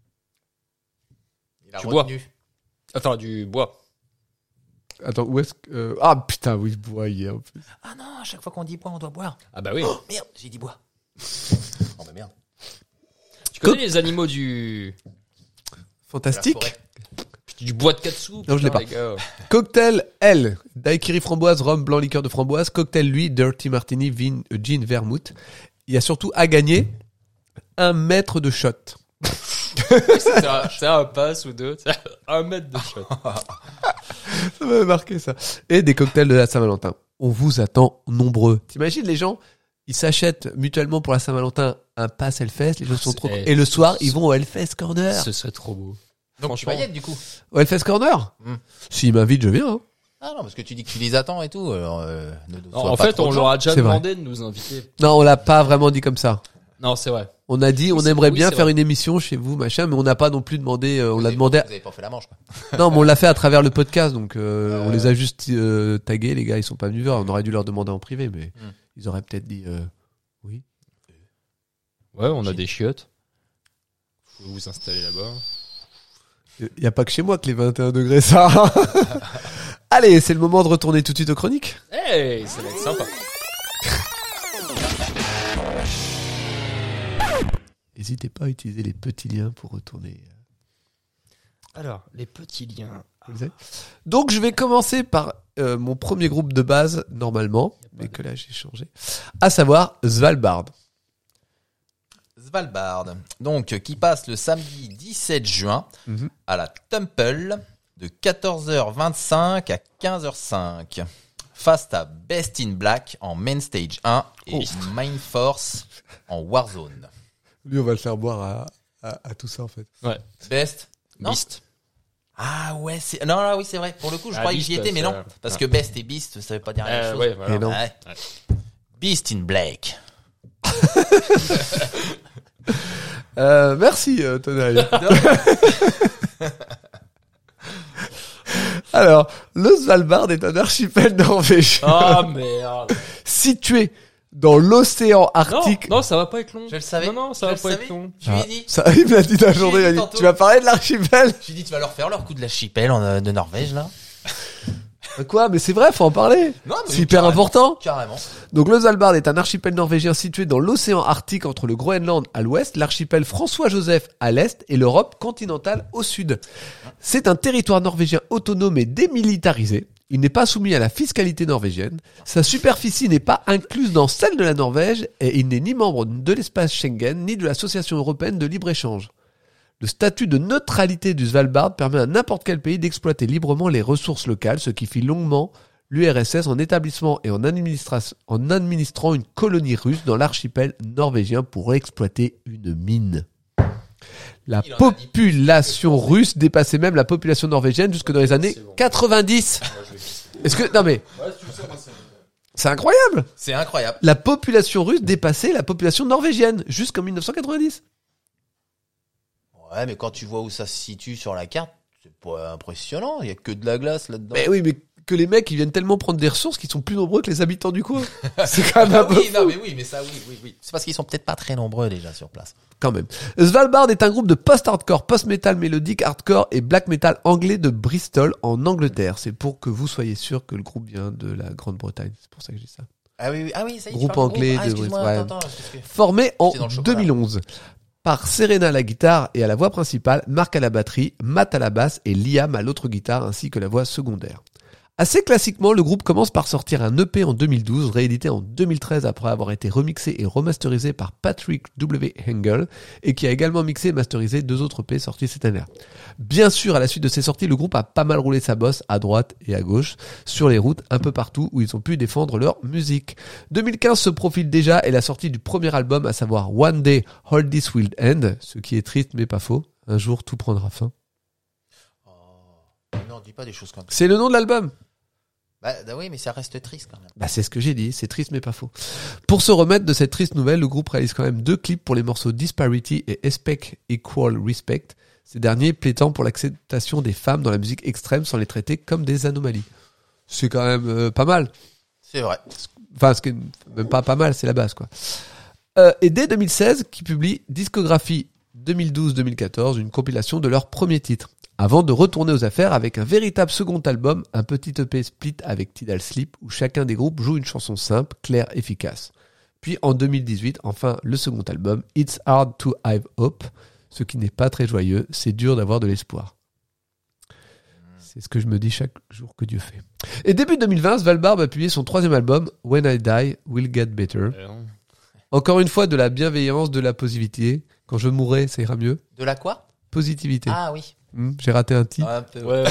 Il a Tu bois. retenu. Enfin, du bois. Attends, où est-ce que... Ah putain, oui, bois hier. En plus. Ah non, à chaque fois qu'on dit bois, on doit boire. Ah bah oui. Oh, merde, j'ai dit bois. Oh bah merde. Tu connais les animaux du Fantastique. du bois de katsu? Non, je l'ai pas. Les gars. Cocktail L, daiquiri framboise, rhum blanc liqueur de framboise. Cocktail lui, dirty martini, gin vermouth. Il y a surtout à gagner 1 mètre de shot. C'est un pass ou deux. C'est 1 mètre de shot. Ça m'avait marqué ça. Et des cocktails de la Saint-Valentin. On vous attend nombreux. T'imagines les gens, ils s'achètent mutuellement pour la Saint-Valentin un pass Hellfest, les gens sont trop... C'est- Et le soir, ils vont au Hellfest Corner. Ce serait trop beau. Donc tu vas y être du coup. Au Hellfest Corner S'ils m'invitent, je viens. Hein. Ah non, parce que tu dis que tu les attends et tout. Alors, En fait, on leur a déjà C'est vrai. demandé de nous inviter. Non, on l'a pas vraiment dit comme ça. Non, c'est vrai. On a dit, on c'est- aimerait oui, bien c'est faire vrai. une émission chez vous, machin, mais on n'a pas non plus demandé, on l'a demandé... Vous avez pas fait la manche, quoi. Non, mais on l'a fait à travers le podcast, donc on les a juste tagués, les gars, ils sont pas venus voir. On aurait dû leur demander en privé, mais ils auraient peut-être dit oui. Ouais, on a des chiottes. Faut vous installer là-bas. Il y a pas que chez moi que les 21 degrés, ça. Allez, c'est le moment de retourner tout de suite aux chroniques. Hey, ça va être sympa. N'hésitez pas à utiliser les petits liens pour retourner. Alors, les petits liens. Vous le savez. Donc, je vais commencer par mon premier groupe de base, normalement, mais que là, j'ai changé. À savoir Svalbard. Svalbard. Donc, qui passe le samedi 17 juin Mhm. à la Temple de 14h25 à 15h05. Face à Best in Black en Main Stage 1 et Main Force en Warzone. Lui, on va le faire boire à tout ça, en fait. Ouais. Best non Beast. Ah ouais, c'est... Non, non, oui, c'est vrai. Pour le coup, je Ah, croyais que Beast, j'y étais, mais c'est- non. Parce que Best et Beast, ça veut pas dire la même chose. Ouais, voilà. Et non. Ouais. Beast in Black. Merci, Tonaï. Alors, le Svalbard est un archipel norvégien Ah merde. situé dans l'océan Non, Arctique. non, ça va pas être long. Je le savais. Non, non, ça Je va le pas savais. être long. Je lui ai dit. Ça, il me l'a dit dans la Je journée, l'ai il dit m'a dit, tantôt. tu vas parler de l'archipel? Je lui ai dit, tu vas leur faire leur coup de l'archipel de Norvège, là. Quoi? Mais c'est vrai, faut en parler. Non, mais C'est hyper carrément, important. Carrément. Donc le Svalbard est un archipel norvégien situé dans l'océan Arctique entre le Groenland à l'ouest, l'archipel François-Joseph à l'est et l'Europe continentale au sud. C'est un territoire norvégien autonome et démilitarisé. Il n'est pas soumis à la fiscalité norvégienne. Sa superficie n'est pas incluse dans celle de la Norvège et il n'est ni membre de l'espace Schengen ni de l'association européenne de libre-échange. Le statut de neutralité du Svalbard permet à n'importe quel pays d'exploiter librement les ressources locales, ce qui fit longuement l'URSS en établissant et en administrant une colonie russe dans l'archipel norvégien pour exploiter une mine. La Il en a dit population russe dépassait même la population norvégienne jusque dans les années C'est bon. 90. Est-ce que... Non mais... C'est incroyable. C'est incroyable. La population russe dépassait la population norvégienne jusqu'en 1990. Ouais, mais quand tu vois où ça se situe sur la carte, c'est pas impressionnant. Il y a que de la glace là-dedans. Mais oui, mais que les mecs ils viennent tellement prendre des ressources qu'ils sont plus nombreux que les habitants du coin. C'est quand même un peu oui, fou. non, mais oui, mais ça, oui. C'est parce qu'ils sont peut-être pas très nombreux déjà sur place. Quand même. Svalbard est un groupe de post-hardcore, post-metal mélodique, hardcore et black metal anglais de Bristol en Angleterre. C'est pour que vous soyez sûr que le groupe vient de la Grande-Bretagne. C'est pour ça que je dis ça. Ah oui, ça y est. Groupe tu parles anglais Ah, de excuse-moi, ouais. attends, parce que- Formé en J'étais dans le chocolat. 2011 par Serena à la guitare et à la voix principale, Marc à la batterie, Matt à la basse et Liam à l'autre guitare ainsi que la voix secondaire. Assez classiquement, le groupe commence par sortir un EP en 2012, réédité en 2013 après avoir été remixé et remasterisé par Patrick W. Engel, et qui a également mixé et masterisé 2 autres EP sortis cette année. Bien sûr, à la suite de ces sorties, le groupe a pas mal roulé sa bosse à droite et à gauche, sur les routes, un peu partout où ils ont pu défendre leur musique. 2015 se profile déjà et la sortie du premier album, à savoir One Day All This Will End, ce qui est triste mais pas faux, un jour tout prendra fin. Non, dis pas des choses comme ça. C'est le nom de l'album. Bah oui, mais ça reste triste quand même. Bah, c'est ce que j'ai dit, c'est triste mais pas faux. Pour se remettre de cette triste nouvelle, le groupe réalise quand même 2 clips pour les morceaux Disparity et Expect Equal Respect, ces derniers plaidant pour l'acceptation des femmes dans la musique extrême sans les traiter comme des anomalies. C'est quand même pas mal. C'est vrai. Enfin, ce qui est même pas mal, c'est la base, quoi. Et dès 2016, qui publie Discographie 2012-2014, une compilation de leurs premiers titres, avant de retourner aux affaires avec un véritable second album, un petit EP split avec Tidal Sleep, où chacun des groupes joue une chanson simple, claire, efficace. Puis en 2018, enfin, le second album, It's Hard to Have Hope, ce qui n'est pas très joyeux, c'est dur d'avoir de l'espoir. C'est ce que je me dis chaque jour que Dieu fait. Et début 2020, Svalbard a publié son 3e album, When I Die, Will Get Better. Encore une fois, de la bienveillance, de la positivité. Quand je mourrai, ça ira mieux. De la quoi? Positivité. Ah oui. J'ai raté un titre. Un peu. Ouais.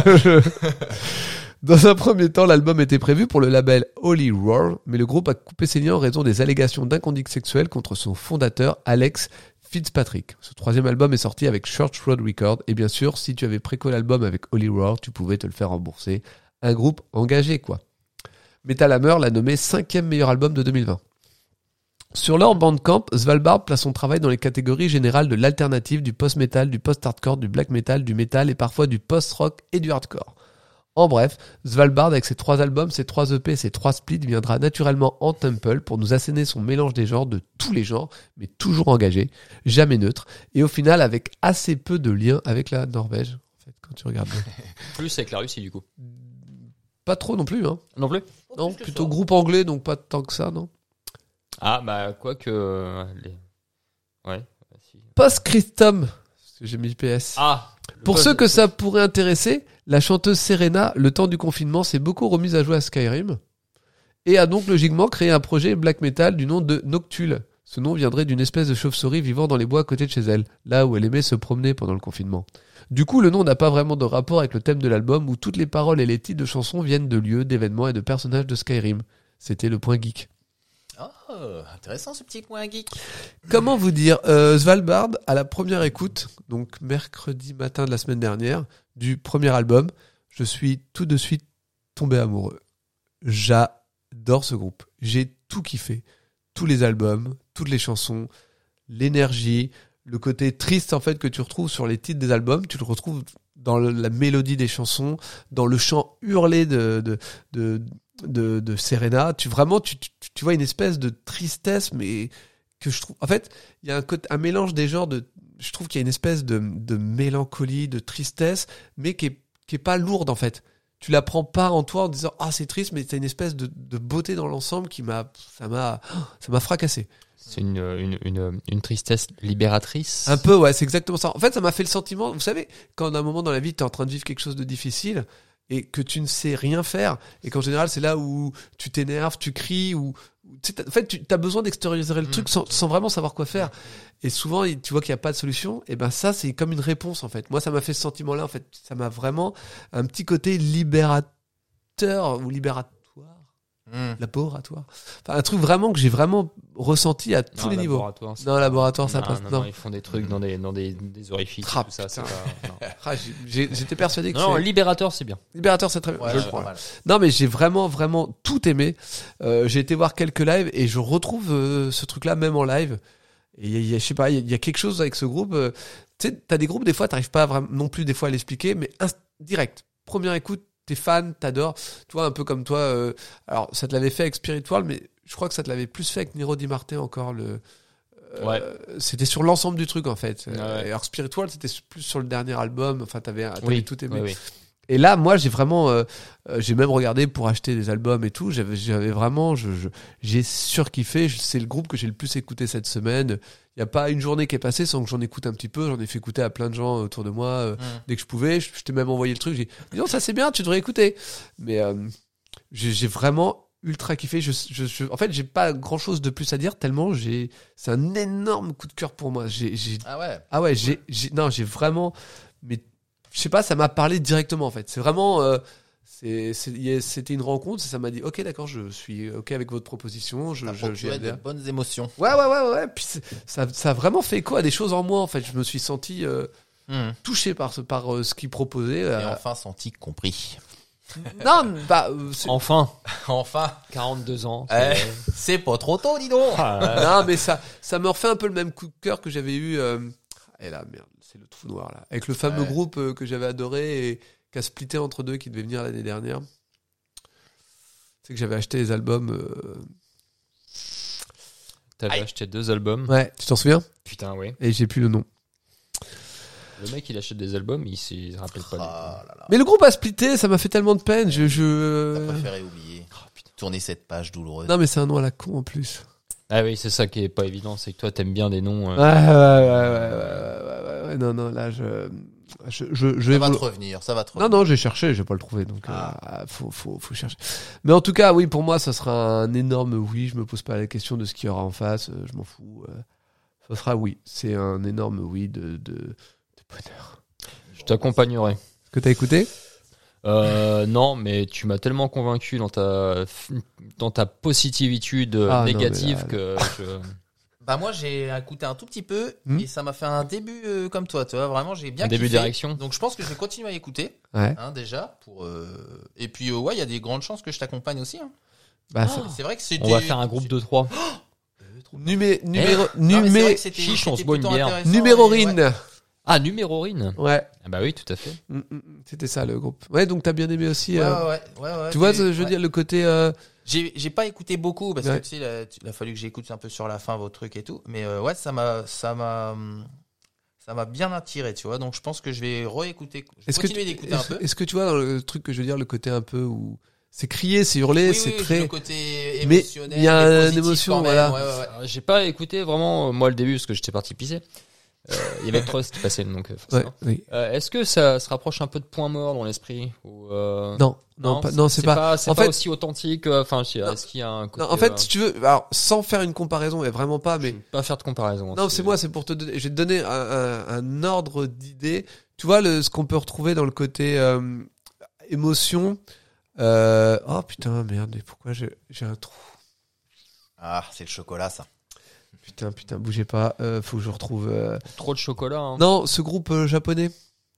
Dans un premier temps, l'album était prévu pour le label Holy Roar, mais le groupe a coupé ses liens en raison des allégations d'inconduite sexuelle contre son fondateur, Alex Fitzpatrick. Ce 3e album est sorti avec Church Road Records, et bien sûr, si tu avais préco l'album avec Holy Roar, tu pouvais te le faire rembourser. Un groupe engagé, quoi. Metal Hammer l'a nommé 5e meilleur album de 2020. Sur leur Bandcamp, Svalbard place son travail dans les catégories générales de l'alternative, du post-metal, du post-hardcore, du black metal, du metal et parfois du post-rock et du hardcore. En bref, Svalbard avec ses 3 albums, ses 3 EP et ses 3 splits viendra naturellement en temple pour nous asséner son mélange des genres, de tous les genres, mais toujours engagé, jamais neutre, et au final avec assez peu de liens avec la Norvège, en fait, quand tu regardes bien. Plus avec la Russie, du coup. Pas trop non plus, hein. Non plus. Non, plutôt groupe anglais, donc pas tant que ça, non. Ah, bah, quoi que... Ouais. Si. Post-Scriptum, parce que j'ai mis PS. Ah. Pour ceux que ça pourrait intéresser, la chanteuse Serena, le temps du confinement, s'est beaucoup remise à jouer à Skyrim et a donc logiquement créé un projet black metal du nom de Noctule. Ce nom viendrait d'une espèce de chauve-souris vivant dans les bois à côté de chez elle, là où elle aimait se promener pendant le confinement. Du coup, le nom n'a pas vraiment de rapport avec le thème de l'album où toutes les paroles et les titres de chansons viennent de lieux, d'événements et de personnages de Skyrim. C'était le point geek. Oh, intéressant ce petit point geek. Comment vous dire, Svalbard, à la première écoute, donc mercredi matin de la semaine dernière, du premier album, je suis tout de suite tombé amoureux. J'adore ce groupe. J'ai tout kiffé. Tous les albums, toutes les chansons, l'énergie, le côté triste en fait que tu retrouves sur les titres des albums, tu le retrouves dans la mélodie des chansons, dans le chant hurlé de Serena. Tu vois une espèce de tristesse, mais que je trouve, en fait, il y a un mélange des genres je trouve qu'il y a une espèce de mélancolie, de tristesse, mais qui est pas lourde en fait. Tu la prends pas en toi en disant ah c'est triste, mais t'as une espèce de beauté dans l'ensemble ça m'a fracassé. C'est une tristesse libératrice. Un peu, ouais, c'est exactement ça. En fait, ça m'a fait le sentiment, vous savez, quand à un moment dans la vie t'es en train de vivre quelque chose de difficile et que tu ne sais rien faire, et qu'en général c'est là où tu t'énerves, tu cries, ou en fait tu as besoin d'extérioriser le truc sans vraiment savoir quoi faire. Et souvent tu vois qu'il n'y a pas de solution, et ben ça c'est comme une réponse en fait. Moi ça m'a fait ce sentiment là en fait, ça m'a vraiment un petit côté libérateur ou libératoire, laboratoire. Enfin un truc vraiment que j'ai vraiment ressenti à tous les niveaux. Non, laboratoire ça passe. Non, ils font des trucs dans des orifices, tout ça, c'est pas... non. J'étais persuadé que non, libérateur c'est bien. Libérateur c'est très bien. Ouais, Je le prends. Non mais j'ai vraiment tout aimé. J'ai été voir quelques lives et je retrouve ce truc là même en live. Et je sais pas, il y a quelque chose avec ce groupe. Tu sais, t'as des groupes des fois t'arrives pas vraiment, non plus des fois à l'expliquer, mais direct. Première écoute, t'es fan, t'adores. Tu vois, un peu comme toi. Alors ça te l'avait fait avec Spiritual, mais je crois que ça te l'avait plus fait avec Niro Di Marte encore. Ouais. C'était sur l'ensemble du truc en fait. Ouais. Alors Spiritual c'était plus sur le dernier album. Enfin t'avais tout aimé. Oui. Et là, moi, j'ai vraiment, j'ai même regardé pour acheter des albums et tout. J'avais vraiment, j'ai surkiffé. C'est le groupe que j'ai le plus écouté cette semaine. Il y a pas une journée qui est passée sans que j'en écoute un petit peu. J'en ai fait écouter à plein de gens autour de moi dès que je pouvais. Je t'ai même envoyé le truc. J'ai dit non, ça c'est bien, tu devrais écouter. Mais j'ai vraiment ultra kiffé. En fait, j'ai pas grand chose de plus à dire tellement c'est un énorme coup de cœur pour moi. Ah ouais. J'ai vraiment, mais je sais pas, ça m'a parlé directement en fait. C'est vraiment, c'était une rencontre. Ça m'a dit, ok, d'accord, je suis ok avec votre proposition. Ça procure de bonnes émotions. Ouais. Puis ça a vraiment fait écho à des choses en moi en fait. Je me suis senti touché par ce qu'il proposait. Et enfin senti compris. Non, bah, Enfin, Enfin, 42 ans. c'est pas trop tôt, dis donc. non, mais ça me refait un peu le même coup de cœur que j'avais eu. Et là, merde, c'est le trou noir là, avec le fameux Ouais. groupe que j'avais adoré et qui a splitté entre deux, qui devait venir l'année dernière. C'est que j'avais acheté les albums. T'avais Aïe. acheté 2 albums. Ouais, tu t'en souviens? Putain, ouais. Et j'ai plus le nom. Le mec, il achète des albums, il se rappelle pas. Ah là là. Mais le groupe a splitté, ça m'a fait tellement de peine. T'as préféré oublier. Tourner cette page douloureuse. Non, mais c'est un nom à la con en plus. Ah oui, c'est ça qui est pas évident, c'est que toi, t'aimes bien des noms. Ouais. Non, là, je vais Ça va vous- te revenir, ça va te Non, revenir. non, j'ai cherché, j'ai pas le trouvé, donc faut chercher. Mais en tout cas, oui, pour moi, ça sera un énorme oui. Je me pose pas la question de ce qu'il y aura en face, je m'en fous. Ça sera oui. C'est un énorme oui de bonheur. Je t'accompagnerai. Est-ce que t'as écouté? Non, mais tu m'as tellement convaincu dans ta positivitude Ah, non, négative mais là- que je... Bah moi j'ai écouté un tout petit peu Hmm. et ça m'a fait un début comme toi, tu vois, vraiment j'ai bien Un début kiffé. d'érection. Donc je pense que je vais continuer à écouter Ouais. déjà pour et puis ouais, il y a des grandes chances que je t'accompagne aussi hein. Bah, C'est vrai que c'est On va faire un groupe de 3. numéro Non, mais c'est vrai que c'était- Chiche, on se c'était boit une plutôt bière. intéressant et numérorine. ouais. Ah, Numérorine. Ouais. Ah bah oui, tout à fait. C'était ça le groupe. Ouais, donc t'as bien aimé aussi. Ouais. Tu vois, Et- je veux ouais. dire le côté. J'ai pas écouté beaucoup parce Ouais. que tu sais il a fallu que j'écoute un peu sur la fin vos trucs et tout, mais ouais ça m'a bien attiré, tu vois. Donc je pense que je vais réécouter, je vais Est-ce que continuer d'écouter un peu. est-ce que tu vois dans le truc que je veux dire le côté un peu où c'est crier, c'est hurler, Oui, c'est oui, très. le côté Mais émotionnel, il y a et une positif émotion, quand même. voilà. Ouais. J'ai pas écouté vraiment moi le début parce que j'étais parti pisser. Il y avait Trust qui passait donc Ouais, forcément. oui. Est-ce que ça se rapproche un peu de Point Mort dans l'esprit ou Non, c'est pas. C'est en pas fait- aussi authentique. Enfin, est-ce qu'il y a un côté, Non, en fait, si tu veux, alors sans faire une comparaison, mais vraiment pas, mais pas faire de comparaison. non, c'est moi, c'est pour te donner. Je vais te donner un ordre d'idée. Tu vois ce qu'on peut retrouver dans le côté émotion. Oh putain, merde, mais pourquoi j'ai un trou? Ah, c'est le chocolat ça. Putain, bougez pas. Faut que je retrouve. Trop de chocolat. Hein. Non, ce groupe japonais,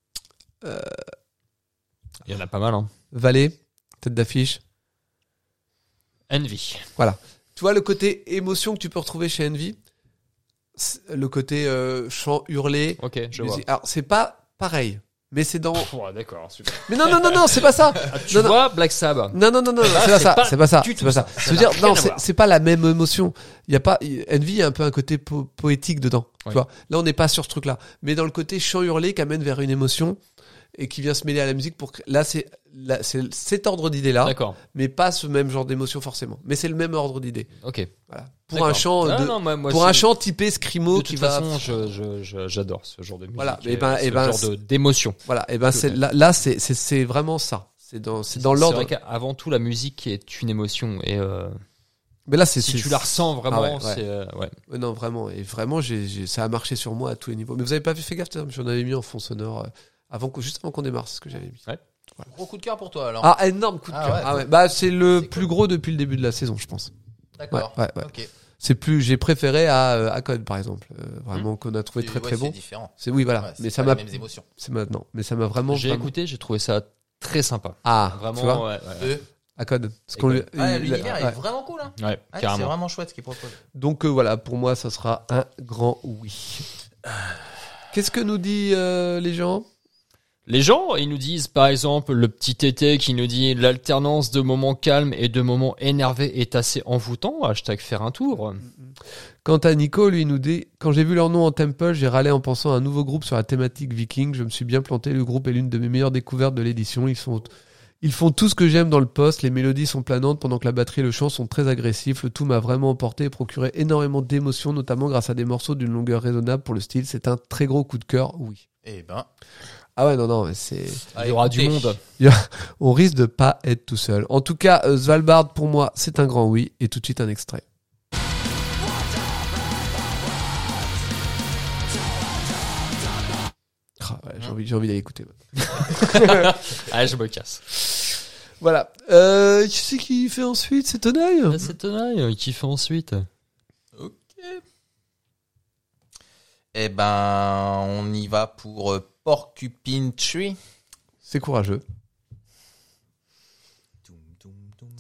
Il y en a pas mal. Hein. Valet, tête d'affiche. Envy. Tu vois le côté émotion que tu peux retrouver chez Envy, le côté chant hurlé. Ok, je vois. Alors c'est pas pareil, mais c'est dans. Ouais, d'accord, super. Mais non, c'est pas ça. Tu Non, vois Black Sabbath. Non, c'est pas ça. du C'est tout pas ça. ça. Je veux Ça n'a dire, non, rien à voir. c'est pas la même émotion. Il y a pas Envy, il y a un peu un côté poétique dedans. Tu Ouais. vois. Là, on n'est pas sur ce truc-là, mais dans le côté chant hurlé qui amène vers une émotion et qui vient se mêler à la musique pour là c'est cet ordre d'idée là, D'accord. mais pas ce même genre d'émotion forcément. Mais c'est le même ordre d'idée. Ok. Voilà. Pour D'accord. un chant Ah, de, non, moi, pour c'est- un chant typé scrimo De qui toute va. façon, j'adore ce genre de musique. Voilà. Ce Et genre d'émotion. Voilà. Et ben c'est là c'est vraiment ça. C'est dans l'ordre. C'est vrai qu'avant tout, la musique est une émotion et Mais là c'est si tu la ressens vraiment, Ah ouais. c'est ouais. Non, vraiment. Et vraiment, ça a marché sur moi à tous les niveaux. Mais vous avez pas fait gaffe, j'en avais mis en fond sonore juste avant qu'on démarre, c'est ce que j'avais mis. Gros coup de cœur pour toi alors. Ah, énorme coup de Ah cœur. ouais, Ah cool. ouais. Bah, c'est le C'est plus cool. gros depuis le début de la saison, je pense. D'accord. Ouais. Ok. J'ai préféré à Code, par exemple. Vraiment, qu'on a trouvé très très Ouais, bon. C'est différent. C'est, oui, voilà. Ouais, c'est mais pas ça m'a, les mêmes émotions. c'est maintenant. Mais ça m'a vraiment. J'ai écouté, j'ai trouvé ça très sympa. Ah, Vraiment, tu vois, ouais, ouais. à Code. Parce Et qu'on Code. L'univers ouais. est vraiment cool. Hein. Ouais, Ouais, c'est carrément. vraiment chouette ce qu'il propose. Donc, voilà, pour moi, ça sera un grand oui. Qu'est-ce que nous dit les gens? Les gens, ils nous disent, par exemple, le petit Tété qui nous dit l'alternance de moments calmes et de moments énervés est assez envoûtant. # faire un tour. Quant à Nico, lui, il nous dit: quand j'ai vu leur nom en Temple, j'ai râlé en pensant à un nouveau groupe sur la thématique viking. Je me suis bien planté. Le groupe est l'une de mes meilleures découvertes de l'édition. Ils font tout ce que j'aime dans le post. Les mélodies sont planantes pendant que la batterie et le chant sont très agressifs. Le tout m'a vraiment emporté et procuré énormément d'émotions, notamment grâce à des morceaux d'une longueur raisonnable pour le style. C'est un très gros coup de cœur, oui. Eh ben. Ah ouais, non, mais c'est... Il y aura du monde. On risque de pas être tout seul. En tout cas, Svalbard, pour moi, c'est un grand oui. Et tout de suite, un extrait. Ah ouais, j'ai envie d'aller écouter. Allez, je me casse. Voilà. Qui c'est qui fait ensuite? C'est Tonaille? C'est Tonaille qui fait ensuite. Ok. Eh ben, on y va pour Porcupine Tree. C'est courageux.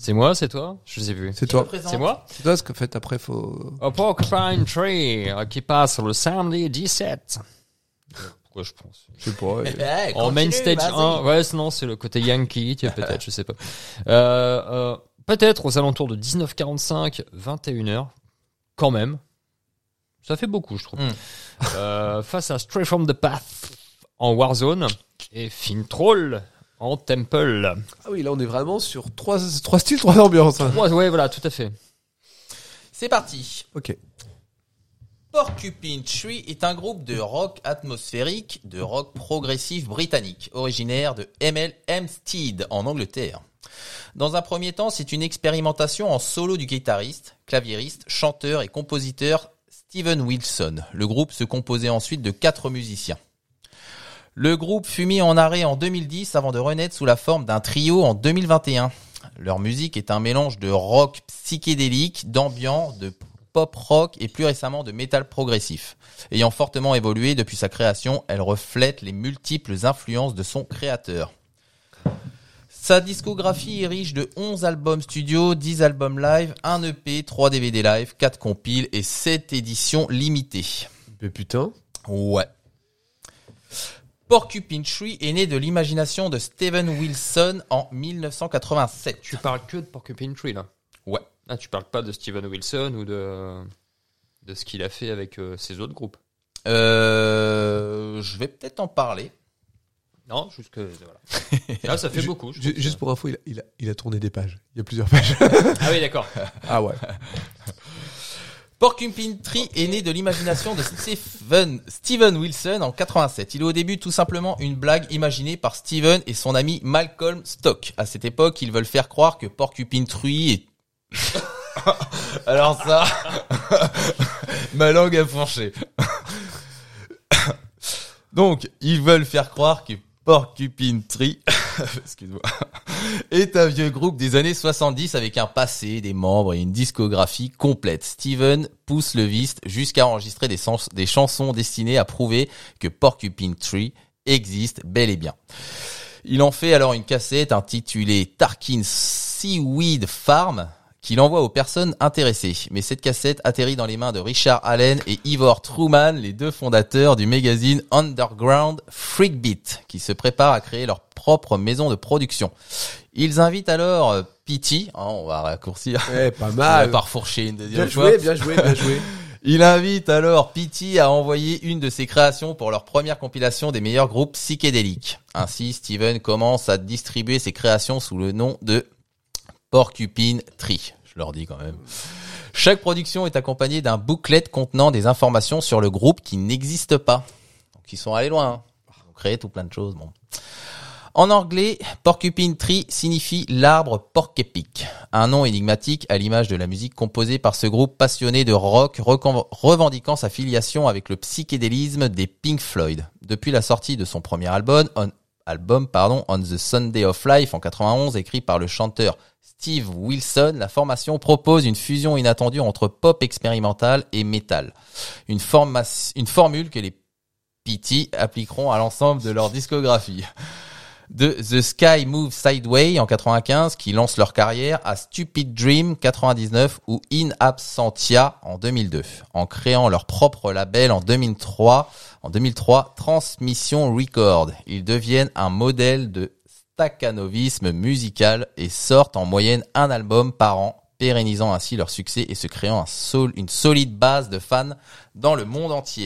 C'est moi, c'est toi? Je sais plus. C'est toi. C'est moi? C'est toi, parce qu'en fait, après, faut... A Porcupine Tree, qui passe le samedi 17. Pourquoi je pense? Je sais pas. En main stage 1, ouais, non, c'est le côté Yankee, peut-être, je sais pas. Peut-être aux alentours de 19h45, 21h, quand même. Ça fait beaucoup, je trouve. Face à Stray from the Path en Warzone et Fintroll en Temple. Ah oui, là, on est vraiment sur trois styles, 3 ambiances. Hein. Ouais, voilà, tout à fait. C'est parti. Ok. Porcupine Tree est un groupe de rock atmosphérique, de rock progressif britannique, originaire de Hemel Hempstead en Angleterre. Dans un premier temps, c'est une expérimentation en solo du guitariste, claviériste, chanteur et compositeur Steven Wilson. Le groupe se composait ensuite de 4 musiciens. Le groupe fut mis en arrêt en 2010 avant de renaître sous la forme d'un trio en 2021. Leur musique est un mélange de rock psychédélique, d'ambiance, de pop rock et plus récemment de métal progressif. Ayant fortement évolué depuis sa création, elle reflète les multiples influences de son créateur. Sa discographie est riche de 11 albums studio, 10 albums live, 1 EP, 3 DVD live, 4 compiles et 7 éditions limitées. Mais putain. Ouais. Porcupine Tree est né de l'imagination de Steven Wilson en 1987. Tu parles que de Porcupine Tree, là? Ouais. Ah, tu parles pas de Steven Wilson ou de ce qu'il a fait avec ses autres groupes? Je vais peut-être en parler. Non, juste que voilà. Là, ça fait beaucoup. Juste pour info, il a tourné des pages. Il y a plusieurs pages. Ah oui, d'accord. Ah ouais. Porcupine Tree est né de l'imagination de Steven Wilson en 87. Il est au début tout simplement une blague imaginée par Steven et son ami Malcolm Stock. À cette époque, ils veulent faire croire que Porcupine Tree est... Alors ça... Ma langue a fourché. Donc, ils veulent faire croire que Porcupine Tree, excuse-moi, est un vieux groupe des années 70 avec un passé, des membres et une discographie complète. Steven pousse le vice jusqu'à enregistrer des chansons destinées à prouver que Porcupine Tree existe bel et bien. Il en fait alors une cassette intitulée Tarkin Seaweed Farm, qu'il envoie aux personnes intéressées. Mais cette cassette atterrit dans les mains de Richard Allen et Ivor Truman, les 2 fondateurs du magazine Underground Freakbeat, qui se préparent à créer leur propre maison de production. Ils invitent alors P.T., on va raccourcir, pas mal. par fourcher une deuxième Bien fois. joué. Il invite alors P.T. à envoyer une de ses créations pour leur première compilation des meilleurs groupes psychédéliques. Ainsi, Steven commence à distribuer ses créations sous le nom de Porcupine Tree, je leur dis quand même. Chaque production est accompagnée d'un booklet contenant des informations sur le groupe qui n'existe pas. Donc ils sont allés loin, hein. Ils ont créé tout plein de choses. Bon. En anglais, Porcupine Tree signifie l'arbre porc-épic, un nom énigmatique à l'image de la musique composée par ce groupe passionné de rock revendiquant sa filiation avec le psychédélisme des Pink Floyd. Depuis la sortie de son premier album, On the Sunday of Life en 91, écrit par le chanteur Steve Wilson, la formation propose une fusion inattendue entre pop expérimental et metal. Une formule que les P.T. appliqueront à l'ensemble de leur discographie. De The Sky Moves Sideways en 95, qui lance leur carrière, à Stupid Dream 99 ou In Absentia en 2002, en créant leur propre label en 2003, Transmission Record. Ils deviennent un modèle de staccanovisme musical et sortent en moyenne un album par an, pérennisant ainsi leur succès et se créant une solide base de fans dans le monde entier.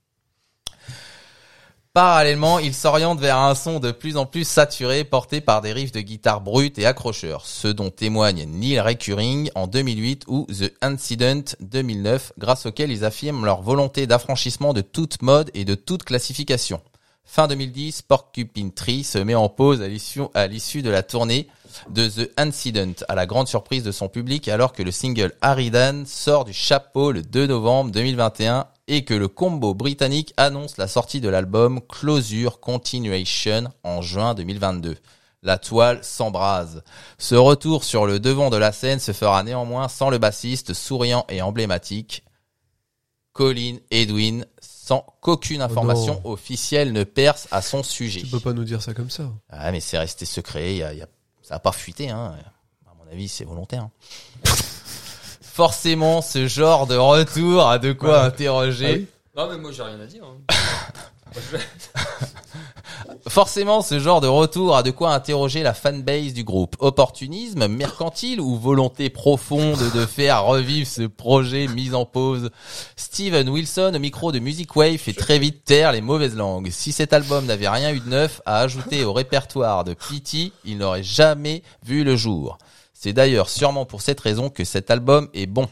Parallèlement, ils s'orientent vers un son de plus en plus saturé, porté par des riffs de guitare brutes et accrocheurs, ce dont témoignent Neil Recurring en 2008 ou The Incident 2009, grâce auxquels ils affirment leur volonté d'affranchissement de toute mode et de toute classification. Fin 2010, Porcupine Tree se met en pause à l'issue de la tournée de The Incident, à la grande surprise de son public, alors que le single Aridan sort du chapeau le 2 novembre 2021 et que le combo britannique annonce la sortie de l'album Closure Continuation en juin 2022. La toile s'embrase. Ce retour sur le devant de la scène se fera néanmoins sans le bassiste souriant et emblématique Colin Edwin, sans qu'aucune information officielle ne perce à son sujet. Tu peux pas nous dire ça comme ça. Ah, mais c'est resté secret, ça a pas fuité, hein. À mon mon avis, c'est volontaire. Hein. Forcément, ce genre de retour a de quoi interroger. Ah oui. Non, mais moi, j'ai rien à dire. Hein. Forcément, ce genre de retour a de quoi interroger la fanbase du groupe. Opportunisme, mercantile ou volonté profonde de faire revivre ce projet mis en pause? Steven Wilson, au micro de Music Wave, fait très vite taire les mauvaises langues. Si cet album n'avait rien eu de neuf à ajouter au répertoire de Pity, il n'aurait jamais vu le jour. C'est d'ailleurs sûrement pour cette raison que cet album est bon.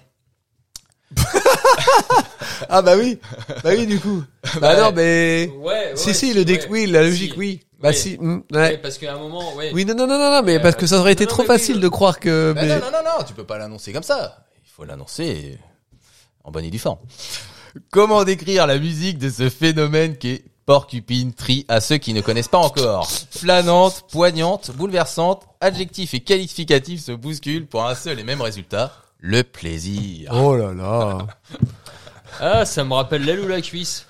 Ah bah oui du coup. Bah non mais Ouais, si oui la logique si. oui. Bah Oui. si Ouais, ouais. parce qu'à un moment, ouais. Oui non mais parce que ça aurait été non, trop mais oui, facile de croire que Mais non, tu peux pas l'annoncer comme ça. Il faut l'annoncer en bonne et due forme. Comment décrire la musique de ce phénomène qu'est Porcupine Tree à ceux qui ne connaissent pas encore? Flânante, poignante, bouleversante, adjectifs et qualificatifs se bousculent pour un seul et même résultat, le plaisir. Oh là là. Ah, ça me rappelle l'aile ou la cuisse.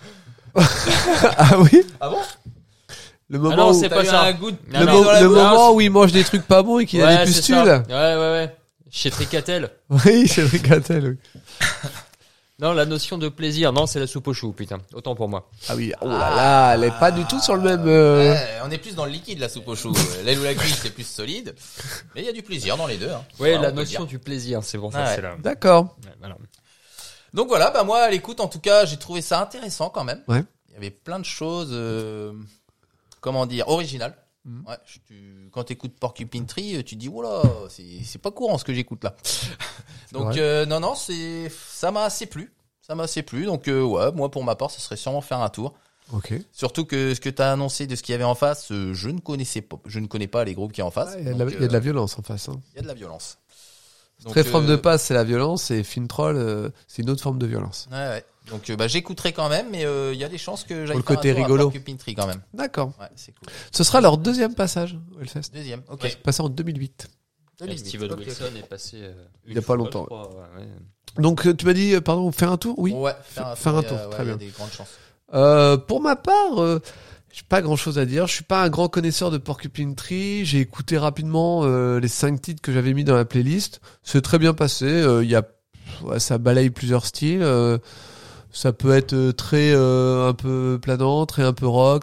Ah oui. Ah bon? Le Ah moment non, où c'est T'as pas eu ça. un goût de Non, le, non, mo- le bouche. moment où il mange des trucs pas bons et qu'il a des c'est pustules. ça. Ouais. Chez Tricatel. Oui, c'est Tricatel. Oui. Non, la notion de plaisir. Non, c'est la soupe aux choux, putain. Autant pour moi. Ah oui. Oh là là, elle est pas du tout sur le même. Ouais, on est plus dans le liquide, la soupe aux choux. L'aile ou la cuisse, c'est plus solide. Mais il y a du plaisir dans les deux. Hein. Ouais, Voilà, la on peut notion dire. du plaisir, c'est pour ça. Ouais. C'est là. D'accord. Ouais, voilà. Donc voilà, bah moi, à l'écoute, en tout cas, j'ai trouvé ça intéressant quand même. Ouais. Il y avait plein de choses, comment dire, originales. Ouais, quand t'écoutes Porcupine Tree, tu te dis, voilà, c'est pas courant ce que j'écoute là. Donc non, ça m'a assez plu. Donc ouais, moi pour ma part, ce serait sûrement faire un tour. Ok. Surtout que ce que t'as annoncé de ce qu'il y avait en face, je ne connais pas les groupes qui y a en face. Il y a Donc, de la violence en face. Hein. il y a de la violence. Donc, Très forme de passe, c'est la violence, et Fintroll, c'est une autre forme de violence. Ouais. Donc bah j'écouterai quand même, mais il y a des chances que j'aille Pour le faire côté un tour rigolo. à Porcupine Tree quand même. D'accord. Ouais, c'est cool. Ce sera leur deuxième passage au Hellfest. Deuxième, ok. Ouais, passé en 2008. Et Steven Wilson est passé Il y a pas fois, longtemps, je crois, ouais. Donc tu m'as dit, pardon, faire un tour? Oui. Ouais, faire un tour, très il y a bien. des grandes chances. Pour ma part, j'ai pas grand chose à dire. Je suis pas un grand connaisseur de Porcupine Tree. J'ai écouté rapidement les 5 titres que j'avais mis dans la playlist. C'est très bien passé. Ça balaye plusieurs styles. Ça peut être très un peu planant, très un peu rock.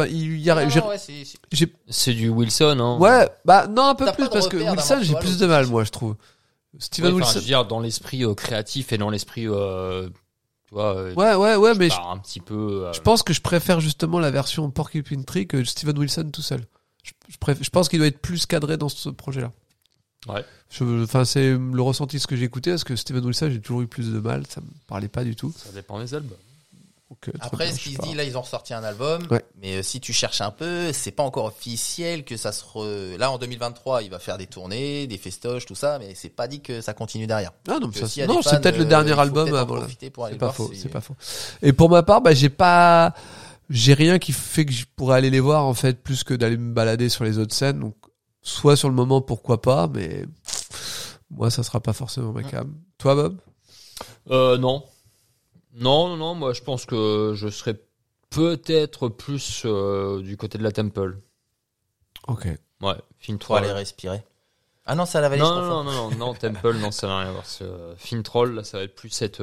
C'est du Wilson, hein. Ouais, bah non un peu T'as plus pas de parce que repère d'un Wilson morceau j'ai à plus l'autre. de mal moi je trouve. Steven Ouais, enfin, Wilson. je veux dire, dans l'esprit créatif et dans l'esprit, tu vois, Ouais, mais un petit peu. je pense que je préfère justement la version Porcupine Tree que Steven Wilson tout seul. Je pense qu'il doit être plus cadré dans ce projet-là. Ouais. Enfin, c'est le ressenti de ce que j'ai écouté, parce que Steven Wilson, j'ai toujours eu plus de mal, ça me parlait pas du tout. Ça dépend des albums. Donc, très Après, bien, ce je qui sais se pas. dit, là, ils ont ressorti un album. Ouais. Mais si tu cherches un peu, c'est pas encore officiel que ça Là, en 2023, il va faire des tournées, des festoches, tout ça, mais c'est pas dit que ça continue derrière. Ah non, mais Donc, ça, s'il y a non, des c'est fans, peut-être le il dernier faut album peut-être en avant là. profiter pour aller C'est pas voir faux, si- c'est pas faux. Et pour ma part, bah, j'ai rien qui fait que je pourrais aller les voir, en fait, plus que d'aller me balader sur les autres scènes. Donc, soit sur le moment, pourquoi pas, mais moi, ça sera pas forcément ma cam. Toi, Bob? Non. Non, moi je pense que je serais peut-être plus du côté de la Temple. Ok. Ouais, Fin Pour aller Troll. respirer. Ah non, c'est à la vallée, je confonds. Non, Temple, non, ça n'a rien à voir. Fin Troll, là, ça va être plus cette.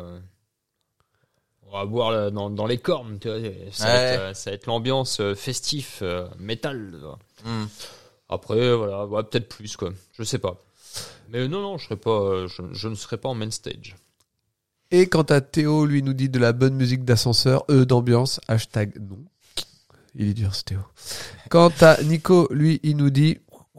On va boire là, dans les cornes, tu vois. Ça va être l'ambiance festif, métal. Tu vois. Après, voilà, ouais, peut-être plus, quoi. Je sais pas. Mais non, je serais pas, je ne serais pas en main stage. Et quant à Théo, lui nous dit de la bonne musique d'ascenseur, d'ambiance, hashtag non. Il est dur ce Théo. Quant à Nico, lui, il nous dit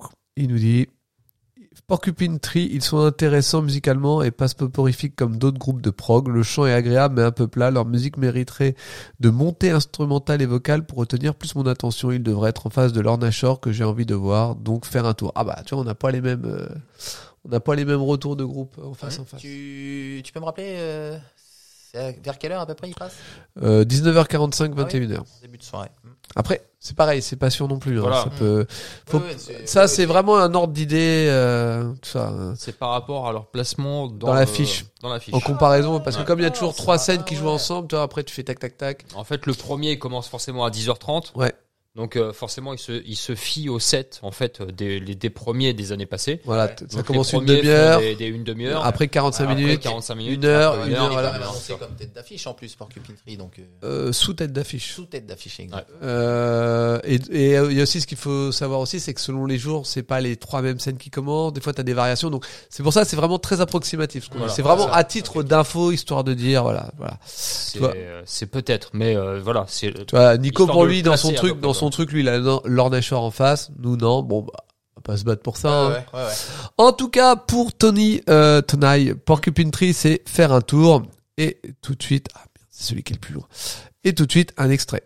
Porcupine Tree, ils sont intéressants musicalement et pas soporifiques comme d'autres groupes de prog. Le chant est agréable mais un peu plat. Leur musique mériterait de montée instrumentale et vocale pour retenir plus mon attention. Ils devraient être en face de Lorna Shore que j'ai envie de voir, donc faire un tour. Ah bah tu vois, on n'a pas les mêmes retours de groupe en face. Tu peux me rappeler c'est vers quelle heure à peu près il passe? 19h45, 21h. Début de soirée. Après, c'est pareil, c'est pas sûr non plus. Hein. Voilà. Ça peut. Faut- Ouais, c'est vraiment un ordre d'idée, tout ça. Hein. C'est par rapport à leur placement Dans l'affiche. Dans l'affiche. En comparaison, parce que Ouais. comme il y a toujours ça 3 va, scènes qui jouent ouais. ensemble, tu vois, après tu fais tac tac tac. En fait, le premier commence forcément à 10h30. Ouais. Donc forcément, il se fie au set en fait des premiers des années passées. Voilà, Ouais. ça Donc, commence les une premiers demi-heure, font une demi-heure. après 45 Après, minutes, 45 minutes, une heure, après une Il heure, est voilà. quand même annoncé comme tête d'affiche en plus, Porcupine Tree, donc Sous tête d'affiche. sous tête d'affiche, exact. Et il y a aussi ce qu'il faut savoir aussi, c'est que selon les jours, c'est pas les 3 mêmes scènes qui commencent. Des fois, t'as des variations. Donc, c'est pour ça, c'est vraiment très approximatif. ce qu'on dit. Voilà. C'est vraiment Ça. à titre d'info, histoire de dire, voilà. vois. C'est peut-être, mais voilà, c'est. Tu vois, Nico, Histoire pour de lui, le dans placer son à peu truc, près, dans son truc, lui, il a Lord Nashor en face. Nous, non. Bon, bah, on va pas se battre pour ça. hein. Ouais. En tout cas, pour Tony, Porcupine Tree, c'est faire un tour. Et tout de suite, ah merde, c'est celui qui est le plus loin. Et tout de suite, un extrait.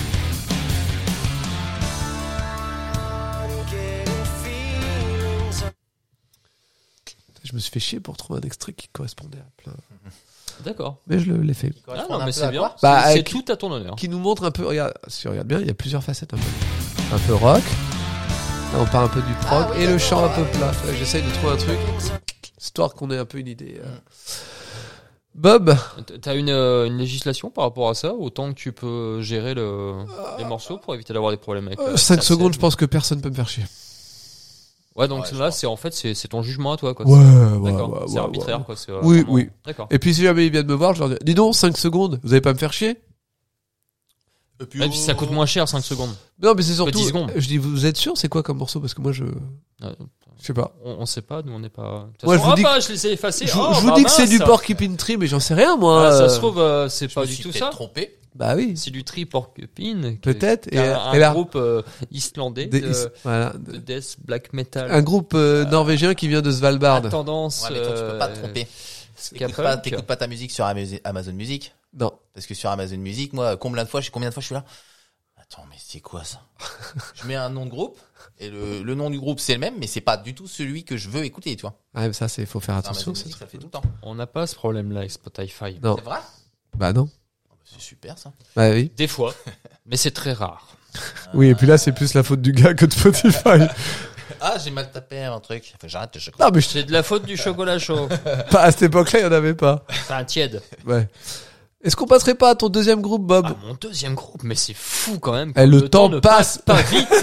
Je me suis fait chier pour trouver un extrait qui correspondait à plein. D'accord. Mais je l'ai fait. Qui Ah correspond non, un mais peu c'est à bien. quoi Bah, C'est avec- tout à ton honneur. Qui nous montre un peu, regarde, si on regarde bien, il y a plusieurs facettes un peu rock. Là, on parle un peu du prog Ah oui, et le d'accord, chant un peu ouais. plat. J'essaye de trouver un truc, histoire qu'on ait un peu une idée. Bob, T'as une législation par rapport à ça, autant que tu peux gérer les morceaux pour éviter d'avoir des problèmes avec. 5 secondes, je pense que personne peut me faire chier. Ouais, donc Ouais, je là, pense. c'est en fait c'est ton jugement à toi, quoi. Ouais, D'accord. C'est arbitraire, quoi. c'est, Oui, vraiment- oui. D'accord. Et puis si jamais ils viennent me voir, je leur dis, dis donc, 5 secondes, vous allez pas me faire chier? Et puis, Et puis ça coûte moins cher 5 secondes. Non, mais c'est surtout, 10 secondes. je dis, vous êtes sûr, c'est quoi comme morceau? Parce que moi, je sais pas. On sait pas, nous on n'est pas. De toute Moi, je façon, vous dis bah, je les ai effacés. Je Oh, vous bah, dis que c'est mince. du Porcupine Tree, mais j'en sais rien, moi. Ah, ça se trouve, c'est je pas me du suis tout peut-être ça. trompé. Bah oui, C'est du Tree Porcupine. peut-être. Et un là, groupe islandais voilà, de death black metal. un groupe norvégien qui vient de Svalbard. à tendance. Ouais, mais toi, tu peux pas te tromper. ska T'écoutes punk. pas ta musique sur Amazon Music. Non. Parce que sur Amazon Music, moi, combien de fois je suis là? Attends, mais c'est quoi ça? Je mets un nom de groupe, et le nom du groupe c'est le même, mais c'est pas du tout celui que je veux écouter, tu vois. Ah, mais ça, faut faire Sur attention. Amazon ça. Music, ça le fait tout le temps. On n'a pas ce problème-là avec Spotify. Non. C'est vrai? Bah non. C'est super ça. Bah oui. Des fois, mais c'est très rare. Oui, et puis là, c'est plus la faute du gars que de Spotify. Ah, j'ai mal tapé un truc. Enfin, j'arrête le chocolat. Non, mais C'est de la faute du chocolat chaud. pas à cette époque-là, il y en avait pas. Enfin, tiède. Ouais. Est-ce qu'on passerait pas à ton deuxième groupe, Bob? Ah, mon deuxième groupe, mais c'est fou quand même. Eh, le temps ne passe. pas vite.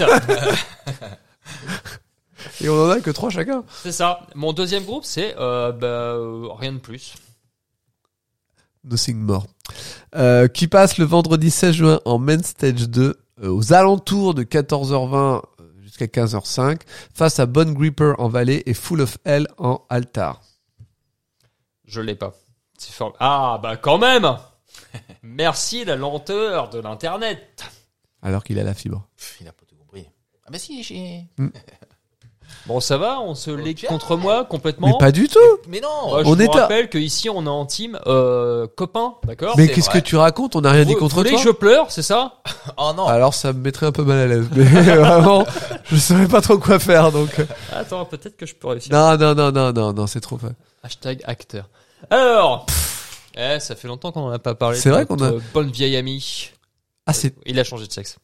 Et on en a que 3 chacun. C'est ça. Mon deuxième groupe, c'est rien de plus. Nothing More. Qui passe le vendredi 16 juin en Main Stage 2 aux alentours de 14h20 jusqu'à 15h05 face à Bone Gripper en Vallée et Full of Hell en Altar. Je l'ai pas. C'est fort. Ah bah quand même. Merci la lenteur de l'internet. Alors qu'il a la fibre. Il a pas tout compris. Ah bah si, j'ai... Bon ça va, on se lègue Ok. contre moi complètement. Mais pas du tout. Mais non. Moi, je On vous est à- rappelle qu'ici on est en team copains, d'accord. Mais c'est qu'est-ce que vrai. tu racontes? On n'a rien dit Vous contre voulez toi. que je pleure, c'est ça? Oh non. Alors ça me mettrait un peu mal à l'aise. Mais vraiment, je saurais pas trop quoi faire donc. Attends, peut-être que je peux réussir. Non, c'est trop fait. Hashtag acteur. Alors, ça fait longtemps qu'on en a pas parlé. C'est de vrai qu'on a- notre bonne vieille amie. Ah, c'est. Il a changé de sexe.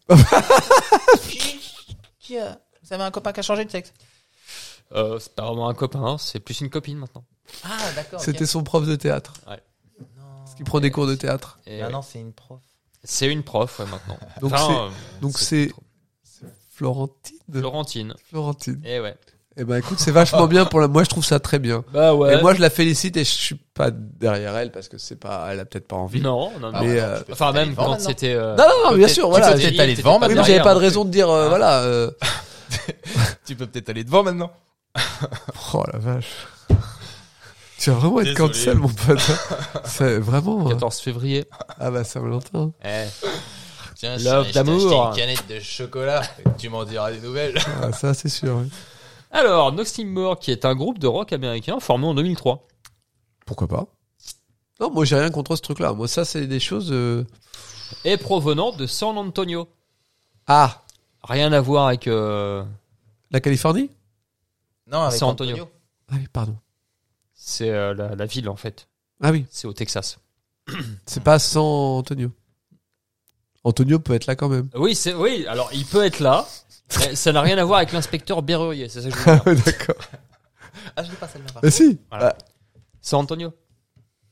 Vous avez un copain qui a changé de sexe? C'est pas vraiment un copain, hein, c'est plus une copine maintenant. Ah d'accord. ok. C'était son prof de théâtre. Non. Parce qu'il prend des cours de théâtre. Et Maintenant c'est une prof. c'est une prof ouais, maintenant. Donc donc c'est Florentine. Florentine. Et ouais. Eh ben écoute, c'est vachement bien pour la. Moi, je trouve ça très bien. Bah ouais. Et moi, je la félicite et je suis pas derrière elle parce que c'est pas. Elle a peut-être pas envie. non. Ah, Mais, ouais, non, tu peux Enfin peut-être aller même devant quand maintenant. c'était. Non, bien sûr, voilà. peux peut-être aller devant, Oui, mais derrière, j'avais pas de non raison de dire voilà. Tu peux peut-être aller devant maintenant. Oh la vache. Tu vas vraiment être Désolé. cancel, mon pote. C'est vraiment. 14 février. Ah bah ça me l'entend. Tiens, Love je t'ai d'amour. acheté une canette de chocolat. Tu m'en diras des nouvelles. Ah, ça c'est sûr. Oui. Alors, Nothing More, qui est un groupe de rock américain formé en 2003. Pourquoi pas? Non, moi j'ai rien contre ce truc-là. Moi ça c'est des choses. Et provenant de San Antonio. Ah, Rien à voir avec. la Californie? Non, avec San Antonio. Ah oui, pardon. C'est la ville en fait. Ah oui, C'est au Texas. c'est pas San Antonio. Antonio peut être là quand même. Oui, alors il peut être là. Mais ça n'a rien à voir avec l'inspecteur Berrurier, c'est ça que je veux dire. D'accord. Ah, je l'ai pas celle-là. Mais si. Voilà. San Antonio.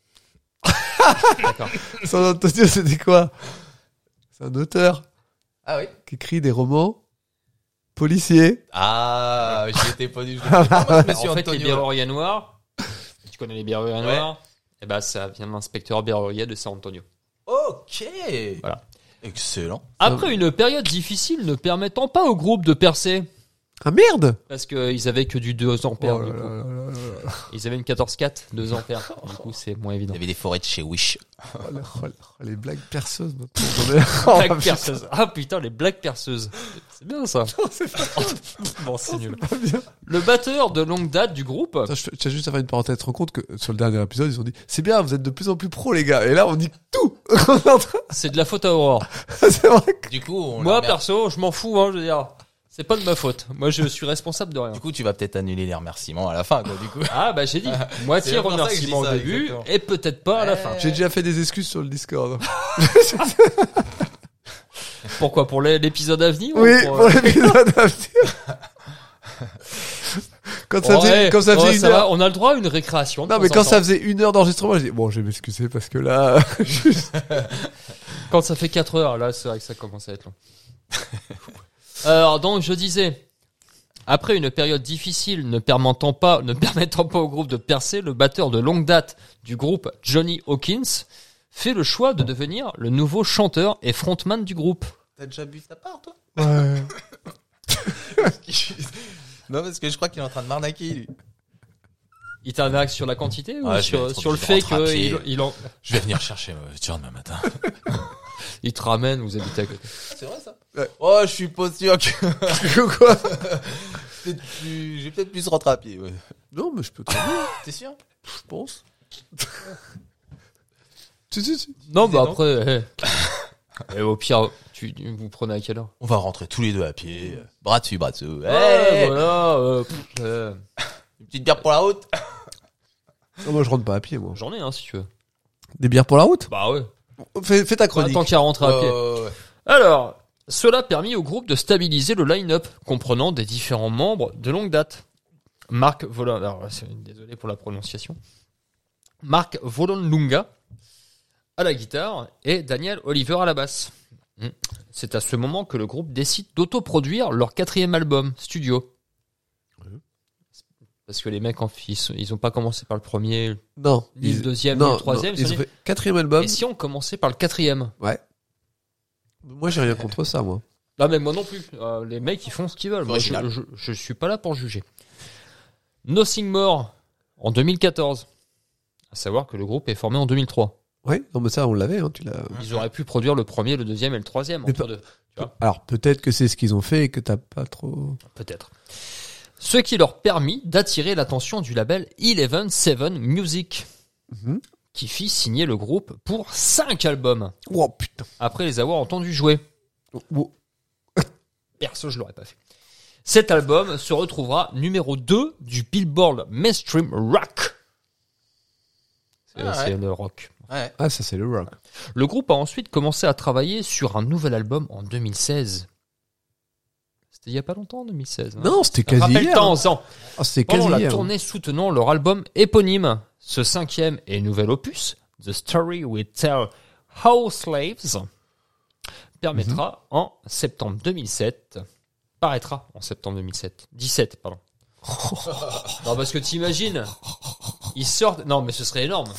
D'accord. San Antonio, c'était quoi? C'est un auteur. Ah Ah oui. qui écrit des romans policiers. Ah, j'y étais pas du tout. Moi, Monsieur En fait, les Antonio. Berruriers noirs, tu connais les Berruriers noirs, et ben ça vient de l'inspecteur Berrurier de San Antonio. Ok. Voilà. Excellent. Après une période difficile ne permettant pas au groupe de percer, Ah merde. parce qu'ils avaient que du 2 ampères, Oh du là coup. là là là là. Ils avaient une 14.4, 2 ampères. Du coup, c'est moins Il évident. y avait des forêts de chez Wish. Les blagues perceuses. maintenant. Blagues perceuses. Ah putain, les blagues perceuses. C'est bien ça. Bon, c'est nul. Pas bien. Le batteur de longue date du groupe. Attends, je tiens juste à faire une parenthèse. Tu te rends compte que sur le dernier épisode, ils ont dit c'est bien, vous êtes de plus en plus pro, les gars. Et là, on dit tout. On est en train- C'est de la faute à Aurore. c'est vrai. Du coup, on Moi, leur remercie. perso, je m'en fous, hein, je veux dire. C'est pas de ma faute. Moi, je suis responsable de rien. Du coup, tu vas peut-être annuler les remerciements à la fin, quoi, du coup. Ah, bah, j'ai dit. Moitié C'est pour ça que je dis remerciement au ça, début, exactement. et peut-être pas à la fin. J'ai déjà fait des excuses sur le Discord. Pourquoi? Pour l'épisode à venir? Oui, ou pour l'épisode à venir. Quand ça faisait, quand ça faisait une ça heure. va, on a le droit à une récréation. de Non, mais temps quand en ça temps. faisait 1 heure d'enregistrement, j'ai dit bon, je vais m'excuser parce que là, juste. Quand ça fait 4 heures, là, c'est vrai que ça commence à être long. Alors, donc, je disais, après une période difficile ne permettant pas au groupe de percer, le batteur de longue date du groupe, Johnny Hawkins, fait le choix de devenir le nouveau chanteur et frontman du groupe. T'as déjà bu ta part, toi? Ouais. Non, parce que je crois qu'il est en train de m'arnaquer, lui. Il t'arnaque sur la quantité ou Ouais, je vais sur, être sur le obligé fait de rentrer à pied. qu'il Je vais venir chercher ma voiture demain matin. il te ramène, vous habitez à côté. C'est vrai, ça? Ouais. Oh, je suis pas sûr que... Quoi? J'ai peut-être plus rentrer à pied, ouais. Non, mais je peux te dire, T'es sûr? je pense. Si. Non, Disais bah non. après, au pire, vous prenez à quelle heure? On va rentrer tous les deux à pied. Bras dessus, bras dessous. Ouais, Hey, voilà. Une petite bière pour la route. Non, moi, je rentre pas à pied, moi. J'en ai, hein, si tu veux. Des bières pour la route? Bah ouais. Fais ta chronique. Tant qu'à rentrer à pied. Ouais. Alors, cela a permis au groupe de stabiliser le line-up, comprenant des différents membres de longue date. Marc Volon... Alors, désolé pour la prononciation. Marc Volonlunga à la guitare et Daniel Oliver à la basse. C'est à ce moment que le groupe décide d'autoproduire leur 4e album studio. Parce que les mecs, ils ont pas commencé par le premier, Non. ni le deuxième, non, ni le troisième. non, ils ils ont ont dit, fait 4e album. et si on commençait par le 4e? Ouais. Moi, j'ai rien contre ça, moi. Non, mais moi non plus. Les mecs, ils font ce qu'ils veulent. Moi, Original. je suis pas là pour juger. Nothing More en 2014. À savoir que le groupe est formé en 2003. Ouais. Non, mais ça, on l'avait, hein, tu l'as. Ils auraient pu produire le premier, le deuxième et le troisième Mais entre pas- deux. Tu vois, Alors, peut-être que c'est ce qu'ils ont fait et que t'as pas trop. peut-être. Ce qui leur permit d'attirer l'attention du label 11-7 Music, Mhm. qui fit signer le groupe pour 5 albums, Oh, putain. après les avoir entendus jouer. Oh. Perso, je l'aurais pas fait. Cet album se retrouvera numéro 2 du Billboard Mainstream Rock. C'est Ah ouais. le rock. Ouais. Ah, ça, c'est le rock. Le groupe a ensuite commencé à travailler sur un nouvel album en 2016. C'était il y a pas longtemps, en 2016. hein. Non, c'était quasi hier. Rappelle-t'en-en. Ah, c'était Pendant quasi la hier. tournée soutenant leur album éponyme, ce 5e et nouvel opus, The Story We Tell How Slaves, permettra en septembre 2007, paraîtra en septembre 2007, 17, pardon. Non, parce que t'imagines, ils sortent, non, mais ce serait énorme.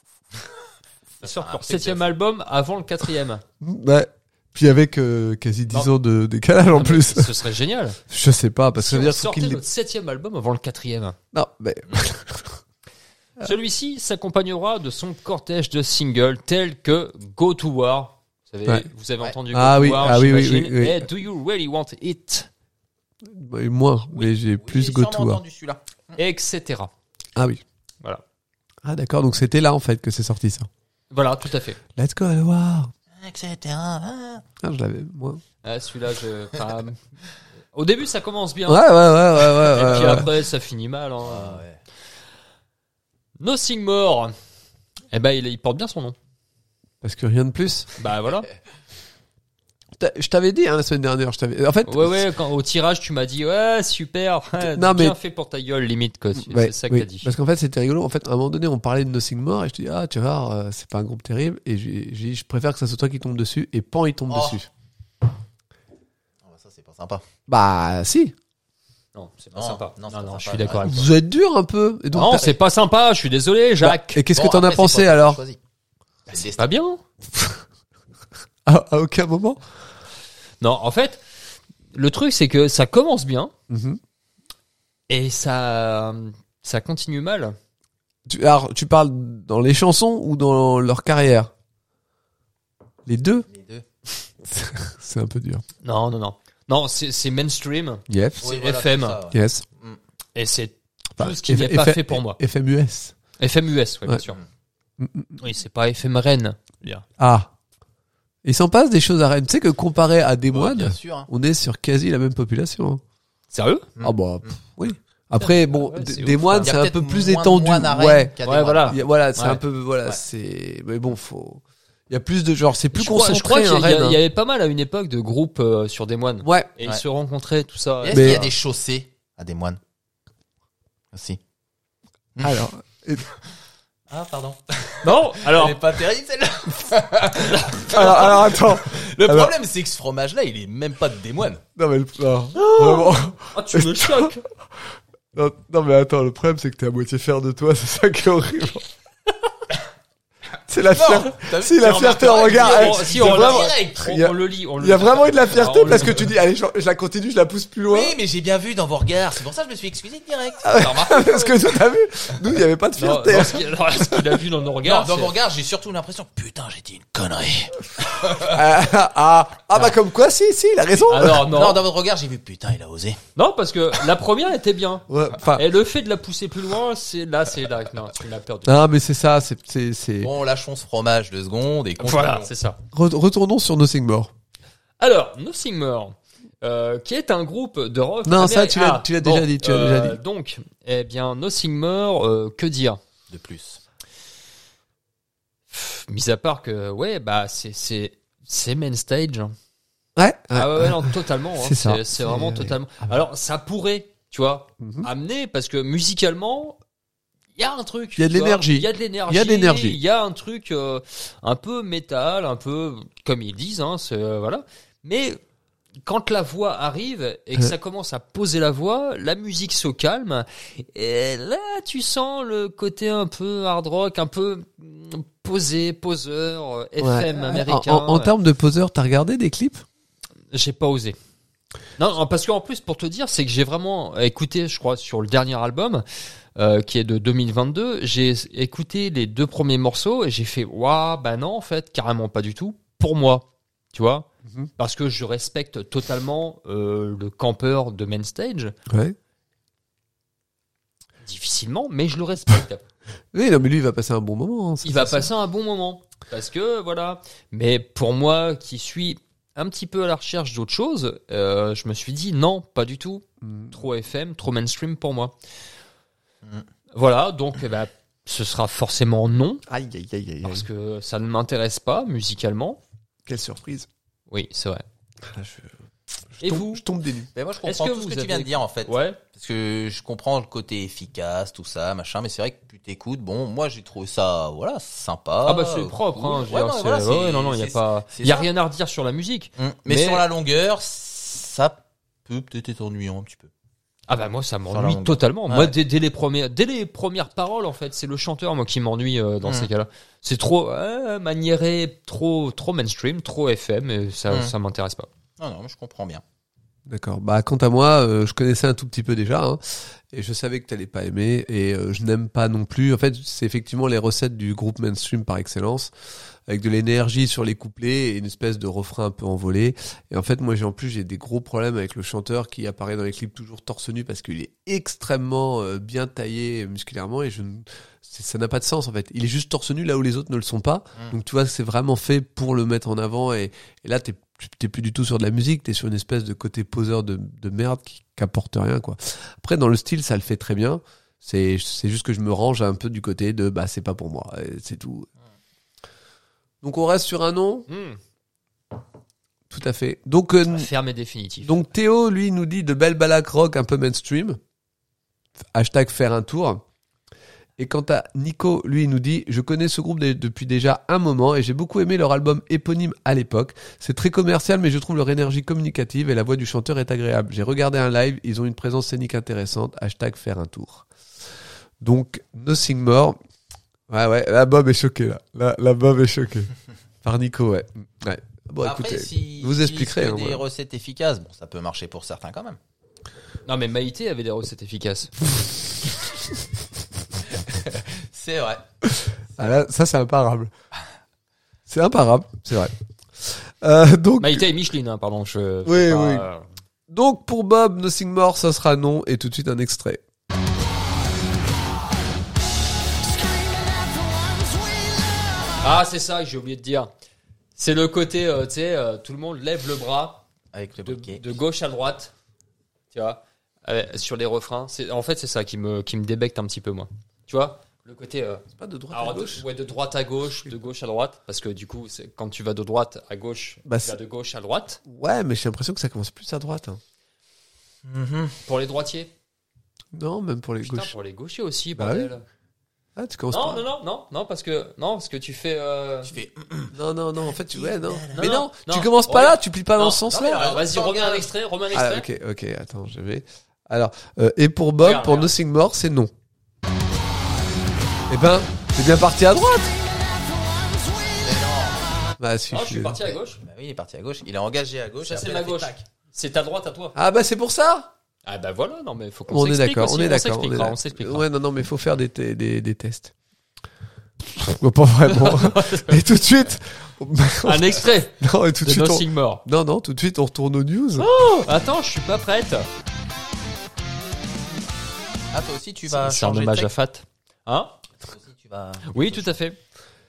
Ils sortent leur 7e album avant le 4e. Ouais. Puis avec quasi 10 ans de décalage en Non, mais plus. Ce serait génial. Je sais pas, parce que Si ça veut on dire sortait qu'il notre 7e album avant le 4e. Non, mais. Celui-ci s'accompagnera de son cortège de singles tels que Go to War. Ouais. Vous avez entendu Ah Go oui, to War, ah oui, oui, j'imagine, oui, oui. et Do You Really Want It, Moins, mais j'ai plus Oui, Go sûrement To War. entendu celui-là. etc. Ah oui. Voilà. Ah d'accord, donc c'était là en fait que c'est sorti ça. Voilà, tout à fait. Let's go à War. Etc. Ah, je l'avais, moi. Ah, celui-là, au début, ça commence bien. Ouais. Et ouais, puis ouais. après, ça finit mal. Hein. Ah ouais. Nothing More. Eh ben, il porte bien son nom. Parce que rien de plus. Bah voilà. Je t'avais dit hein, la semaine dernière, en fait. Ouais, quand au tirage, tu m'as dit, ouais, super. Non, bien mais- fait pour ta gueule, limite, quoi. C'est Ouais, ça que oui, t'as dit. parce qu'en fait c'était rigolo. En fait, à un moment donné, on parlait de Nothing More et je te dis ah tu vas voir, c'est pas un groupe terrible et j'ai dit je préfère que ça soit toi qui tombe dessus et Pan il tombe Oh. dessus. sympa. Bah, si. Non, c'est pas Non, sympa. non, c'est Non, pas je sympa. suis d'accord avec toi. Vous êtes dur un peu. Et donc, Non, c'est pas sympa, je suis désolé, Jacques. et qu'est-ce Bon, que t'en as après, pensé c'est pas toi qui alors? choisis. C'est le C'est destin. pas bien. À aucun moment? Non, en fait, le truc, c'est que ça commence bien Mhm. et ça continue mal. Alors, tu parles dans les chansons ou dans leur carrière? Les deux? Les deux. C'est un peu dur. Non, non, non. Non, c'est mainstream Yes. C'est Oui, voilà, FM. c'est ça, ouais. Yes. et c'est Enfin, tout ce qui n'est pas fait pour moi. FMUS. FMUS, ouais, bien Ouais. sûr. Mm, mm. Oui, c'est pas FM Rennes. Bien. Ah. Il s'en passe des choses à Rennes. Tu sais que comparé à Des Ouais, Moines, bien sûr. Hein. on est sur quasi la même population. Hein. Sérieux? Mm. Ah bah, oui. Après, bon, Ouais, c'est Des ouf, Moines, Il y a c'est un peut-être peu plus moins de étendu. moines à Rennes Ouais. qu'à des Ouais, moines. voilà. Voilà, c'est Ouais. un peu, voilà, Ouais. c'est, mais bon, il y a plus de genre, c'est plus je crois concentré, qu'il hein, Rennes. y avait pas mal à une époque de groupes sur des moines. Ouais. Et Ouais. ils se rencontraient, tout ça. Et Est-ce Mais- qu'il y a des chaussées à des moines aussi? Alors, Ah, pardon. Non, alors. Elle est pas terrible, celle-là. alors, attends. Le Alors- problème, c'est que ce fromage-là, il est même pas de des moines. Non, mais non, vraiment. Ah, tu me choques. Non, mais attends, le problème, c'est que t'es à moitié fier de toi, c'est ça qui est horrible. C'est la fierté. t'as vu, Si, la tu fierté remarqueras en regard. que- elle- Si, c'est on vraiment- l'a direct. Il y a- on le lit. On le Il y a lit. vraiment eu de la fierté Alors, on parce le- que tu dis, allez, je la continue, je la pousse plus loin. Oui, mais j'ai bien vu dans vos regards. C'est pour ça que je me suis excusé direct. Ah ouais. T'as remarqué? Parce que toi, t'as vu, nous, il y avait pas de Non, fierté. non, ce qu'il a vu dans nos Non, regards. dans c'est- mon regard, j'ai surtout l'impression, putain, j'ai dit une connerie. Bah, comme quoi, si, il a raison. Alors, non. Non, dans votre regard, j'ai vu, putain, il a osé. Non, parce que la première était bien. Ouais, enfin, Et le fait de la pousser plus loin, c'est là. Non, tu m'as perdu. non, mais c'est ça, c'est, Bon, lâchons ce fromage 2 secondes et continuons. Voilà, c'est ça. Retournons sur Nothing More. Alors, Nothing More, qui est un groupe de rock. Non, ça, américain. tu l'as déjà dit, tu l'as déjà dit. Donc, eh bien, Nothing More, que dire? De plus. Mis à part que, ouais, bah, c'est main stage. Ouais. Ah ouais, non, totalement. Hein. C'est ça. C'est vraiment C'est- totalement. Alors, ça pourrait, tu vois, Mhm. amener, parce que musicalement, il y a un truc. Il y a de tu vois. l'énergie. Il y a de l'énergie. Il y a de l'énergie. Il y a un truc un peu métal, un peu, comme ils disent, hein, voilà. Mais quand la voix arrive et que ça commence à poser la voix, la musique se calme. Et là, tu sens le côté un peu hard rock, un peu poseur, FM Ouais. américain. En termes de poseur, t'as regardé des clips? J'ai pas osé. Non, parce qu'en plus, pour te dire, c'est que j'ai vraiment écouté, je crois, sur le dernier album, qui est de 2022, j'ai écouté les 2 premiers morceaux et j'ai fait, waouh, bah non, en fait, carrément pas du tout. Pour moi, tu vois, Mhm. parce que je respecte totalement le campeur de main stage, Ouais. difficilement, mais je le respecte. Oui, non, mais lui, il va passer un bon moment. Hein, ça, Il va c'est passer un bon moment, parce que voilà. Mais pour moi, qui suis un petit peu à la recherche d'autre chose, je me suis dit non, pas du tout. sûr. Mm. Trop FM, trop mainstream pour moi. Mm. Voilà, donc eh ben, ce sera forcément non, Aïe, aïe, aïe, aïe. parce que ça ne m'intéresse pas musicalement. Quelle surprise. Oui, c'est vrai. Ah, Et vous? Je tombe des nues. Mais moi, je Est-ce comprends que tout ce vous que tu viens de avez- dire, en fait. Ouais. Parce que je comprends le côté efficace, tout ça, machin, mais c'est vrai que tu t'écoutes. Bon, moi, j'ai trouvé ça, voilà, sympa. Ah bah c'est propre, cool. hein. Je veux Ouais, dire, non, c'est- voilà, ouais, non, il y a c'est- pas, c'est il y a ça. rien à redire sur la musique. Mais Mais- sur la longueur, ça peut peut-être être ennuyant un petit peu. Ah bah moi ça Sur la m'ennuie longueur. totalement. Ouais. Moi dès les premières paroles en fait, c'est le chanteur moi qui m'ennuie dans ces cas-là. C'est trop maniéré, trop mainstream, trop FM et ça m'intéresse pas. Non, mais je comprends bien. D'accord. Bah, quant à moi, je connaissais un tout petit peu déjà, hein, et je savais que t'allais pas aimer, et je n'aime pas non plus. En fait, c'est effectivement les recettes du groupe mainstream par excellence, avec de l'énergie sur les couplets et une espèce de refrain un peu envolé. Et en fait, moi, j'ai des gros problèmes avec le chanteur qui apparaît dans les clips toujours torse nu parce qu'il est extrêmement bien taillé musculairement, et ça n'a pas de sens en fait. Il est juste torse nu là où les autres ne le sont pas. Donc tu vois, c'est vraiment fait pour le mettre en avant, et là t'es plus du tout sur de la musique, t'es sur une espèce de côté poseur de merde qui apporte rien quoi. Après dans le style ça le fait très bien, c'est juste que je me range un peu du côté de bah c'est pas pour moi, et c'est tout. Donc on reste sur un nom. Tout à fait. Donc Ferme et définitif. donc Théo lui nous dit de belles balaques rock un peu mainstream. # faire un tour. Et quant à Nico, lui, il nous dit « Je connais ce groupe depuis déjà un moment et j'ai beaucoup aimé leur album éponyme à l'époque. C'est très commercial, mais je trouve leur énergie communicative et la voix du chanteur est agréable. J'ai regardé un live, ils ont une présence scénique intéressante. # faire un tour. » Donc, Nothing More. Ouais, la Bob est choquée, là. La Bob est choquée. Par Nico, ouais. Bon, Après, écoutez, si vous expliquerez. si Hein, des voilà. recettes efficaces, bon, ça peut marcher pour certains quand même. Non, mais Maïté avait des recettes efficaces. C'est vrai. Ah là, ça, c'est imparable. C'est imparable, c'est vrai. Donc, Maïté et Micheline, hein, pardon. Oui. Donc, pour Bob, Nothing More, ça sera non. Et tout de suite, un extrait. Ah, c'est ça que j'ai oublié de dire. C'est le côté, tu sais, tout le monde lève le bras Avec le bouquet. de gauche à droite, tu vois, sur les refrains. En fait, c'est ça qui me débecte un petit peu, moi. Tu vois, le côté... C'est pas de droite alors, à gauche. de droite à gauche, de gauche à droite, parce que du coup, quand tu vas de droite à gauche, Bah, tu vas de gauche à droite. Ouais, mais j'ai l'impression que ça commence plus à droite. Hein. Pour les droitiers. Non, même pour les Putain, gauches. pour les gauchers aussi, Bah bordel. Ah, tu commences Non, pas. non, parce que tu fais... Tu fais. Non, en fait, ouais, non. Non, Mais non, non, tu commences pas regarde. là, tu plies pas dans Non, ce non, sens-là. mais alors, vas-y, remets un Regarde. extrait, Ah, ok, attends, je vais. Alors, et pour Bob, Regarde, pour regarde. Nothing More, c'est non. Eh ben, c'est bien parti à droite. Mais non. Bah, si, Non, je suis parti à gauche. Bah oui, il est parti à gauche. Il est engagé à gauche. Ça, et c'est après, ma il a fait gauche. tac. C'est ta droite à toi. Ah, bah, c'est pour ça. Ah bah voilà, non mais faut qu'on On est s'explique d'accord, aussi, on est d'accord. s'expliquera, d'accord. on s'expliquera. Ouais, non, mais il faut faire des tests. Pas vraiment. Et tout de suite. Un extrait Non, et tout de de suite. Nothing More. Non, tout de suite, on retourne aux news. Oh, attends, je suis pas prête. Ah, toi aussi, tu vas C'est un changer de hommage à texte. Fat. Hein? Toi aussi, tu vas. Oui, tout à fait.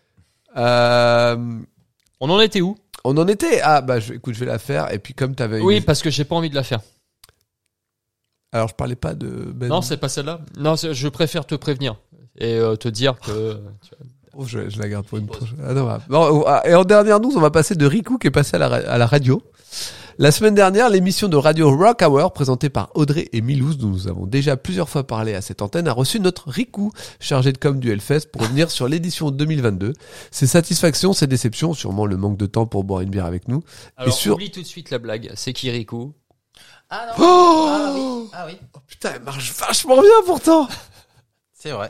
On On en était où? en était. Ah, bah, écoute, je vais la faire. Et puis, comme t'avais. Oui, parce que j'ai pas envie de la faire. Alors, je parlais pas de Ben. Non, c'est pas celle-là. Non, je préfère te prévenir et te dire que. Oh, je la garde pour une prochaine. Ah, non, bon, et en dernière news, on va passer de Riku qui est passé à la radio. La semaine dernière, l'émission de radio Rock Hour, présentée par Audrey et Milouz, dont nous avons déjà plusieurs fois parlé à cette antenne, a reçu notre Riku, chargé de com du Hellfest, pour revenir sur l'édition 2022. Ses satisfactions, ses déceptions, sûrement le manque de temps pour boire une bière avec nous. Alors, sur- oublie tout de suite la blague. C'est Kirikou. Ah non. Oh, Ah oui. Oh, putain, elle marche vachement bien pourtant. C'est vrai.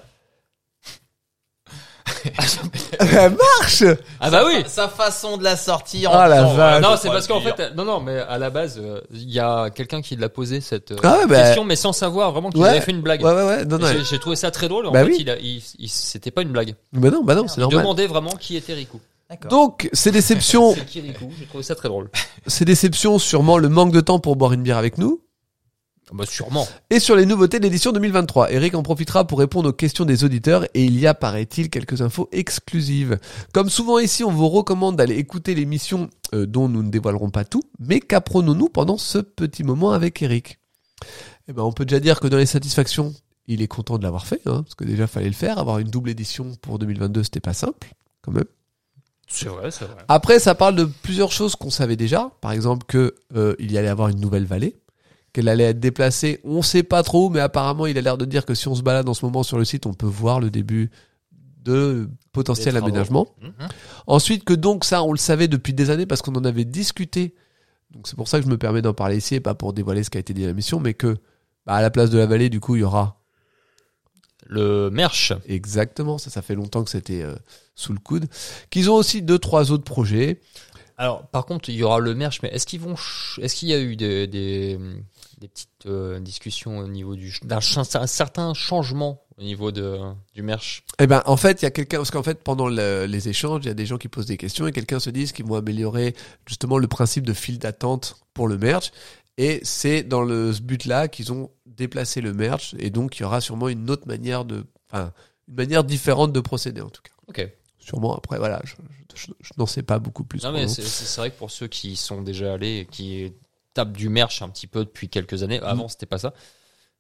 Elle marche. Ah bah oui. Sa façon de la sortir. Ah, la disant, vache. Non, faut c'est pas parce le qu'en dire. fait, non, mais à la base, il y a quelqu'un qui l'a posé cette Ah ouais, bah- question, mais sans savoir vraiment qu'il Ouais. avait fait une blague. Ouais. Non, J'ai trouvé ça très drôle. En Bah fait, oui. c'était pas une blague. Bah non, c'est Il normal. demandait vraiment qui était Riku. D'accord. Donc, ces déceptions, C'est Kirikou. J'ai trouvé ça très drôle. sûrement le manque de temps pour boire une bière avec nous. Bah sûrement. Et sur les nouveautés de l'édition 2023, Eric en profitera pour répondre aux questions des auditeurs et il y a, paraît-il, quelques infos exclusives. Comme souvent ici, on vous recommande d'aller écouter l'émission dont nous ne dévoilerons pas tout, mais qu'apprenons-nous pendant ce petit moment avec Eric? Eh ben, on peut déjà dire que dans les satisfactions, il est content de l'avoir fait, hein, parce que déjà, fallait le faire. Avoir une double édition pour 2022, c'était pas simple, quand même. C'est vrai. Après, ça parle de plusieurs choses qu'on savait déjà. Par exemple, que il y allait avoir une nouvelle vallée, qu'elle allait être déplacée. On sait pas trop, mais apparemment, il a l'air de dire que si on se balade en ce moment sur le site, on peut voir le début de potentiel Des travaux. aménagement. Mhm. Ensuite, que donc ça, on le savait depuis des années parce qu'on en avait discuté. Donc c'est pour ça que je me permets d'en parler ici et pas pour dévoiler ce qui a été dit à la mission, mais que à la place de la vallée, du coup, il y aura Le merch. exactement. Ça fait longtemps que c'était sous le coude. Qu'ils ont aussi 2-3 autres projets. Alors, par contre, il y aura le merch, mais est-ce qu'il y a eu des petites discussions au niveau d'un certain changement au niveau du merch? Eh ben, en fait, il y a quelqu'un, parce qu'en fait, pendant les échanges, il y a des gens qui posent des questions et quelqu'un se dit qu'ils vont améliorer justement le principe de file d'attente pour le merch. Et c'est dans ce but-là qu'ils ont déplacé le merch. Et donc, il y aura sûrement une autre manière une manière différente de procéder, en tout cas. Ok. Sûrement, après, voilà, je n'en sais pas beaucoup plus. Non, pour mais le c'est vrai que pour ceux qui y sont déjà allés et qui tapent du merch un petit peu depuis quelques années, avant c'était pas ça,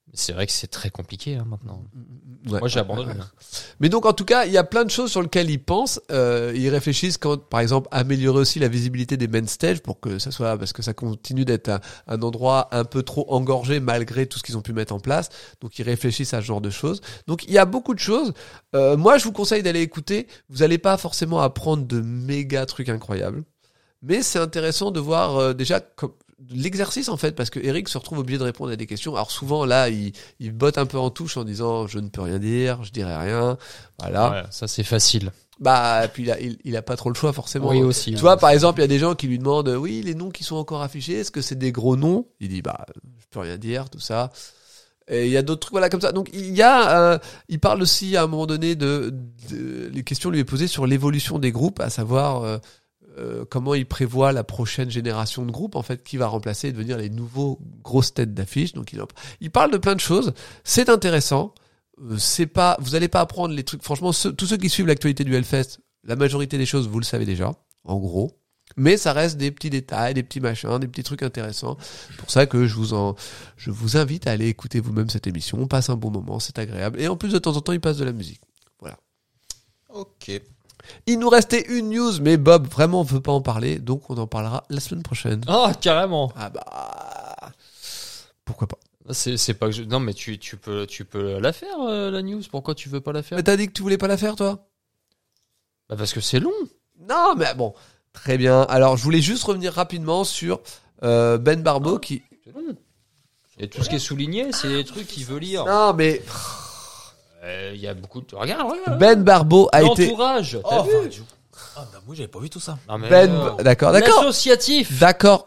C'est vrai que c'est très compliqué maintenant. Ouais. Moi, j'ai abandonné. Mais donc, en tout cas, il y a plein de choses sur lesquelles ils pensent. Ils réfléchissent quand, par exemple, améliorer aussi la visibilité des main stage pour que ça soit, parce que ça continue d'être un endroit un peu trop engorgé malgré tout ce qu'ils ont pu mettre en place. Donc, ils réfléchissent à ce genre de choses. Donc, il y a beaucoup de choses. Moi, je vous conseille d'aller écouter. Vous n'allez pas forcément apprendre de méga trucs incroyables. Mais c'est intéressant de voir déjà l'exercice en fait, parce que Eric se retrouve obligé de répondre à des questions. Alors souvent là, il botte un peu en touche en disant je ne peux rien dire, je dirai rien. Voilà. Ouais, ça c'est facile. Bah puis il a pas trop le choix forcément. Oui aussi. Tu vois, par exemple, il y a des gens qui lui demandent oui, les noms qui sont encore affichés, est-ce que c'est des gros noms? Il dit bah je peux rien dire, tout ça. Et il y a d'autres trucs voilà comme ça. Donc il parle aussi à un moment donné de les questions lui est posées sur l'évolution des groupes, à savoir comment il prévoit la prochaine génération de groupes, en fait, qui va remplacer et devenir les nouveaux grosses têtes d'affiche. Donc, il parle de plein de choses. C'est intéressant. Vous allez pas apprendre les trucs. Franchement, tous ceux qui suivent l'actualité du Hellfest, la majorité des choses, vous le savez déjà, en gros. Mais ça reste des petits détails, des petits machins, des petits trucs intéressants. C'est pour ça que je vous invite à aller écouter vous-même cette émission. On passe un bon moment, c'est agréable. Et en plus, de temps en temps, il passe de la musique. Voilà. Ok. Il nous restait une news, mais Bob vraiment veut pas en parler, donc on en parlera la semaine prochaine. Oh, carrément. Ah bah, pourquoi pas. C'est pas que non, mais tu peux la faire la news. Pourquoi tu veux pas la faire? Mais t'as dit que tu voulais pas la faire, toi? Bah parce que c'est long. Non, mais bon, très bien. Alors, je voulais juste revenir rapidement sur Ben Barbeau qui. C'est long. Et tout ce qui est souligné, c'est des trucs qu'il veut lire. Non, mais Il y a beaucoup de. Regarde. Ben Barbeau a été. L'entourage. T'as vu? Ah bah moi j'avais pas vu tout ça. Non, mais D'accord. L'associatif. D'accord.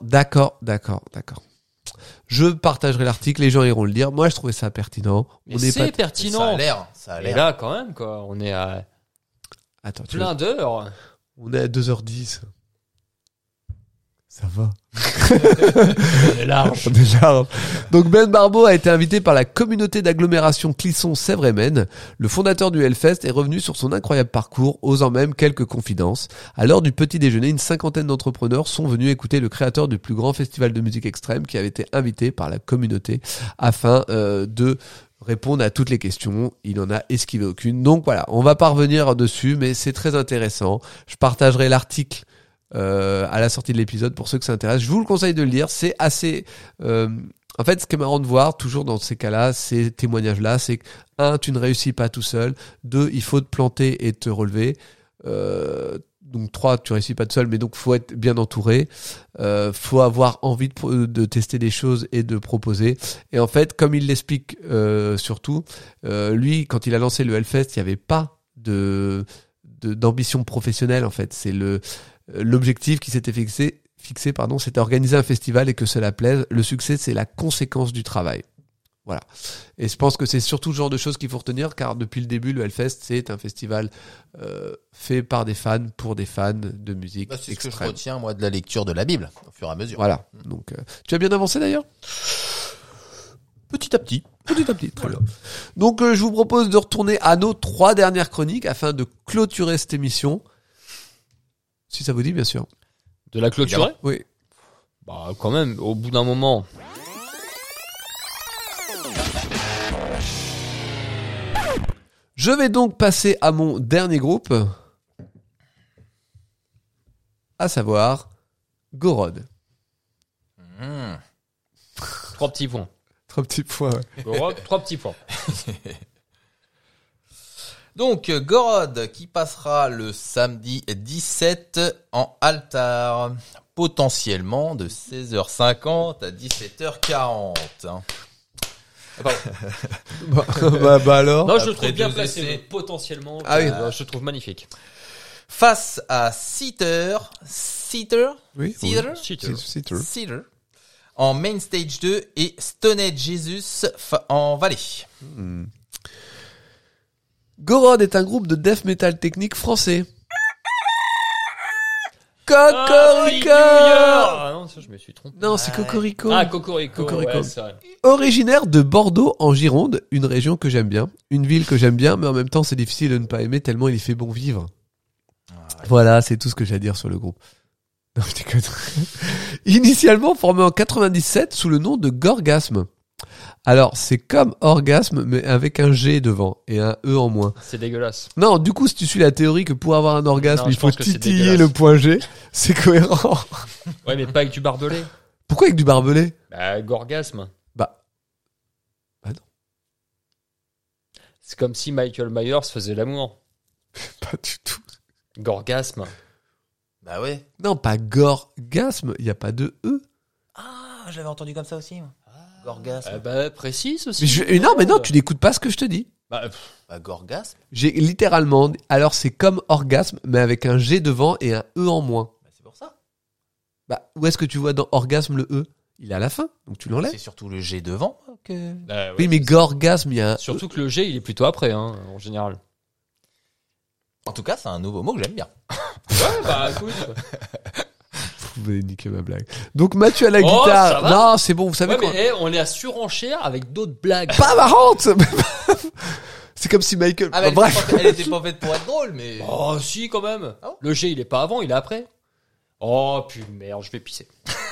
Je partagerai l'article, les gens iront le lire. Moi, je trouvais ça pertinent. Mais On n'est c'est pas. pertinent. Ça a Et l'air. là, quand même, quoi. On est à Attends, plein d'heures. on est à 2h10. Ça va. On est large. Déjà. Donc Ben Barbeau a été invité par la communauté d'agglomération Clisson-Sèvres-et-Maine. Le fondateur du Hellfest est revenu sur son incroyable parcours, osant même quelques confidences. À l'heure du petit déjeuner, une cinquantaine d'entrepreneurs sont venus écouter le créateur du plus grand festival de musique extrême qui avait été invité par la communauté afin de répondre à toutes les questions. Il en a esquivé aucune. Donc voilà, on va pas revenir dessus, mais c'est très intéressant. Je partagerai l'article à la sortie de l'épisode pour ceux que ça intéresse. Je vous le conseille de le lire. C'est assez en fait, ce qui est marrant de voir toujours dans ces cas-là, ces témoignages-là, c'est que 1, tu ne réussis pas tout seul. 2, il faut te planter et te relever. Donc 3, tu réussis pas tout seul, mais donc faut être bien entouré. Faut avoir envie de tester des choses et de proposer. Et en fait, comme il l'explique surtout, lui, quand il a lancé le Hellfest, il n'y avait pas d'ambition professionnelle en fait. C'est l'objectif qui s'était fixé, c'était organiser un festival et que cela plaise. Le succès, c'est la conséquence du travail. Voilà. Et je pense que c'est surtout ce genre de choses qu'il faut retenir, car depuis le début, le Hellfest, c'est un festival fait par des fans, pour des fans de musique C'est ce que je extrême. retiens moi de la lecture de la Bible au fur et à mesure. Voilà. Donc, tu as bien avancé d'ailleurs? Petit à petit. Très bien. Donc, je vous propose de retourner à nos 3 dernières chroniques afin de clôturer cette émission. Si ça vous dit, bien sûr. De la clôturer? Oui. Bah, quand même, au bout d'un moment. Je vais donc passer à mon dernier groupe, à savoir Gorod. 3 petits points. 3 petits points, ouais. Gorod, 3 petits points. Donc Gorod qui passera le samedi 17 en altar, potentiellement de 16h50 à 17h40. bah alors. Non, je le Après trouve bien 2 placé, essais. mais potentiellement. Ah oui. Je le trouve magnifique. Face à Seater, Oui. Seater, en Main Stage 2 et Stoned Jesus en Vallée. Gorod est un groupe de death metal technique français. Cocorico! Ah non, ça je me suis trompé. Non, c'est Cocorico. Ah, Cocorico. Cocorico. Ouais, c'est vrai. Originaire de Bordeaux en Gironde, une région que j'aime bien, une ville que j'aime bien, mais en même temps c'est difficile de ne pas aimer tellement il y fait bon vivre. Voilà, c'est tout ce que j'ai à dire sur le groupe. Non, je déconne. Initialement formé en 97 sous le nom de Gorgasme. Alors, c'est comme orgasme, mais avec un G devant et un E en moins. C'est dégueulasse. Non, du coup, si tu suis la théorie que pour avoir un orgasme, Non, il je faut pense que c'est titiller dégueulasse. le point G, c'est cohérent. Ouais, mais pas avec du barbelé. Pourquoi avec du barbelé? Bah, gorgasme. Bah non. C'est comme si Michael Myers faisait l'amour. Pas du tout. Gorgasme. Bah ouais. Non, pas gorgasme, il n'y a pas de E. Ah, je l'avais entendu comme ça aussi. Moi. Gorgasme. Bah, précise aussi. Mais non, tu n'écoutes pas ce que je te dis. Bah, Bah, gorgasme. J'ai littéralement, alors c'est comme orgasme, mais avec un G devant et un E en moins. Bah, c'est pour ça. Bah, où est-ce que tu vois dans orgasme le E? Il est à la fin, donc tu l'enlèves. C'est surtout le G devant que. ouais, Oui, mais gorgasme, il y a un E. Surtout que le G, il est plutôt après, hein, en général. En tout cas, c'est un nouveau mot que j'aime bien. Ouais, bah, écoute. Vous avez niqué ma blague. Donc Mathieu à la Oh, guitare. ça va. Non, c'est bon, vous savez Ouais, quoi. mais on est à surenchère avec d'autres blagues. Pas marrante. C'est comme si Michael. Ah, mais Bref. elle était pas faite pour être drôle, mais. Oh, si, quand même. Ah bon Le G, il est pas avant, il est après. Oh, putain, merde, je vais pisser.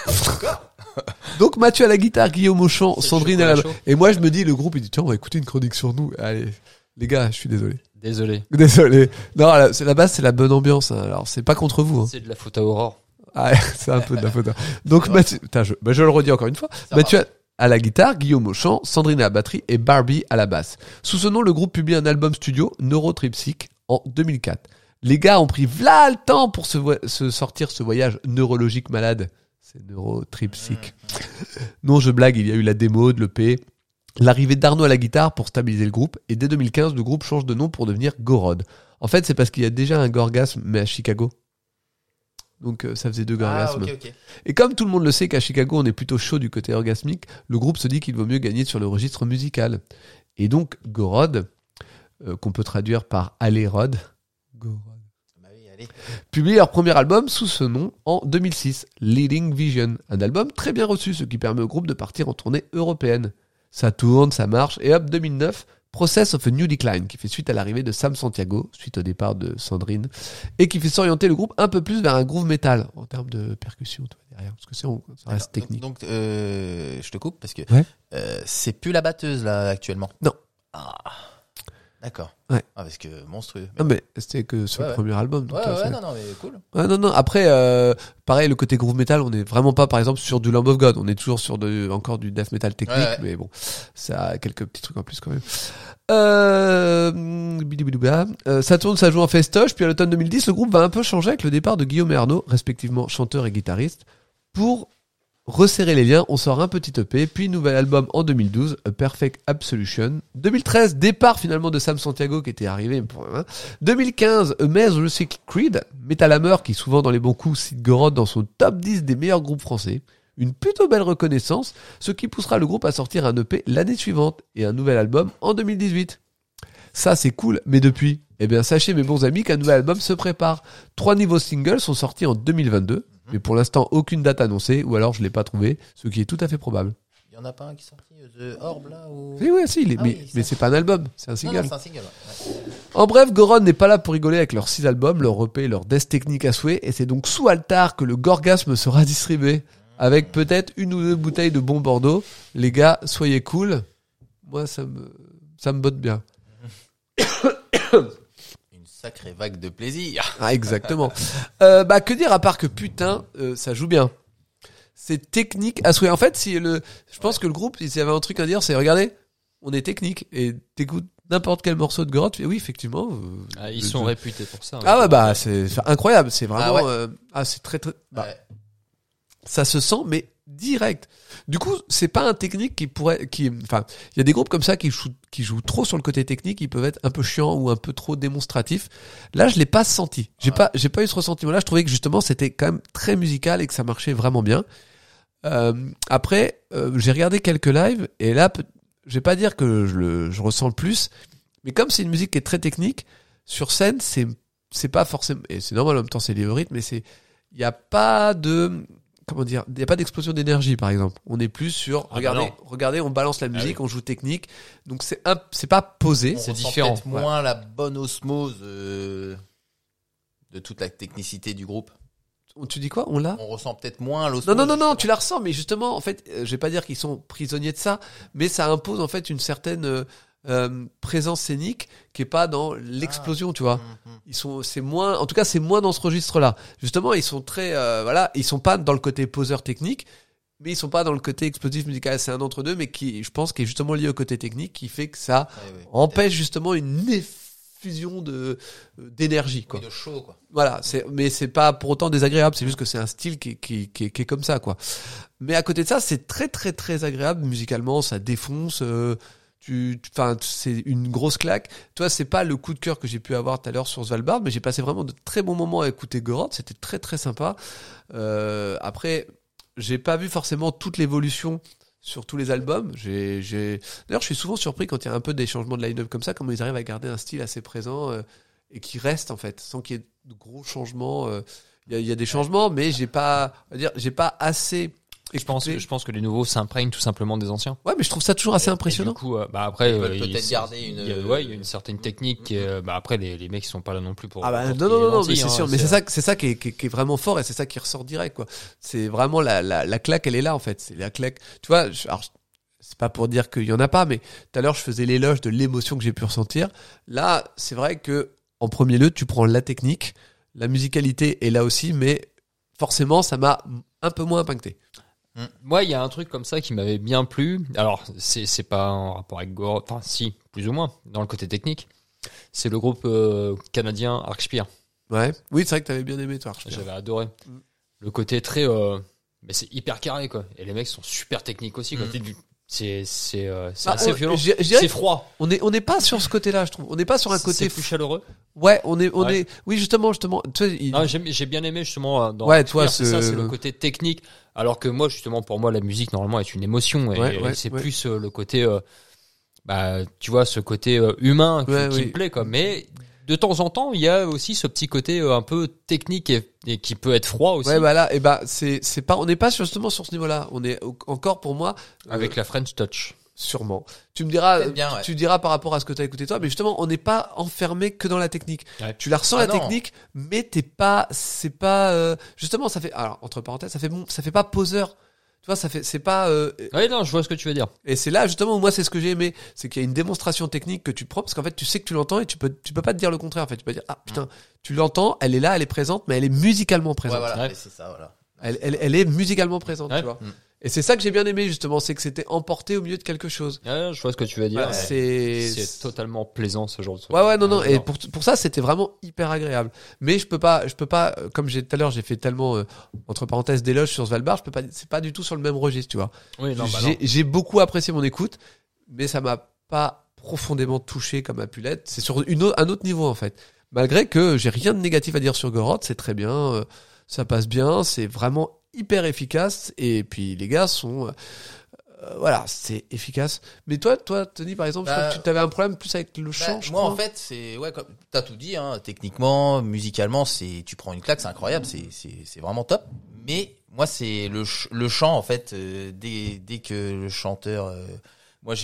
Donc Mathieu à la guitare, Guillaume au chant, C'est Sandrine le à la. chocolat chaud. Et moi je me dis, le groupe il dit tiens on va écouter une chronique sur nous. Allez, les gars, je suis désolé. Désolé. Désolé. Non, c'est la base, c'est la bonne ambiance. Hein. Alors c'est pas contre vous. Hein. C'est de la faute à Aurore. Ah, c'est un peu de la faute. Donc Mathieu, putain, je le redis encore une fois. Ça Mathieu à la guitare, Guillaume au chant, Sandrine à la batterie et Barbie à la basse. Sous ce nom, le groupe publie un album studio, Neurotripsic, en 2004. Les gars ont pris v'là le temps pour se sortir ce voyage neurologique malade. C'est Neurotripsic. Non, je blague, il y a eu la démo de l'EP, l'arrivée d'Arnaud à la guitare pour stabiliser le groupe, et dès 2015, le groupe change de nom pour devenir Gorod. En fait, c'est parce qu'il y a déjà un Gorgasme, mais à Chicago. Donc ça faisait 2 Ah, Gorgasmes. ok. Et comme tout le monde le sait qu'à Chicago, on est plutôt chaud du côté orgasmique, le groupe se dit qu'il vaut mieux gagner sur le registre musical. Et donc, Gorod, qu'on peut traduire par Allez Rod, Gorod, Bah oui, allez. publie leur premier album sous ce nom en 2006, Leading Vision. Un album très bien reçu, ce qui permet au groupe de partir en tournée européenne. Ça tourne, ça marche, et hop, 2009, Process of a New Decline, qui fait suite à l'arrivée de Sam Santiago, suite au départ de Sandrine, et qui fait s'orienter le groupe un peu plus vers un groove metal, en termes de percussion, tu vois, derrière, parce que ça reste technique. Donc, je te coupe parce que Ouais. c'est plus la batteuse là actuellement. Non. Ah. D'accord. Ouais. Ah, parce que monstrueux. Non mais c'était que sur Ouais, le ouais. premier album. donc, Ouais, ça- non, mais cool. Ouais, non, après, pareil, le côté groove metal, on est vraiment pas, par exemple, sur du Lamb of God. On est toujours sur encore du death metal technique, Ouais. mais bon, ça a quelques petits trucs en plus quand même. Bidibidouba. Ça tourne, ça joue en festoche, puis à l'automne 2010, le groupe va un peu changer avec le départ de Guillaume et Arnaud, respectivement chanteur et guitariste. Pour resserrer les liens, on sort un petit EP, puis nouvel album en 2012, A Perfect Absolution. 2013, départ finalement de Sam Santiago qui était arrivé. 2015, A Maze Recycled Creed, Metal Hammer qui souvent dans les bons coups cite Gorod dans son top 10 des meilleurs groupes français. Une plutôt belle reconnaissance, ce qui poussera le groupe à sortir un EP l'année suivante et un nouvel album en 2018. Ça c'est cool, mais depuis, eh bien sachez mes bons amis qu'un nouvel album se prépare. 3 nouveaux singles sont sortis en 2022. Mais pour l'instant, aucune date annoncée, ou alors je l'ai pas trouvé, ce qui est tout à fait probable. Il y en a pas un qui est sorti, The Orb là ou... Oui, si, Ah mais, oui, mais ça- c'est pas un album, c'est un Non, single. c'est un single. Ouais. En bref, Goron n'est pas là pour rigoler avec leurs 6 albums, leur EP, leur death technique à souhait, et c'est donc sous altar que le Gorgasme sera distribué, avec peut-être une ou deux bouteilles de bon Bordeaux. Les gars, soyez cool. Moi, ça me botte bien. Une sacrée vague de plaisir. Ah, exactement. Que dire à part que putain, ça joue bien. C'est technique à souhait. En fait, je pense que le groupe, s'il y avait un truc à dire, c'est regardez, on est technique et t'écoutes n'importe quel morceau de Gorod, tu fais oui, effectivement. Ils sont réputés pour ça. Ah ouais, c'est incroyable. C'est vraiment, Ah ouais. c'est très très. Ouais. Ça se sent, mais direct. Du coup, c'est pas un technique il y a des groupes comme ça qui jouent trop sur le côté technique, ils peuvent être un peu chiants ou un peu trop démonstratifs. Là, je l'ai pas senti. J'ai pas eu ce ressentiment-là. Je trouvais que justement, c'était quand même très musical et que ça marchait vraiment bien. Après, j'ai regardé quelques lives et là, je vais pas dire que je ressens le plus, mais comme c'est une musique qui est très technique, sur scène, c'est pas forcément, et c'est normal en même temps, c'est lié au rythme, mais il y a pas de, comment dire, il y a pas d'explosion d'énergie, par exemple. On est plus sur, regardez, on balance la musique, on joue technique, donc c'est pas posé. On C'est ressent différent. peut-être moins la bonne osmose de toute la technicité du groupe. tu dis quoi? On l'a? On ressent peut-être moins l'osmose. Non, tu la ressens, mais justement, en fait, je vais pas dire qu'ils sont prisonniers de ça, mais ça impose en fait une certaine présence scénique qui est pas dans l'explosion, tu vois. C'est moins, en tout cas, c'est moins dans ce registre-là. Justement, ils sont très, voilà, ils sont pas dans le côté poseur technique, mais ils sont pas dans le côté explosif musical. C'est un entre-deux, mais qui, je pense, qui est justement lié au côté technique, qui fait que ça empêche justement une effusion d'énergie, quoi. Oui, de chaud, quoi. Voilà, mais c'est pas pour autant désagréable, c'est juste que c'est un style qui est comme ça, quoi. Mais à côté de ça, c'est très très très agréable musicalement, ça défonce, enfin, c'est une grosse claque. Toi, c'est pas le coup de cœur que j'ai pu avoir tout à l'heure sur Svalbard, mais j'ai passé vraiment de très bons moments à écouter Gorod, c'était très très sympa. Après, j'ai pas vu forcément toute l'évolution sur tous les albums. D'ailleurs, je suis souvent surpris quand il y a un peu des changements de line-up comme ça, comment ils arrivent à garder un style assez présent et qui reste en fait, sans qu'il y ait de gros changements. Il y a des changements, mais j'ai pas assez. Je pense que les nouveaux s'imprègnent tout simplement des anciens. Ouais, mais je trouve ça toujours assez impressionnant. Et du coup, après, ils veulent peut-être garder une. Il y a une certaine technique. après, les mecs ils sont pas là non plus pour. Ah bah pour non, mais lentilles, c'est sûr. Mais c'est ça qui est vraiment fort et c'est ça qui ressort direct, quoi. C'est vraiment la claque, elle est là en fait. C'est la claque. Tu vois, alors, c'est pas pour dire qu'il y en a pas, mais tout à l'heure je faisais l'éloge de l'émotion que j'ai pu ressentir. Là, c'est vrai que en premier lieu, tu prends la technique, la musicalité est là aussi, mais forcément, ça m'a un peu moins impacté. Moi, il y a un truc comme ça qui m'avait bien plu. Alors, c'est pas en rapport avec Gorod, enfin si, plus ou moins, dans le côté technique. C'est le groupe canadien Archspire. Ouais. Oui, c'est vrai que t'avais bien aimé toi, Archspire. J'avais adoré. Le côté très, mais c'est hyper carré quoi. Et les mecs sont super techniques aussi. Quoi. C'est assez violent. C'est froid. On n'est pas sur ce côté-là, je trouve. On n'est pas sur un côté c'est plus chaleureux. Ouais, on est. Oui, justement. Tu sais, non, j'ai bien aimé justement dans. Ouais, toi, c'est ça, c'est le côté technique. Alors que moi, justement, pour moi, la musique normalement est une émotion et c'est plus le côté, tu vois, ce côté humain qui me plaît quoi. Mais de temps en temps, il y a aussi ce petit côté un peu technique et qui peut être froid aussi. Ouais, bah là, c'est pas, on n'est pas justement sur ce niveau-là. On est encore pour moi avec la French Touch. Sûrement. Tu me diras, bien, tu diras par rapport à ce que tu as écouté toi, mais justement, on n'est pas enfermé que dans la technique. Ouais. Tu la ressens la technique, mais c'est pas, justement, ça fait, alors, entre parenthèses, ça fait pas poseur. Tu vois, c'est pas, Ouais, non, je vois ce que tu veux dire. Et c'est là, justement, où moi, c'est ce que j'ai aimé. C'est qu'il y a une démonstration technique que tu prends, parce qu'en fait, tu sais que tu l'entends et tu peux pas te dire le contraire, en fait. Tu peux dire, ah, putain, tu l'entends, elle est là, elle est présente, mais elle est musicalement présente. Ouais, voilà, c'est ça, voilà. Elle est musicalement présente, ouais. Tu vois. Et c'est ça que j'ai bien aimé, justement, c'est que c'était emporté au milieu de quelque chose. Ouais, je vois ce que tu veux dire. Ouais, c'est totalement plaisant, ce genre de truc. Ouais, non. Et pour ça, c'était vraiment hyper agréable. Mais je peux pas, comme tout à l'heure, j'ai fait tellement, entre parenthèses, d'éloges sur Svalbard, c'est pas du tout sur le même registre, tu vois. Oui, non, j'ai beaucoup apprécié mon écoute, mais ça m'a pas profondément touché comme a pu l'être. C'est sur un autre niveau, en fait. Malgré que j'ai rien de négatif à dire sur Gorod, c'est très bien, ça passe bien, c'est vraiment hyper efficace, et puis les gars sont voilà, c'est efficace. Mais toi Tony, par exemple, je crois que tu avais un problème plus avec le chant. Moi en fait, c'est comme t'as tout dit, hein, techniquement, musicalement, tu prends une claque, c'est incroyable, c'est vraiment top. Mais moi c'est le chant en fait, dès que le chanteur, moi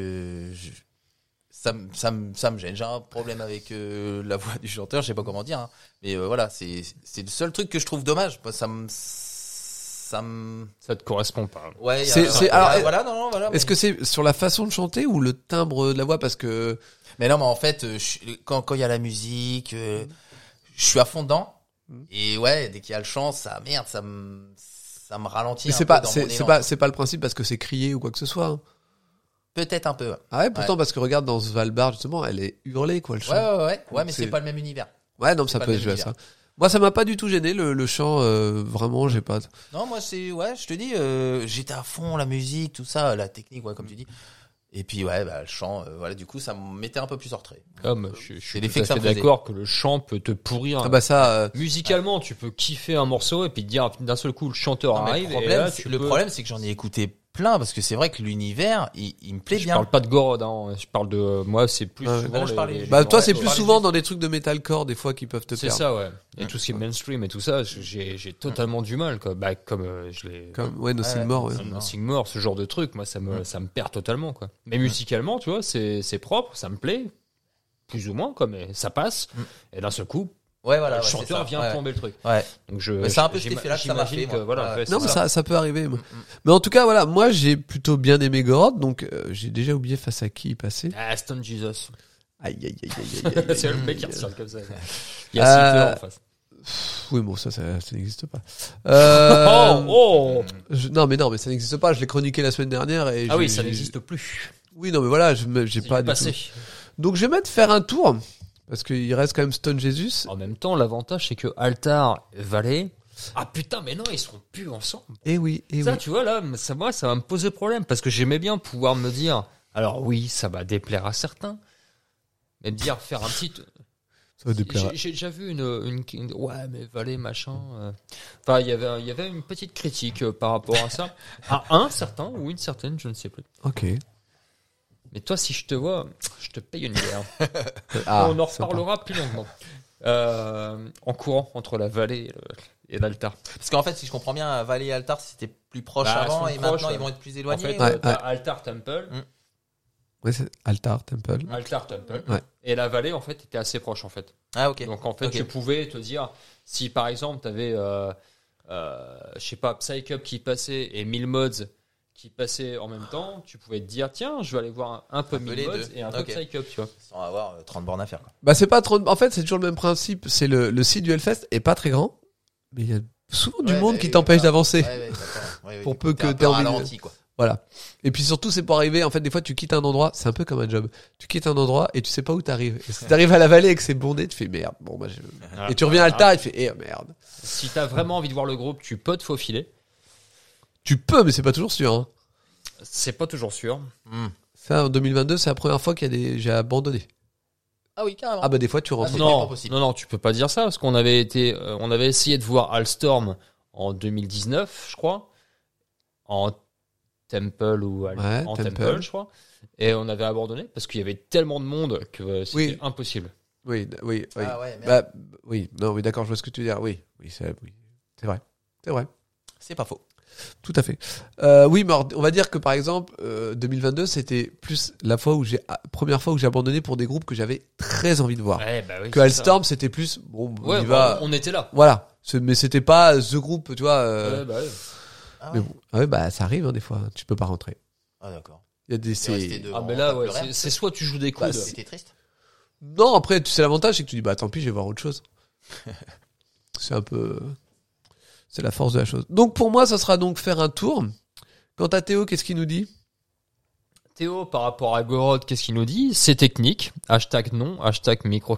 ça me gêne. J'ai un problème avec la voix du chanteur, je sais pas comment dire, hein. Mais voilà, c'est le seul truc que je trouve dommage. Ça te correspond pas. Ouais, alors, voilà. Est-ce que c'est sur la façon de chanter ou le timbre de la voie, parce que. Mais non, mais en fait, quand il y a la musique, je suis à fond dedans. Et ouais, dès qu'il y a le chant, ça me ralentit. Mais c'est pas le principe parce que c'est crié ou quoi que ce soit. Hein. Peut-être un peu. Ouais. Ah ouais, pourtant parce que regarde dans Svalbard justement, elle est hurlée quoi le chant. Ouais, mais c'est pas le même univers. Ouais, non, ça peut jouer à ça. Moi, ça m'a pas du tout gêné le chant. Vraiment, j'ai pas. Non, moi je te dis, j'étais à fond la musique, tout ça, la technique, comme tu dis. Et puis le chant, voilà, du coup, ça me mettait un peu plus en retrait. Je suis tout à fait d'accord que le chant peut te pourrir. Ah bah ça. Musicalement, tu peux kiffer un morceau et puis te dire d'un seul coup le chanteur arrive. Le problème, c'est que j'en ai écouté plein parce que c'est vrai que l'univers, il me plaît bien. Je parle pas de Gorod, hein. Je parle de moi, c'est plus souvent. Toi, c'est plus souvent dans des trucs de metalcore des fois qui peuvent te perdre. C'est ça, ouais. Et tout ce qui est mainstream et tout ça, j'ai totalement du mal, quoi. Comme je l'ai. No Sigmore, No Sigmore, ce genre de truc, moi, ça me perd totalement, quoi. Mais musicalement, tu vois, c'est propre, ça me plaît, plus ou moins, quoi, mais ça passe. Et d'un seul coup, Ouais, voilà. le ouais, c'est chanteur ça. vient Ouais. plomber le truc. Ouais. Donc Mais c'est un peu cet effet-là que ça m'a j'imagine fait, moi. voilà, Ouais. ouais, c'est Non, mais ça. ça peut arriver. Moi. Mais en tout cas, voilà, moi j'ai plutôt bien aimé Gorod, donc j'ai déjà oublié face à qui il passait. Ah, Stone Jesus. Aïe, aïe, aïe, aïe, aïe, aïe. C'est le mec qui ressort comme ça. Il y a Seeker en face. Oui, bon, ça n'existe pas. Oh Non, mais ça n'existe pas. Je l'ai chroniqué la semaine dernière et Ah oui, ça n'existe plus. Oui, non, mais voilà, j'ai C'est pas du du passé. tout. Donc je vais mettre faire un tour parce qu'il reste quand même Stone Jesus. En même temps, l'avantage c'est que Altar et Valet. Ah putain, mais non, ils seront plus ensemble. Et oui, et Ça, oui. tu vois, là, ça va me poser problème parce que j'aimais bien pouvoir me dire. Alors oui, ça va déplaire à certains. Mais me dire, faire un petit. Ça va déplaire. J'ai déjà vu une ouais, mais Valet, machin. Enfin, il y avait une petite critique par rapport à ça. À un certain ou une certaine, je ne sais plus. Ok. Mais toi, si je te vois, je te paye une bière. Ah, On en sympa. reparlera plus longuement. En courant entre la vallée et l'altar. Parce qu'en fait, si je comprends bien, Valet et Altar, c'était plus proche Bah, avant ils et sont maintenant proches, ils vont être plus éloignés. En fait, Ouais, t'as Altar Temple, Ouais, c'est Altar Temple. Altar Temple, Ouais. et la vallée en fait était assez proche en fait. Ah, ok. Donc en fait, Ok. tu pouvais te dire si par exemple t'avais, je sais pas, Psycup qui passait et 1000 mods qui passaient en même temps, tu pouvais te dire tiens, je vais aller voir un peu Un peu 1000 les mods deux. et un peu Ok. Psycup, tu vois. Sans avoir 30 bornes à faire. Quoi. Bah c'est pas trop. En fait, c'est toujours le même principe. C'est le site du Hellfest est pas très grand, mais il y a souvent du Ouais, monde bah, qui oui, t'empêche voilà. d'avancer. Ouais, d'accord. Ouais, Pour du peu coup, que t'es un t'aies peu envie de- ralenti, quoi. Voilà. Et puis surtout, c'est pour arriver. En fait, des fois, tu quittes un endroit. C'est un peu comme un job. Tu quittes un endroit et tu sais pas où t'arrives. Et si t'arrives à la vallée et que c'est bondé, tu fais merde. Bon bah. Et tu reviens à Altar et tu fais merde. Si t'as vraiment envie de voir le groupe, tu peux te faufiler. Tu peux, mais c'est pas toujours sûr. Hein. C'est pas toujours sûr. Ça, en 2022, c'est la première fois qu'il y a j'ai abandonné. Ah oui, carrément. Ah bah des fois, tu rentres. c'est Non, pas possible. non, tu peux pas dire ça parce qu'on avait on avait essayé de voir Alstorm en 2019, je crois, en Temple ou Ouais, en Temple. Temple, je crois, et on avait abandonné parce qu'il y avait tellement de monde que c'était Oui. impossible. Oui, oui, oui. Ah ouais, merde. Bah, oui, non, oui, d'accord, je vois ce que tu veux dire. Oui, oui, c'est vrai. C'est vrai. C'est pas faux. Tout à fait. Oui, mais alors, on va dire que par exemple, 2022, c'était plus la première fois où j'ai abandonné pour des groupes que j'avais très envie de voir. Ouais, bah oui. Que c'est Hellstorm, c'était plus, bon, ça. on Ouais, y bah, va. on était là. Voilà. Mais c'était pas the groupe, tu vois. Ouais, bah, ouais. Ah, Mais ouais. bon. Ah ouais, bah, ça arrive, hein, des fois. Tu peux pas rentrer. Ah, d'accord. Il y a des, C'est resté c'est, devant, Ah, mais là, t'as ouais, pleuré. c'est soit tu joues des coudes. Bah, C'était triste. non, après, tu sais, l'avantage, c'est que tu dis, bah, tant pis, je vais voir autre chose. C'est un peu, c'est la force de la chose. Donc, pour moi, ça sera donc faire un tour. Quant à Théo, qu'est-ce qu'il nous dit? Théo, par rapport à Gorod, qu'est-ce qu'il nous dit? C'est technique. Hashtag non. Hashtag micro.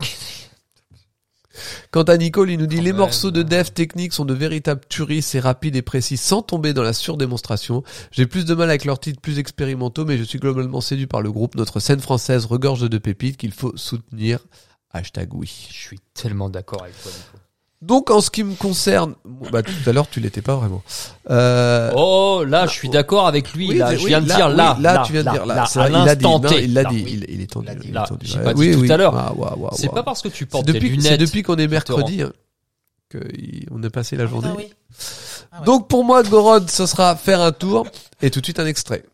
Quant à Nicole, il nous dit Quand les même, morceaux de hein. dev technique sont de véritables tueries, c'est rapide et précis sans tomber dans la surdémonstration. J'ai plus de mal avec leurs titres plus expérimentaux, mais je suis globalement séduit par le groupe. Notre scène française regorge de pépites qu'il faut soutenir. Hashtag oui. Je suis tellement d'accord avec toi, Nico. Donc en ce qui me concerne, bah tout à l'heure tu l'étais pas vraiment. Oh, là, je suis d'accord avec lui. Oui, Là, oui, je viens de là, dire oui, là. là, tu viens de dire là. C'est à vrai, il a dit, l'instant non, T. il l'a Là. dit, oui. il est tendu. Il l'a dit. il est Là, tendu. j'ai Ouais, pas dit oui, tout oui. à l'heure. Ah, C'est ouais. pas parce que tu C'est portes des depuis, lunettes. c'est depuis qu'on est te mercredi hein, qu'on est passé la journée. Ah oui. Ah ouais. Donc pour moi, Gorod, ce sera faire un tour et tout de suite un extrait.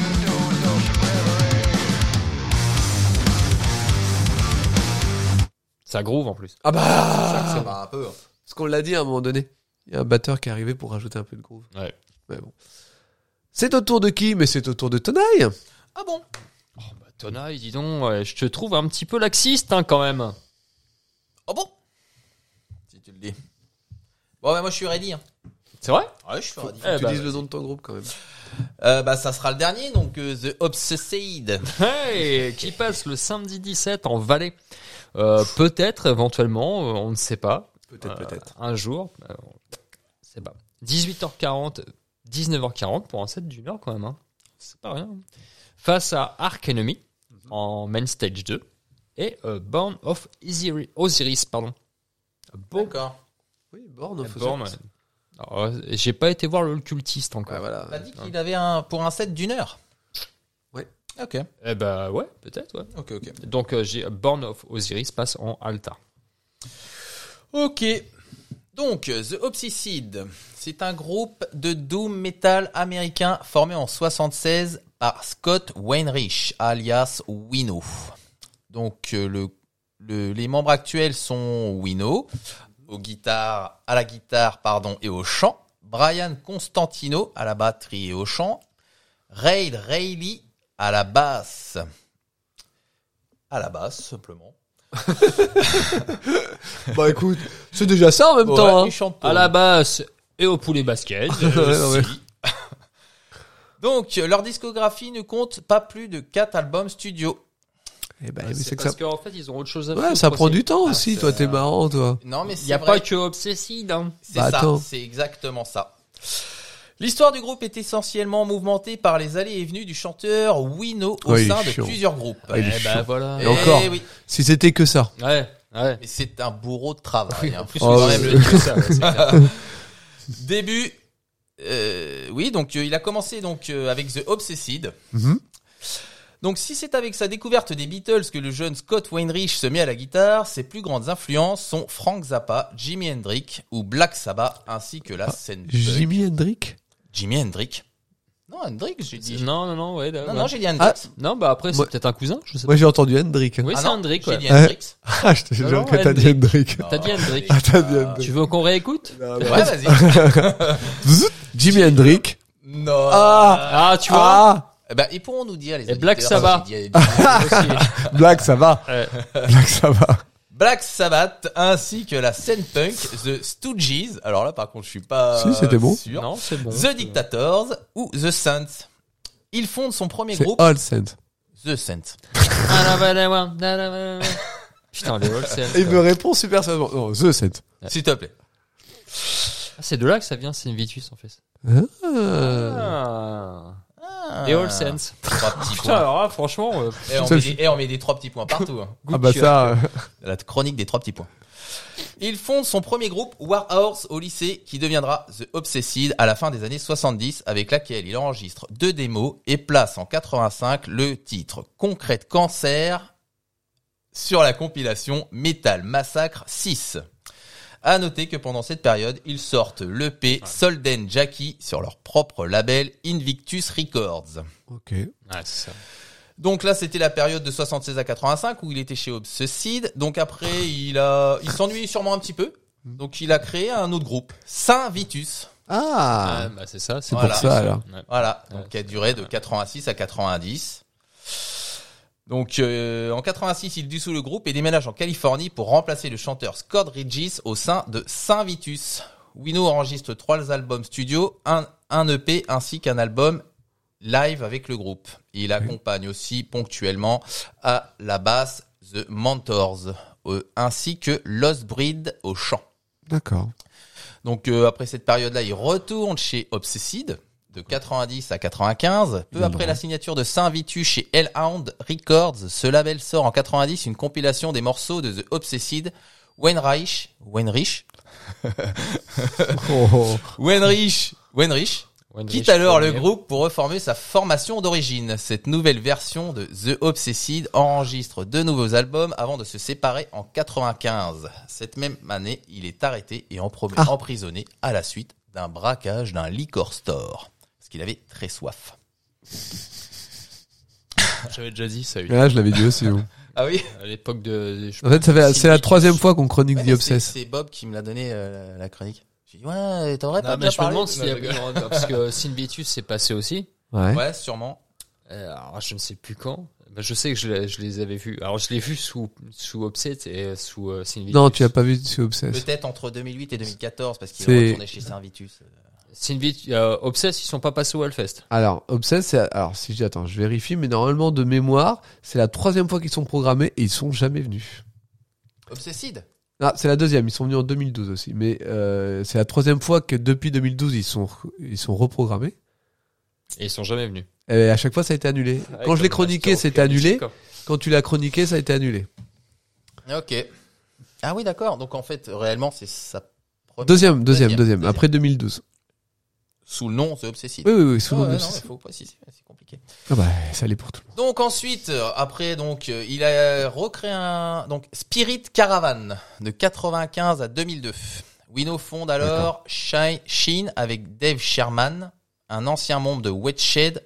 Ça groove en plus. Ah bah, Ça va un peu. hein. parce qu'on l'a dit à un moment donné. Il y a un batteur qui est arrivé pour rajouter un peu de groove. Ouais. Mais bon. C'est au tour de qui? Mais c'est au tour de Tonaï. Ah bon? Oh, bah, Tonaï, dis donc, je te trouve un petit peu laxiste, hein, quand même. Oh bon? Si tu le dis. Bon, bah moi je suis ready. Hein. C'est vrai? Ouais, je suis ready. Eh Tu bah, dises le nom de ton groupe quand même. Bah ça sera le dernier, donc The Obsessed. Hey, qui passe le samedi 17 en Valais. Peut-être, éventuellement, on ne sait pas. Peut-être. Un jour, c'est pas. 18h40, 19h40 pour un set d'une heure quand même. Hein. C'est pas rien. Face à Ark Enemy en Main Stage 2 et Born of Osiris, pardon. D'accord. Oui, Born of Born, Osiris. ouais. Alors, j'ai pas été voir le cultiste encore. Ouais, voilà. On a dit qu'il avait pour un set d'une heure. Ouais. Ok. Eh ben ouais, peut-être, ouais. Ok. Donc j'ai Born of Osiris passe en alta. Ok. Donc, The Obsessed, c'est un groupe de doom metal américain formé en 76 par Scott Weinrich, alias Wino. Donc, le les membres actuels sont Wino, à la guitare, et au chant. Brian Constantino à la batterie et au chant. Ray Rayleigh à la basse. À la basse, simplement. Bah écoute, c'est déjà ça en même temps. Il chante À la basse et au poulet basket. Ouais. Donc, leur discographie ne compte pas plus de 4 albums studio. Eh ben, Ouais, c'est que parce ça. qu'en fait, ils ont autre chose à Ouais, foutre ça prend aussi. du temps aussi. c'est- Toi, t'es marrant, toi. Non, mais Il c'est n'y a vrai. pas que Obsesside. Hein. C'est Bah, ça, attends. c'est exactement ça. L'histoire du groupe est essentiellement mouvementée par les allées et venues du chanteur Wino au Ouais, il est sein de chiant. plusieurs groupes. Ouais, il est Eh chiant. ben voilà. Et encore. oui, Si c'était que ça. Ouais. mais c'est un bourreau de travail. hein. Plus Oh, que ouais. même le dire ça, ouais, c'est clair. Début, donc il a commencé donc avec The Obsessed. Mhm. Donc si c'est avec sa découverte des Beatles que le jeune Scott Weinrich se met à la guitare, ses plus grandes influences sont Frank Zappa, Jimi Hendrix ou Black Sabbath ainsi que la scène punk. Jimi Hendrix. Jimi Hendrix. Non, Hendrix, j'ai dit. Non, ouais. Non, j'ai dit Hendrix. Non, bah après, c'est Moi- peut-être un cousin, je sais pas. Moi, j'ai entendu Hendrix. Oui, Ah c'est non, Hendrix, j'ai ouais. dit Hendrix. Ah, je te Non, jure non, que t'as dit Hendrix. Hendrix. T'as dit Hendrix. Ah, t'as dit Hendrix. Tu veux qu'on réécoute Non, non. Ouais, vas-y. Zut, Jimi Hendrix. Non. Ah, tu vois ah, Eh ben, ils pourront nous dire les Et Black auditeurs, Sabbath. j'ai dit- j'ai dit- Black, ça va. Ouais. Black, ça va. Black Sabbath ainsi que la scène punk The Stooges. Alors là, par contre, je suis pas Si, c'était bon. sûr. Non, c'est bon. The Dictators ou The Saints. Il fonde son premier C'est groupe, All Saints. The Saints. Putain, les Olsen. Et il me répond super sérieusement. Non, The Saints. S'il te plaît. Ah, c'est de là que ça vient, c'est une Vitus en fait. Ah. Et All Sense. 3 petits Putain, points. alors là, franchement, Et on met des 3 petits points partout. hein. Ah bah ça. La chronique des 3 petits points. Il fonde son premier groupe Warhorse au lycée qui deviendra The Obsessed à la fin des années 70 avec laquelle il enregistre 2 démos et place en 85 le titre Concrete Cancer sur la compilation Metal Massacre 6. À noter que pendant cette période, ils sortent l'EP Solden Jackie sur leur propre label Invictus Records. Ok. ouais, c'est ça. Donc là, c'était la période de 76 à 85 où il était chez Obsessed. Donc après, il s'ennuie sûrement un petit peu. Donc il a créé un autre groupe, Saint Vitus. Ah. Ouais, bah, c'est ça. C'est Voilà. pour ça alors. Ouais. Voilà, donc Ouais. qui a duré de 86 à 90. Donc en 86, il dissout le groupe et déménage en Californie pour remplacer le chanteur Scott Regis au sein de Saint Vitus. Wino enregistre 3 albums studio, un EP ainsi qu'un album live avec le groupe. Il accompagne aussi ponctuellement à la basse The Mentors ainsi que Lost Breed au chant. D'accord. Donc après cette période-là, il retourne chez Obsessed de 90 à 95. Peu après la signature de Saint Vitus chez Hellhound Records, ce label sort en 90 une compilation des morceaux de The Obsessed, Weinrich, quitte alors le groupe pour reformer sa formation d'origine. Cette nouvelle version de The Obsessed enregistre 2 nouveaux albums avant de se séparer en 95. Cette même année, il est arrêté et emprisonné à la suite d'un braquage d'un liquor store. Parce qu'il avait très soif. J'avais déjà dit ça. Là, je l'avais dit aussi. oui. Ah oui? À l'époque de. En fait, c'est la 3e fois qu'on chronique The Obsess. C'est Bob qui me l'a donné la chronique. J'ai dit ouais, t'aurais pas Non, mais déjà je me parlé. demande s'il y a Non, je rigole. parce que Sin Vitus s'est passé aussi. Ouais. Ouais, sûrement. Alors, je ne sais plus quand. Bah, je sais que je les avais vus. Alors, je l'ai vu sous Upset et sous Sin Vitus. Non, tu as pas vu The Obsess. Peut-être entre 2008 et 2014 parce qu'il C'est- est retourné chez Saint Vitus. Sin Vitus, Obsess, ils sont pas passés au Hellfest. Alors, Obsess, alors si je dis, attends, je vérifie, mais normalement de mémoire, c'est la 3e fois qu'ils sont programmés et ils sont jamais venus. Obsessed. Ah, c'est la 2e, ils sont venus en 2012 aussi, mais c'est la 3e fois que depuis 2012 ils sont reprogrammés. Et ils sont jamais venus. Et à chaque fois ça a été annulé. Quand je l'ai chroniqué, c'était annulé. Quoi. Quand tu l'as chroniqué, ça a été annulé. Ok. Ah oui, d'accord. Donc en fait, réellement, c'est sa première. Deuxième. Après 2012. Sous le nom The Obsessed. Oui, sous Ah le ouais, nom non, d'Obsess. il faut préciser, c'est compliqué. Ah bah, ça allait pour tout le monde. Donc ensuite, après, il a recréé donc Spirit Caravan de 95 à 2002. Wino fonde alors Sheen avec Dave Sherman, un ancien membre de Wet Shed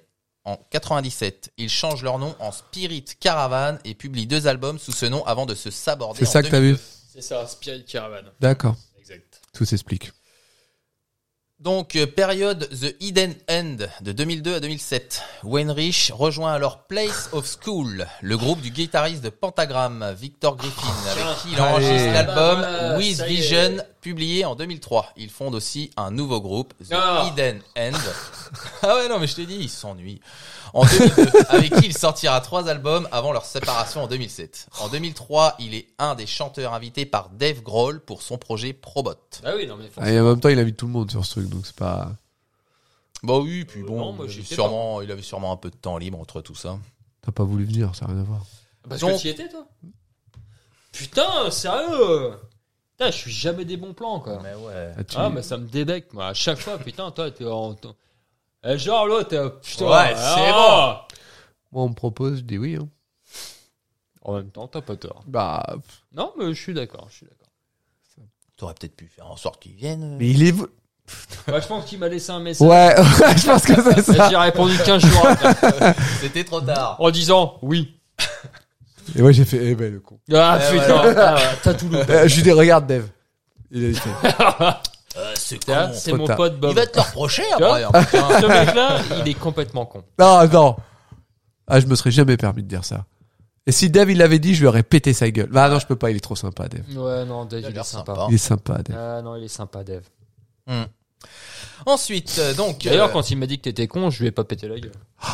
en 97. Ils changent leur nom en Spirit Caravan et publient 2 albums sous ce nom avant de se saborder C'est en ça que t'as vu 2002. C'est ça, Spirit Caravan. D'accord. Exact. Tout s'explique. Donc, période The Hidden End de 2002 à 2007. Weinrich rejoint alors Place of School, le groupe du guitariste de Pentagram, Victor Griffin, avec qui il enregistre l'album Voilà, With ça y est. Vision, publié en 2003. Ils fondent aussi un nouveau groupe, The Hidden End. Ah ouais, non, mais je t'ai dit, ils s'ennuient. En 2002, avec qui il sortira 3 albums avant leur séparation en 2007. En 2003, il est un des chanteurs invités par Dave Grohl pour son projet Probot. Ah oui, non mais Et en même temps, il invite tout le monde sur ce truc, donc c'est pas... Bah oui, puis bon, non, moi, j'y étais il avait sûrement un peu de temps libre entre tout ça. T'as pas voulu venir, ça n'a rien à voir. Parce Donc- que tu y étais, toi. Putain, sérieux. Putain, je suis jamais des bons plans, quoi. Mais ouais. Ah, tu- Ah, mais ça me débecte, moi. À chaque fois, putain, toi, t'es en... genre, l'autre, putain. Ouais, c'est ah. Moi, on me propose, je dis oui. Hein. En même temps, t'as pas tort. Bah, Non, mais je suis d'accord, T'aurais peut-être pu faire en sorte qu'ils viennent. mais il est... Bah, je pense qu'il m'a laissé un message. Ouais, je pense que c'est Et ça. j'ai répondu 15 jours après. C'était trop tard. En disant oui. Et moi, j'ai fait, eh ben, le con. Ah, Ouais, putain. Ah, ouais, t'as tout loupé. Je lui dis, regarde, Dave. Il a dit, C'est Tiens, con. c'est trop mon tard. pote Bob. Il va te le reprocher Tu vois après. hein, putain. Ce mec-là, il est complètement con. non, non. Ah, je me serais jamais permis de dire ça. Et si Dave, il l'avait dit, je lui aurais pété sa gueule. Bah non, je peux pas, il est trop sympa, Dave. Ouais, non, Dave, Il a il est l'air sympa. sympa. Il est sympa, Dave. Ah non, il est sympa, Dave. Ensuite, donc. D'ailleurs, quand il m'a dit que t'étais con, je lui ai pas pété la gueule.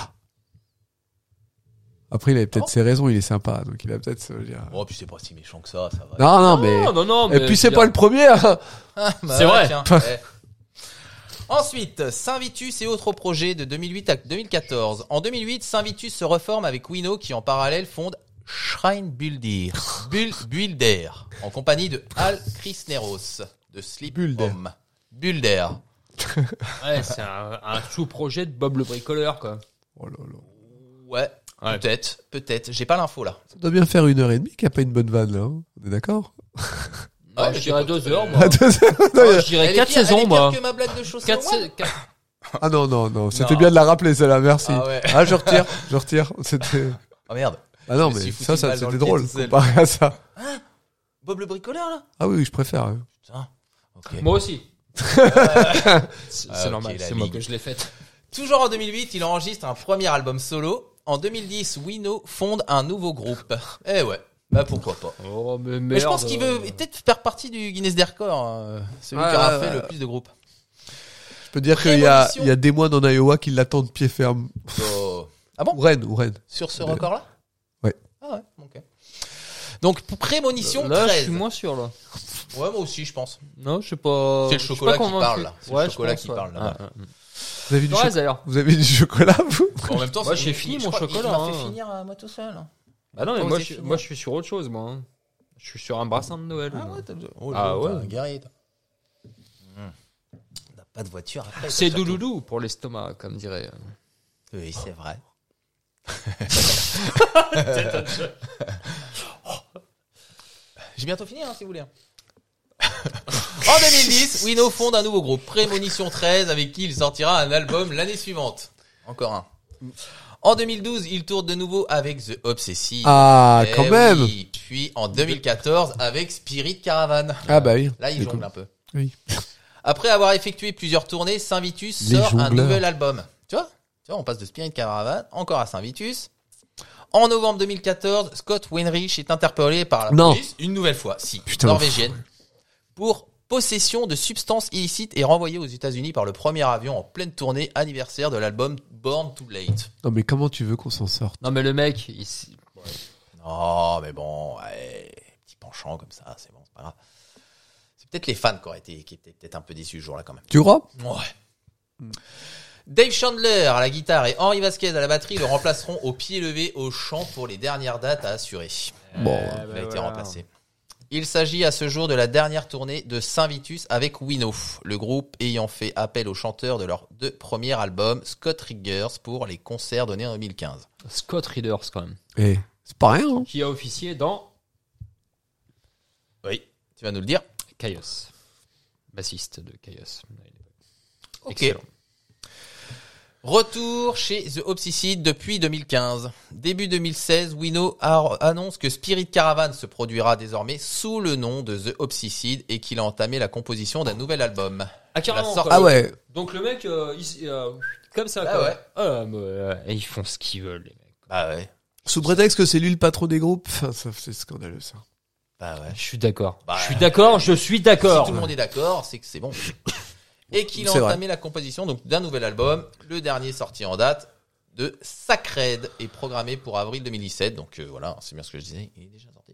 Après, il avait peut-être Ah bon ses raisons, il est sympa, donc il va peut-être se dire... Oh, puis c'est pas si méchant que ça va. Non, non, mais... non, Et puis, c'est pas le premier, hein. Ah, bah C'est vrai. tiens, Ensuite, Saint-Vitus et autres projets de 2008 à 2014. En 2008, Saint-Vitus se reforme avec Wino qui en parallèle fonde Shrine Builder en compagnie de Al Krisneros de Sleep Builder. Home. Builder. Ouais, c'est un sous-projet de Bob le bricoleur, quoi. Oh là là. Ouais, Ouais. peut-être. J'ai pas l'info là. Ça doit bien faire 1h30 qu'il n'y a pas une bonne vanne, là. Hein. On est d'accord? Ouais, je dirais 2 heures, Ah, moi. deux heures. Je dirais Elle est 4 pire- saisons, elle est moi. pire que ma blague de chaussée 4 noire. Ah non, non, non. C'était Non. bien de la rappeler, celle-là. Merci. Ah ouais. Ah, je retire. C'était... Oh merde. Ah non, Je me mais suis foutu ça, une balle dans c'était le pied drôle, tout seul. comparé à ça. Bob le bricoleur là. Ah oui, je préfère. Hein. Putain. Ok. Moi aussi. C'est ok, normal, la c'est moi ligue. que je l'ai faite. Toujours en 2008, il enregistre un premier album solo. En 2010, Wino fonde un nouveau groupe. Eh ouais, bah pourquoi pas. Oh, mais merde. Mais je pense qu'il veut peut-être faire partie du Guinness des records, hein, celui Ouais, qui aura ouais, fait ouais. le plus de groupes. Je peux dire qu'il y a, Prémonition. il y a des moines en Iowa qui l'attendent pied ferme. Oh. Ah bon? Ou Rennes. Sur ce record-là? Ouais. Ah ouais, ok. Donc, pour prémonition Là, 13. je suis moins sûr, là. Ouais, moi aussi, je pense. Non, je sais pas. C'est le je suis chocolat pas qui convaincu. parle, là. C'est le Ouais, je chocolat pense, qui ouais. parle, là-bas. Vous avez du, Ouais, d'ailleurs. vous avez du chocolat, vous? En même temps, Moi, c'est- j'ai fini je mon crois qu'il chocolat, m'a fait hein. finir moi tout seul. hein. Bah non, mais Pas moi osé je, finir. moi, je suis sur autre chose, moi. Hein. Je suis sur un brassin de Noël. Ah moi. ouais, Ah ouais. t'es un guerrier, toi. On n'a pas de voiture après. C'est surtout. douloulou pour l'estomac, comme dirait. Oui, c'est vrai. J'ai bientôt fini, hein, si vous voulez. En 2010, Wino fonde un nouveau groupe, Prémonition 13, avec qui il sortira un album l'année suivante. Encore un. En 2012, il tourne de nouveau avec The Obsessive. Ah, Eh quand même. oui. Puis en 2014, avec Spirit Caravan. Ah bah oui. Là, il C'est jongle cool. un peu. Oui. Après avoir effectué plusieurs tournées, Saint-Vitus Les sort un jongleurs. nouvel album. Tu vois, on passe de Spirit Caravan encore à Saint-Vitus. En novembre 2014, Scott Weinrich est interpellé par la Non. police, une nouvelle fois, si, Putain. norvégienne, pour possession de substances illicites et renvoyé aux États-Unis par le premier avion en pleine tournée anniversaire de l'album Born Too Late. Non, mais comment tu veux qu'on s'en sorte? Non, mais le mec, il... Non, mais bon, ouais, petit penchant comme ça, c'est bon, c'est pas grave. C'est peut-être les fans qui étaient peut-être un peu déçus ce jour-là quand même. Tu crois? Ouais. Dave Chandler à la guitare et Henri Vasquez à la batterie le remplaceront au pied levé au chant pour les dernières dates à assurer. Bon. Il a été remplacé. Il s'agit à ce jour de la dernière tournée de Saint-Vitus avec Wino, le groupe ayant fait appel au chanteur de leurs 2 premiers albums, Scott Riggers, pour les concerts donnés en 2015. Scott Readers, quand même. Eh, c'est pas rien, hein. Qui a officié dans Oui, tu vas nous le dire. Chaos. Bassiste de Chaos. Ok. Excellent. Retour chez The Obsessed depuis 2015. Début 2016, Wino annonce que Spirit Caravan se produira désormais sous le nom de The Obsessed et qu'il a entamé la composition d'un nouvel album. Ah, carrément. La sortie- Ah ouais. Donc le mec, comme ça, Ah quoi. ouais. Et ils font ce qu'ils veulent, les mecs. Bah ouais. Sous prétexte que c'est lui le patron des groupes. Enfin, ça, c'est scandaleux, ça. Bah ouais. Je suis d'accord. Bah, je suis d'accord. Si tout le monde est d'accord, c'est que c'est bon. Et qu'il a C'est entamé la composition donc d'un nouvel album, le dernier sorti en date de Sacred est programmé pour avril 2017. Donc voilà, c'est bien ce que je disais, il est déjà sorti.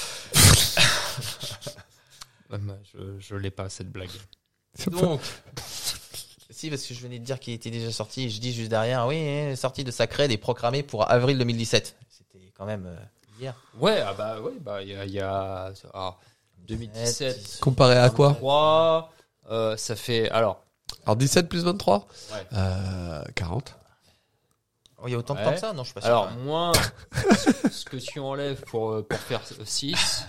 Je l'ai pas, cette blague. Donc si, parce que je venais de dire qu'il était déjà sorti, je dis juste derrière, oui, sortie de Sacred est programmée pour avril 2017. C'était quand même hier. Ouais, il y a 2017. Comparé à quoi? 3, ça fait, alors. Alors 17 plus 23 Ouais. 40. Oh, il y a autant de Ouais. temps que ça? Non, je suis pas sûr. Alors, moins ce que tu enlèves pour faire 6.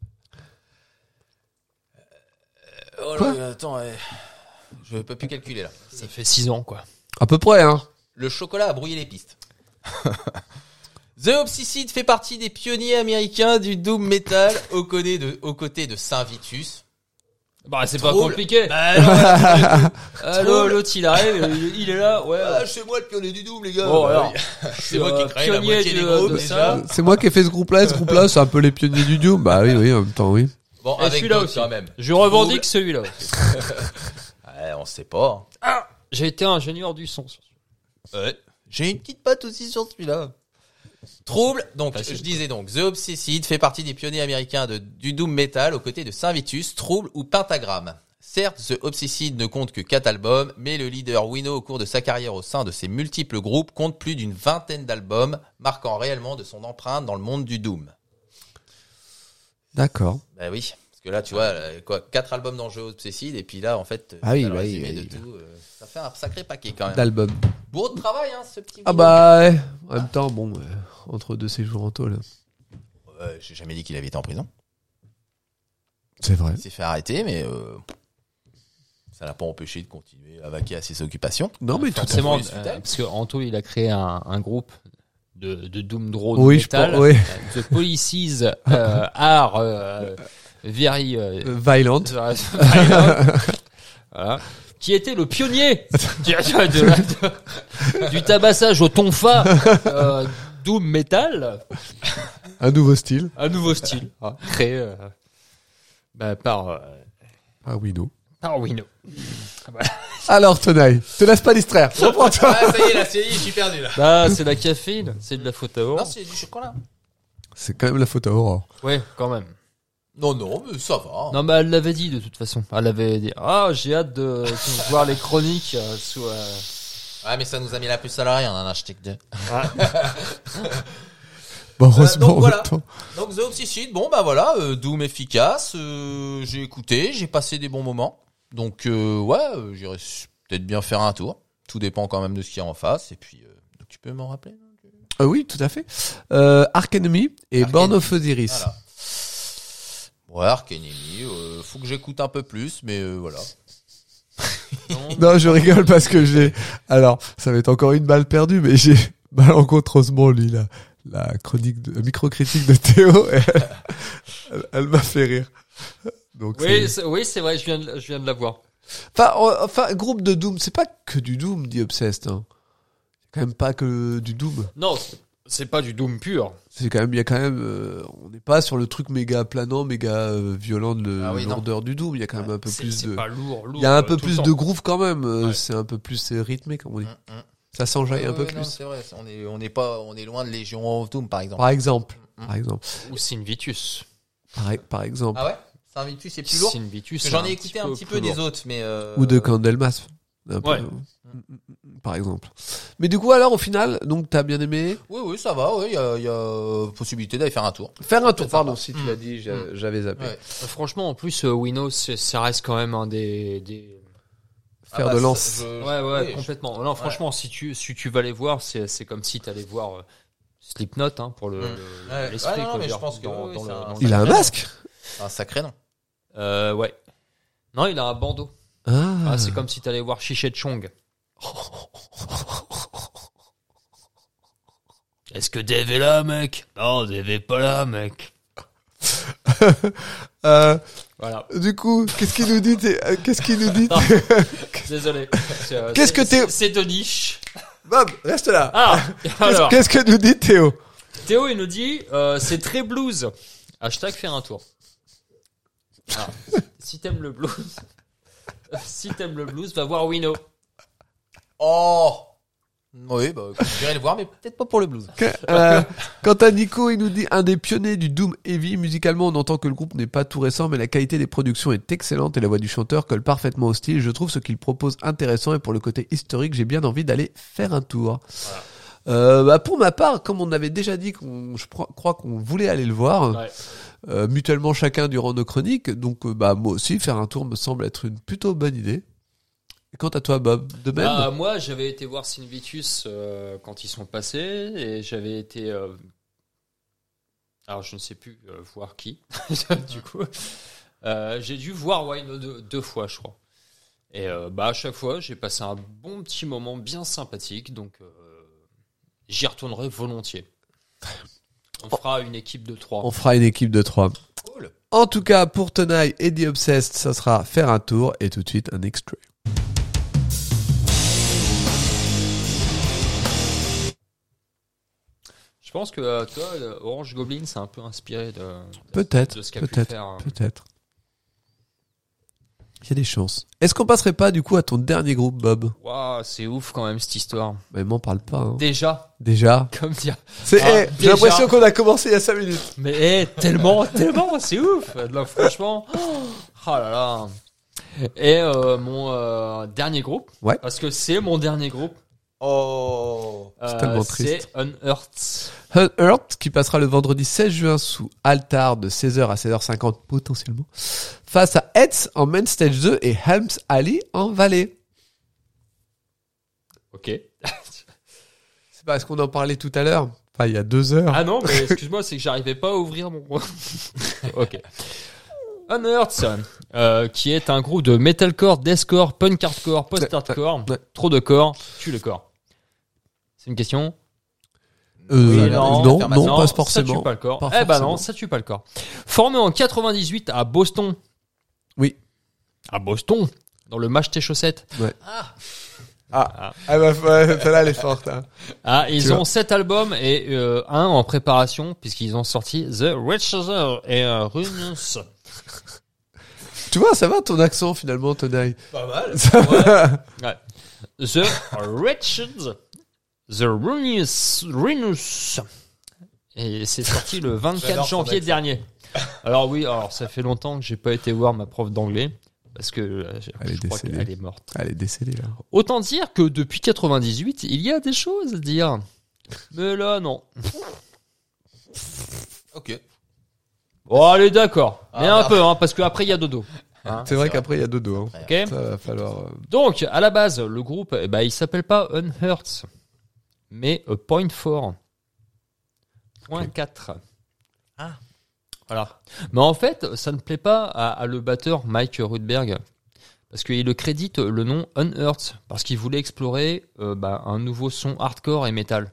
Oh Quoi là, attends, je peux plus calculer là. Ça fait 6 ans, quoi. À peu près, hein. Le chocolat a brouillé les pistes. The Obsessed fait partie des pionniers américains du doom metal aux côtés de Saint Vitus. Bah, c'est pas Trouble. compliqué. Bah, L'autre, il arrive, il est là, ouais. c'est moi le pionnier du doom, les gars. Bon, Bah alors, oui. C'est moi qui ai créé la pionnier moitié des de groupes, ça. déjà. C'est moi qui ai fait ce groupe-là. Ce groupe-là, c'est un peu les pionniers du Doom. Bah oui, oui, en même temps, oui. Bon, Et avec celui-là d'autres aussi. quand même. Je revendique celui-là aussi. Ouais, on sait pas. J'ai été ingénieur du son. Ouais. J'ai une petite patte aussi sur celui-là. Trouble, donc Facile. je disais donc, The Obsessed fait partie des pionniers américains du doom metal aux côtés de Saint Vitus, Trouble ou Pentagram. Certes, The Obsessed ne compte que 4 albums, mais le leader Wino au cours de sa carrière au sein de ses multiples groupes compte plus d'une vingtaine d'albums, marquant réellement de son empreinte dans le monde du doom. D'accord. Bah oui, parce que là tu vois, 4 albums dans The Obsessed et puis là en fait, Ah oui, t'as le bah résumé oui, de tout, ça fait un sacré paquet quand même. D'album. Beau de travail hein, ce petit Ah Wino. bah ouais. En même temps, bon, entre deux séjours en tôle. J'ai jamais dit qu'il avait été en prison. C'est vrai. Il s'est fait arrêter, mais ça l'a pas empêché de continuer à vaquer à ses occupations. Non, mais tout à fait. Forcément, Oui, c'est parce que Anto, il a créé un groupe de doom drone Oui, je metal. pense, oui. The Policies are very Violent. voilà. Qui était le pionnier du tabassage au tonfa doom metal, Un nouveau style. un nouveau style créé par Wino. Wino. Alors, Tonaï, te laisse pas distraire. Reprends-toi. Ah, ça y est, là, je suis perdu, là. Ah, c'est la caféine, c'est de la faute à Non, Aurore. c'est du chocolat. C'est quand même la faute à Aurore. Ouais, quand même. Non, mais ça va. Non, mais elle l'avait dit de toute façon. Elle avait dit j'ai hâte de voir les chroniques sous. Ouais, mais ça nous a mis la puce à l'oreille, on en a acheté que 2. Bon, heureusement, donc en voilà. même temps. Donc, The Obsessed, bon, bah voilà, Doom efficace, j'ai écouté, j'ai passé des bons moments. Donc, j'irai peut-être bien faire un tour. Tout dépend quand même de ce qu'il y a en face. Et puis, donc tu peux m'en rappeler? Oui, tout à fait. Ark Enemy et Ark Born Enemy. of Osiris. Voilà. Ouais, Ark Enemy, faut que j'écoute un peu plus, mais voilà. Non, je rigole parce que alors, ça va être encore une balle perdue, mais j'ai malencontreusement lu la chronique microcritique de Théo. Et elle m'a fait rire. Donc, Oui, c'est vrai. Je viens de la voir. Enfin, groupe de Doom, c'est pas que du Doom, dit Obsessed. Hein. C'est quand même pas que du Doom. Non, c'est pas du doom pur. Il y a quand même, on n'est pas sur le truc méga planant, méga violent de Ah oui, non. lourdeur du Doom. Il y a quand même un peu plus C'est de, pas lourd. il y a un peu tout le plus temps. de groove quand même. Ouais. C'est un peu plus rythmé, comme on dit. Ça s'enjaille un peu Ouais, non, plus. c'est vrai, on est loin de Légion of Doom, par exemple. Par exemple. Par exemple. Ou Sin Vitus. Par exemple. Ah ouais? Saint Vitus, c'est plus lourd? Sin Vitus. Parce que j'en ai écouté un petit peu des autres, mais Ou de Candlemas. Un peu, Ouais. Par exemple. Mais du coup, alors, au final, donc, t'as bien aimé? Oui, ça va, il y a possibilité d'aller faire un tour. Faire un tour, C'est pardon, sympa. si tu l'as dit, j'avais zappé. Ouais. Franchement, en plus, Wino, ça reste quand même un des. Faire Ah de bah, lance. ça, Ouais, oui, complètement. Non, franchement, si tu vas les voir, c'est comme si t'allais voir Slipknot, hein, pour Ouais. l'esprit. Ouais, non, quoi, mais je dire, pense que oui, c'est un- Il a un masque? Un sacré nom. Ouais. Non, il a un bandeau. Ah. Ah, c'est comme si t'allais voir Chiché Chong. Est-ce que Dave est là, mec? Non, Dave est pas là, mec. Voilà. Du coup, qu'est-ce qu'il nous dit Qu'est-ce qu'il nous dit Désolé. Qu'est-ce que Théo... C'est de niche. Bob, reste là. Ah, alors. Qu'est-ce que nous dit Théo? Théo, il nous dit, c'est très blues. Hashtag faire un tour. Alors, si t'aimes le blues, va voir Wino. Oh. Oui, bah, j'irai le voir, mais peut-être pas pour le blues. Quant à Nico, il nous dit un des pionniers du Doom Heavy. Musicalement, on entend que le groupe n'est pas tout récent, mais la qualité des productions est excellente et la voix du chanteur colle parfaitement au style. Je trouve ce qu'il propose intéressant et pour le côté historique, j'ai bien envie d'aller faire un tour. Voilà. Pour ma part, comme on avait déjà dit je crois qu'on voulait aller le voir, Ouais. mutuellement chacun durant nos chroniques, donc moi aussi, faire un tour me semble être une plutôt bonne idée. Et quant à toi, Bob, de même? Moi, j'avais été voir Sin Vitus quand ils sont passés et j'avais été. Alors, je ne sais plus voir qui. Du coup, j'ai dû voir Wino deux fois, je crois. Et à chaque fois, j'ai passé un bon petit moment bien sympathique, donc j'y retournerai volontiers. On fera une équipe de 3. On fera une équipe de 3. Cool. En tout cas, pour Tonight et The Obsessed, ça sera faire un tour et tout de suite un extrait. Je pense que toi, Orange Goblin, c'est un peu inspiré de Peut-être, ce qu'a pu peut-être, faire. peut-être. Il y a des chances. Est-ce qu'on passerait pas du coup à ton dernier groupe, Bob? Waouh, c'est ouf quand même cette histoire. Mais m'en parle pas. Hein. Déjà, Déjà. comme dire. J'ai déjà. l'impression qu'on a commencé il y a 5 minutes. Mais tellement, c'est ouf. Là, franchement, oh là là. Et mon dernier groupe, Ouais. parce que c'est mon dernier groupe. Oh. C'est tellement triste. C'est Unearthed. Unearthed qui passera le vendredi 16 juin sous Altar de 16h à 16h50 potentiellement face à Heads en Main Stage 2 et Helms Alley en Valley. Ok. C'est parce qu'on en parlait tout à l'heure. Enfin, il y a 2 heures. Ah non, mais excuse-moi, c'est que j'arrivais pas à ouvrir mon. Ok. Unearthed, qui est un groupe de metalcore, deathcore, punk hardcore, post-hardcore. Ouais. Trop de corps, tue le corps. C'est une question? Non, non, pas forcément. Ça tue pas le corps. Pas Eh ben forcément. non, ça tue pas le corps. Formé en 98 à Boston. Oui. À Boston, dans le match tes chaussettes. Celle-là, elle est forte. Hein. Ils ont 7 albums et un en préparation puisqu'ils ont sorti The Wretched et Runes. Tu vois, ça va ton accent finalement, Tonai. Pas mal. Ouais. The Wretched, The Runes. Et c'est sorti le 24 J'adore ton janvier accent. dernier. Alors oui, ça fait longtemps que j'ai pas été voir ma prof d'anglais parce que Elle est je crois décédée. qu'elle est morte. Elle est décédée là. Autant dire que depuis 98, il y a des choses à dire. Mais là, non. Ok. Bon, allez, d'accord. Ah, Mais un merde. peu, parce qu'après, il y a dodo. Hein, C'est vrai qu'après il y a dodo. Hein. ok. Ça va falloir. Donc, à la base, le groupe, il s'appelle pas Unearthed, mais Point 4. Point 4. Ah. Voilà. Mais en fait, ça ne plaît pas à le batteur Mike Rudberg, parce qu'il le crédite le nom Unearthed, parce qu'il voulait explorer un nouveau son hardcore et metal.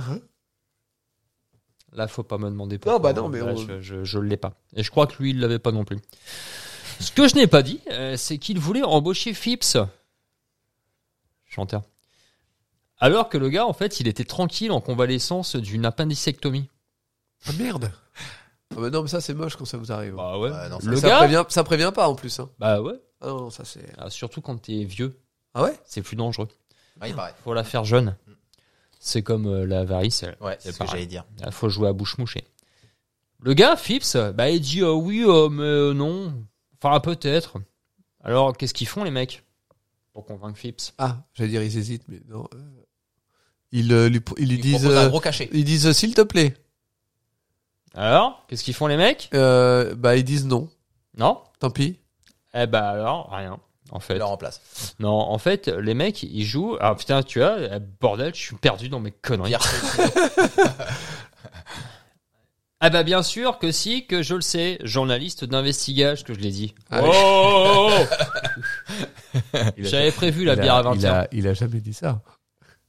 Là, faut pas me demander pourquoi. Non, bah non, mais Là, on- je l'ai pas. Et je crois que lui, il l'avait pas non plus. Ce que je n'ai pas dit, c'est qu'il voulait embaucher Phipps, chanteur. Alors que le gars, en fait, il était tranquille en convalescence d'une appendicectomie. Ah merde. Ah bah non, mais ça c'est moche quand ça vous arrive. Bah ouais. Ouais, non, le ça gars, ça prévient pas en plus. Hein. bah ouais. Ah non, ça c'est. Surtout quand t'es vieux, Ah ouais. c'est plus dangereux. Ouais, il paraît. Faut la faire jeune. C'est comme la varice. Ouais, c'est ce que pareil. j'allais dire. Il faut jouer à bouche mouchée. Le gars, Phipps, il dit oui, mais non. Enfin, peut-être. Alors, qu'est-ce qu'ils font, les mecs, pour convaincre Phipps? Ah, j'allais dire ils hésitent, mais non. Ils lui Il disent. propose un gros cachet. Ils disent s'il te plaît. Alors, qu'est-ce qu'ils font, les mecs? Ils disent non. Non? Tant pis. Eh ben alors, rien. En fait. Il le remplace. Non, en fait, les mecs, ils jouent. Ah putain, tu vois, bordel, je suis perdu dans mes conneries. Pierre. Ah bah bien sûr que si, que je le sais, journaliste d'investigation, que je l'ai dit. Ah, Oh J'avais prévu la bière à 20h. Il a jamais dit ça.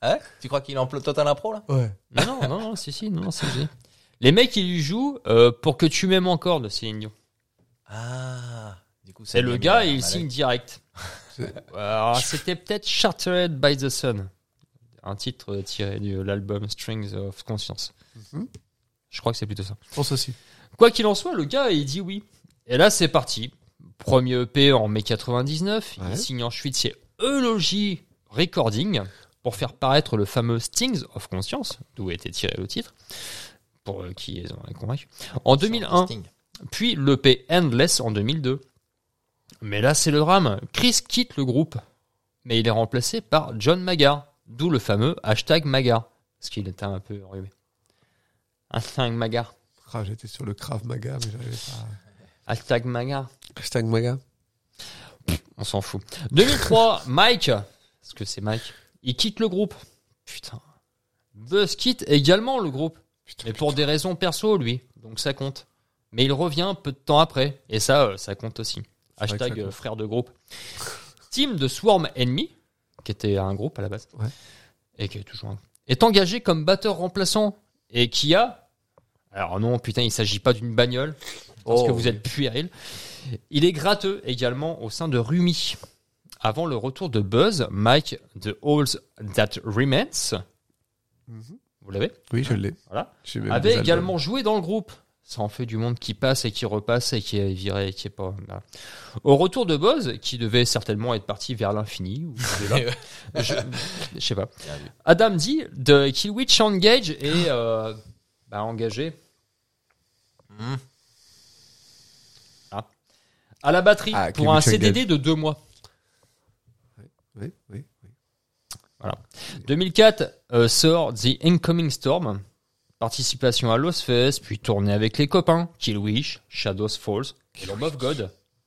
Hein? Tu crois qu'il est en total impro, là? Ouais. Non, si. Les mecs, ils lui jouent pour que tu m'aimes encore de Céline Dion. Ah. Du coup, ça Et le gars, il signe direct. Alors, c'était peut-être Shattered by the Sun. Un titre tiré de l'album Strings of Conscience. Mhm. Je crois que c'est plutôt ça. Je pense aussi. Quoi qu'il en soit, le gars, il dit oui. Et là, c'est parti. Premier EP en mai 99. Ouais. Il signe ensuite chez Eulogy Recording pour faire paraître le fameux Stings of Conscience, d'où était tiré le titre, pour qui les ont convaincus. En 2001, puis l'EP Endless en 2002. Mais là, c'est le drame. Chris quitte le groupe, mais il est remplacé par John Magar, d'où le fameux #Magar, parce qu'il était un peu enrhumé. #Magar. Ah, j'étais sur le Krav Maga, mais j'arrivais pas. #Magar. #Maga. On s'en fout. 2003, Mike, parce que c'est Mike, il quitte le groupe. Putain. Buzz quitte également le groupe. Mais pour des raisons perso, lui. Donc ça compte. Mais il revient peu de temps après. Et ça compte aussi. C'est vrai que ça # compte. frère de groupe. Team de Swarm Enemy, qui était un groupe à la base. Ouais. Et qui est toujours un groupe. Est engagé comme batteur remplaçant. Et qui a... Alors non, putain, il s'agit pas d'une bagnole. Parce que vous êtes puéril. Il est gratteux également au sein de Rumi. Avant le retour de Buzz, Mike de All That Remains, vous l'avez? Oui, je l'ai. Voilà. J'ai même Avait des également joué dans le groupe. Ça en fait du monde qui passe et qui repasse et qui est viré et qui est pas. Voilà. Au retour de Buzz, qui devait certainement être parti vers l'infini ou au-delà, je sais pas. Bien vu. Adam D de Killwitch Engage est engagé. À la batterie Ah, pour un Killwitch CDD Engage. de 2 mois. Oui. 2004 sort The Incoming Storm. Participation à Lost Fest, puis tournée avec les copains Killwish, Shadows Falls et Lamb of God.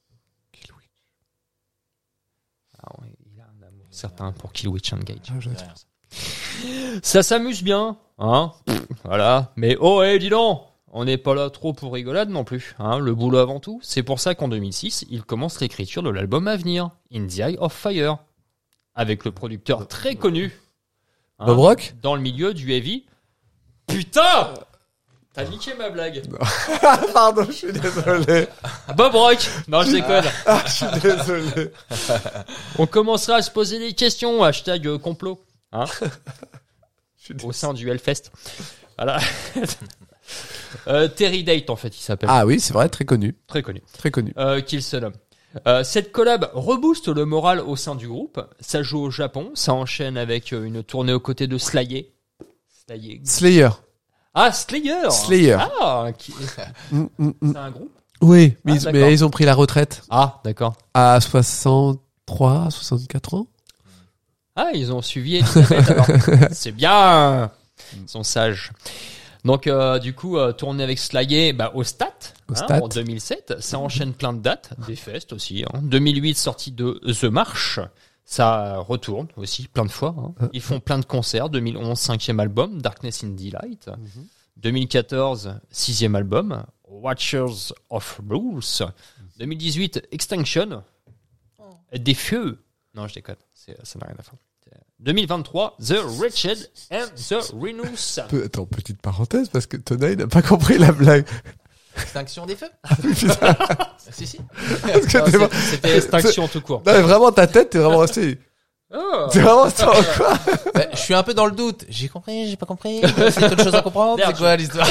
Ah ouais, il a un amour certain pour Killwitch Engage. Ah, je- Ça s'amuse bien, hein. Voilà. Mais oh, dis donc, on n'est pas là trop pour rigolade non plus, hein. Le boulot avant tout. C'est pour ça qu'en 2006, il commence l'écriture de l'album à venir, In the Eye of Fire, avec le producteur très connu, hein, Bob Rock dans le milieu du heavy. Putain, t'as niqué ma blague. Pardon, je suis désolé. Bob Rock. Non, je déconne. Je suis désolé. On commencera à se poser des questions. # complot, hein, au sein du Hellfest. Voilà. Terry Date, en fait, il s'appelle. Ah oui, c'est vrai, très connu. Très connu. Très connu. Qu'il se nomme. Cette collab rebooste le moral au sein du groupe. Ça joue au Japon. Ça enchaîne avec une tournée aux côtés de Slayer. Slayer. Ah, Slayer. Slayer. Ah, Mm. c'est un groupe. Oui, Ah, mais d'accord. ils ont pris la retraite Ah, d'accord. à 63, 64 ans. Ah, ils ont suivi Elisabeth alors. C'est bien. Ils sont sages. Donc, du coup, tourné avec Slayer au Stat, Stat. en 2007. Ça enchaîne plein de dates, des fests aussi. 2008, sortie de The March. Ça retourne aussi plein de fois. Ils font plein de concerts. 2011, 5e album, Darkness in Delight. 2014, 6e album, Watchers of Rules. 2018, Extinction. Des feux. Non, je déconne. Ça n'a rien à faire. 2023, The Wretched and the Renus. Attends, petite parenthèse, parce que Tonai n'a pas compris la blague. Extinction des feux. Si, si. Parce que Non, t'es C'était Extinction tout court. Non, mais vraiment, ta tête, t'es vraiment resté. Oh. T'es vraiment resté en quoi? Bah, je suis un peu dans le doute. J'ai compris, j'ai pas compris. C'est autre chose à comprendre. Merde, C'est quoi l'histoire?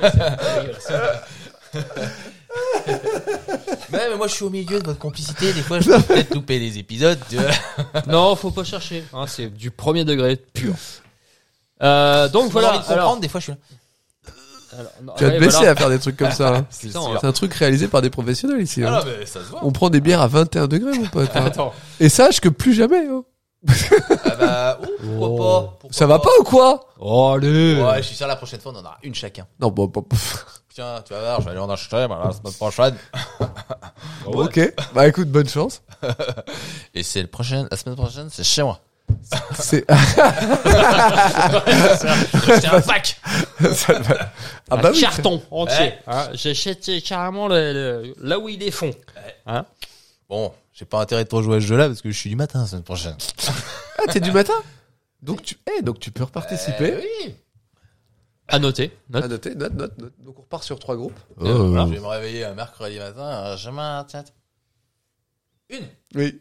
Mais moi, je suis au milieu de votre complicité. Des fois, je peux peut-être louper des épisodes. Non, faut pas chercher. C'est du premier degré pur. Donc Voilà. voilà. Envie de comprendre. Des fois, je suis là. Tu vas te baisser à faire des trucs comme ça. Hein. C'est Putain, sûr. C'est un truc réalisé par des professionnels ici. Ah Hein. non, mais ça se voit. On prend des bières à 21 degrés, mon pote. Hein. Attends. Et sache que plus jamais. Hein. Ah bah, pourquoi pas? Pourquoi Ça va pas ou quoi? Oh, allez. Ouais, je suis sûr, la prochaine fois, on en aura une chacun. Non, bon. Tiens, tu vas voir, je vais aller en acheter, la semaine prochaine. Ok. Bah écoute, bonne chance. Et c'est la semaine prochaine, c'est chez moi. C'est. C'est un pack. Ça va- Ah Un bah oui. carton entier. Ouais. Hein, j'achète carrément là où il est fond. Hein. Bon, j'ai pas intérêt de trop jouer à ce jeu-là parce que je suis du matin la semaine prochaine. Ah, t'es du matin? Donc tu peux reparticiper. Oui. À noter. Note. À noter, note. Donc on repart sur 3 groupes. Voilà. Je vais me réveiller un mercredi matin. Je maintiens. Une. Oui.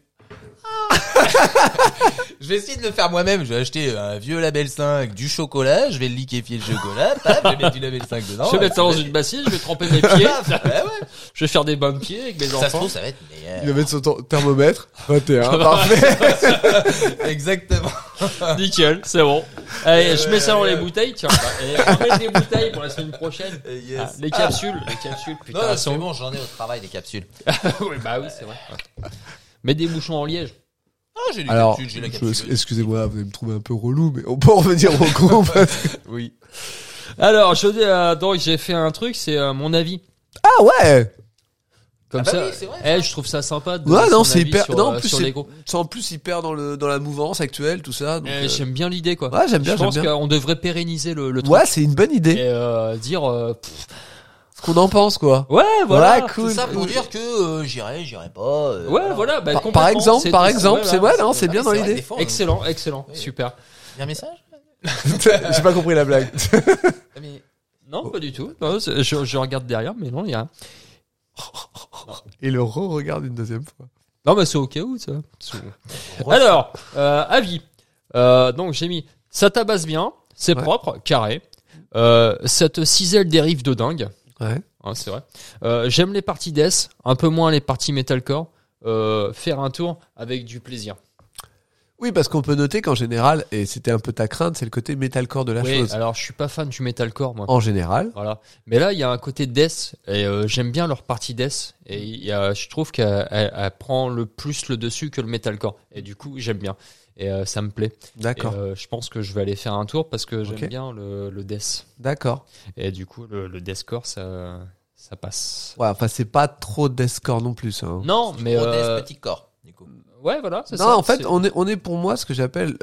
Je vais essayer de le faire moi-même. Je vais acheter un vieux label 5, du chocolat. Je vais liquéfier le chocolat. Paf, je vais mettre du label 5 dedans. Je vais mettre ça dans une bassine, je vais tremper mes pieds. Ouais. Je vais faire des bains de pieds avec mes Ça se enfants. trouve, ça va être meilleur. Il va mettre son thermomètre. 21. Parfait. Exactement. Nickel, c'est bon. Allez, je mets ça dans les bouteilles, tiens. Et on met des bouteilles pour la semaine prochaine. Yes. Ah, les capsules, putain, Non, elles c'est sont- bon, j'en ai au travail des capsules. oui, bah oui, c'est vrai. Mets des bouchons en liège. Ah, j'ai des Alors, capsules, j'ai la capsule. excusez-moi, vous allez me trouver un peu relou, mais on peut en revenir au groupe. Oui. Alors, je dis, donc j'ai fait un truc, c'est mon avis. Ah ouais. Comme Ah bah ça, oui, c'est vrai, ça. je trouve ça sympa. De Ouais, donner non, son c'est avis hyper. sur, Non, en plus sur les groupes. c'est en plus hyper dans la mouvance actuelle, tout ça. Donc, J'aime bien l'idée, quoi. Ouais, j'aime bien. Je pense qu'on devrait pérenniser le truc. Ouais, c'est une bonne idée. Et dire, Ce qu'on en pense, quoi. ouais, voilà. Ouais, cool. C'est ça pour dire que j'irai pas. Ouais, voilà. Bah, Par complètement, exemple, c'est- par exemple, voilà. c'est ouais, non, c'est bien dans l'idée. Excellent, Oui. super. Il y a un message? J'ai pas compris la blague. Mais Non, pas du tout. Non, je regarde derrière, mais non, il y a. Et le re-regarde une deuxième fois. Non, mais c'est au cas où, ça. Alors, avis. Donc, j'ai mis, ça tabasse bien, c'est Ouais. propre, carré. Ça te cisèle des riffs de dingue. Ouais. Hein, c'est vrai. J'aime les parties death, un peu moins les parties metalcore. Faire un tour avec du plaisir. Oui, parce qu'on peut noter qu'en général, et c'était un peu ta crainte, c'est le côté metalcore de la Oui, chose. alors je suis pas fan du metalcore, moi. En général. Voilà. Mais là, il y a un côté death, et j'aime bien leur partie death, et je trouve qu'elle prend le plus le dessus que le metalcore. Et du coup, j'aime bien. Et ça me plaît. D'accord. Et, je pense que je vais aller faire un tour parce que j'aime Ok. bien le death. D'accord. Et du coup, le deathcore, ça passe. Ouais, enfin, c'est pas trop deathcore non plus, hein. Non, mais gros des petits corps, du coup. ouais, voilà, c'est Non, ça. en fait, C'est- on est pour moi ce que j'appelle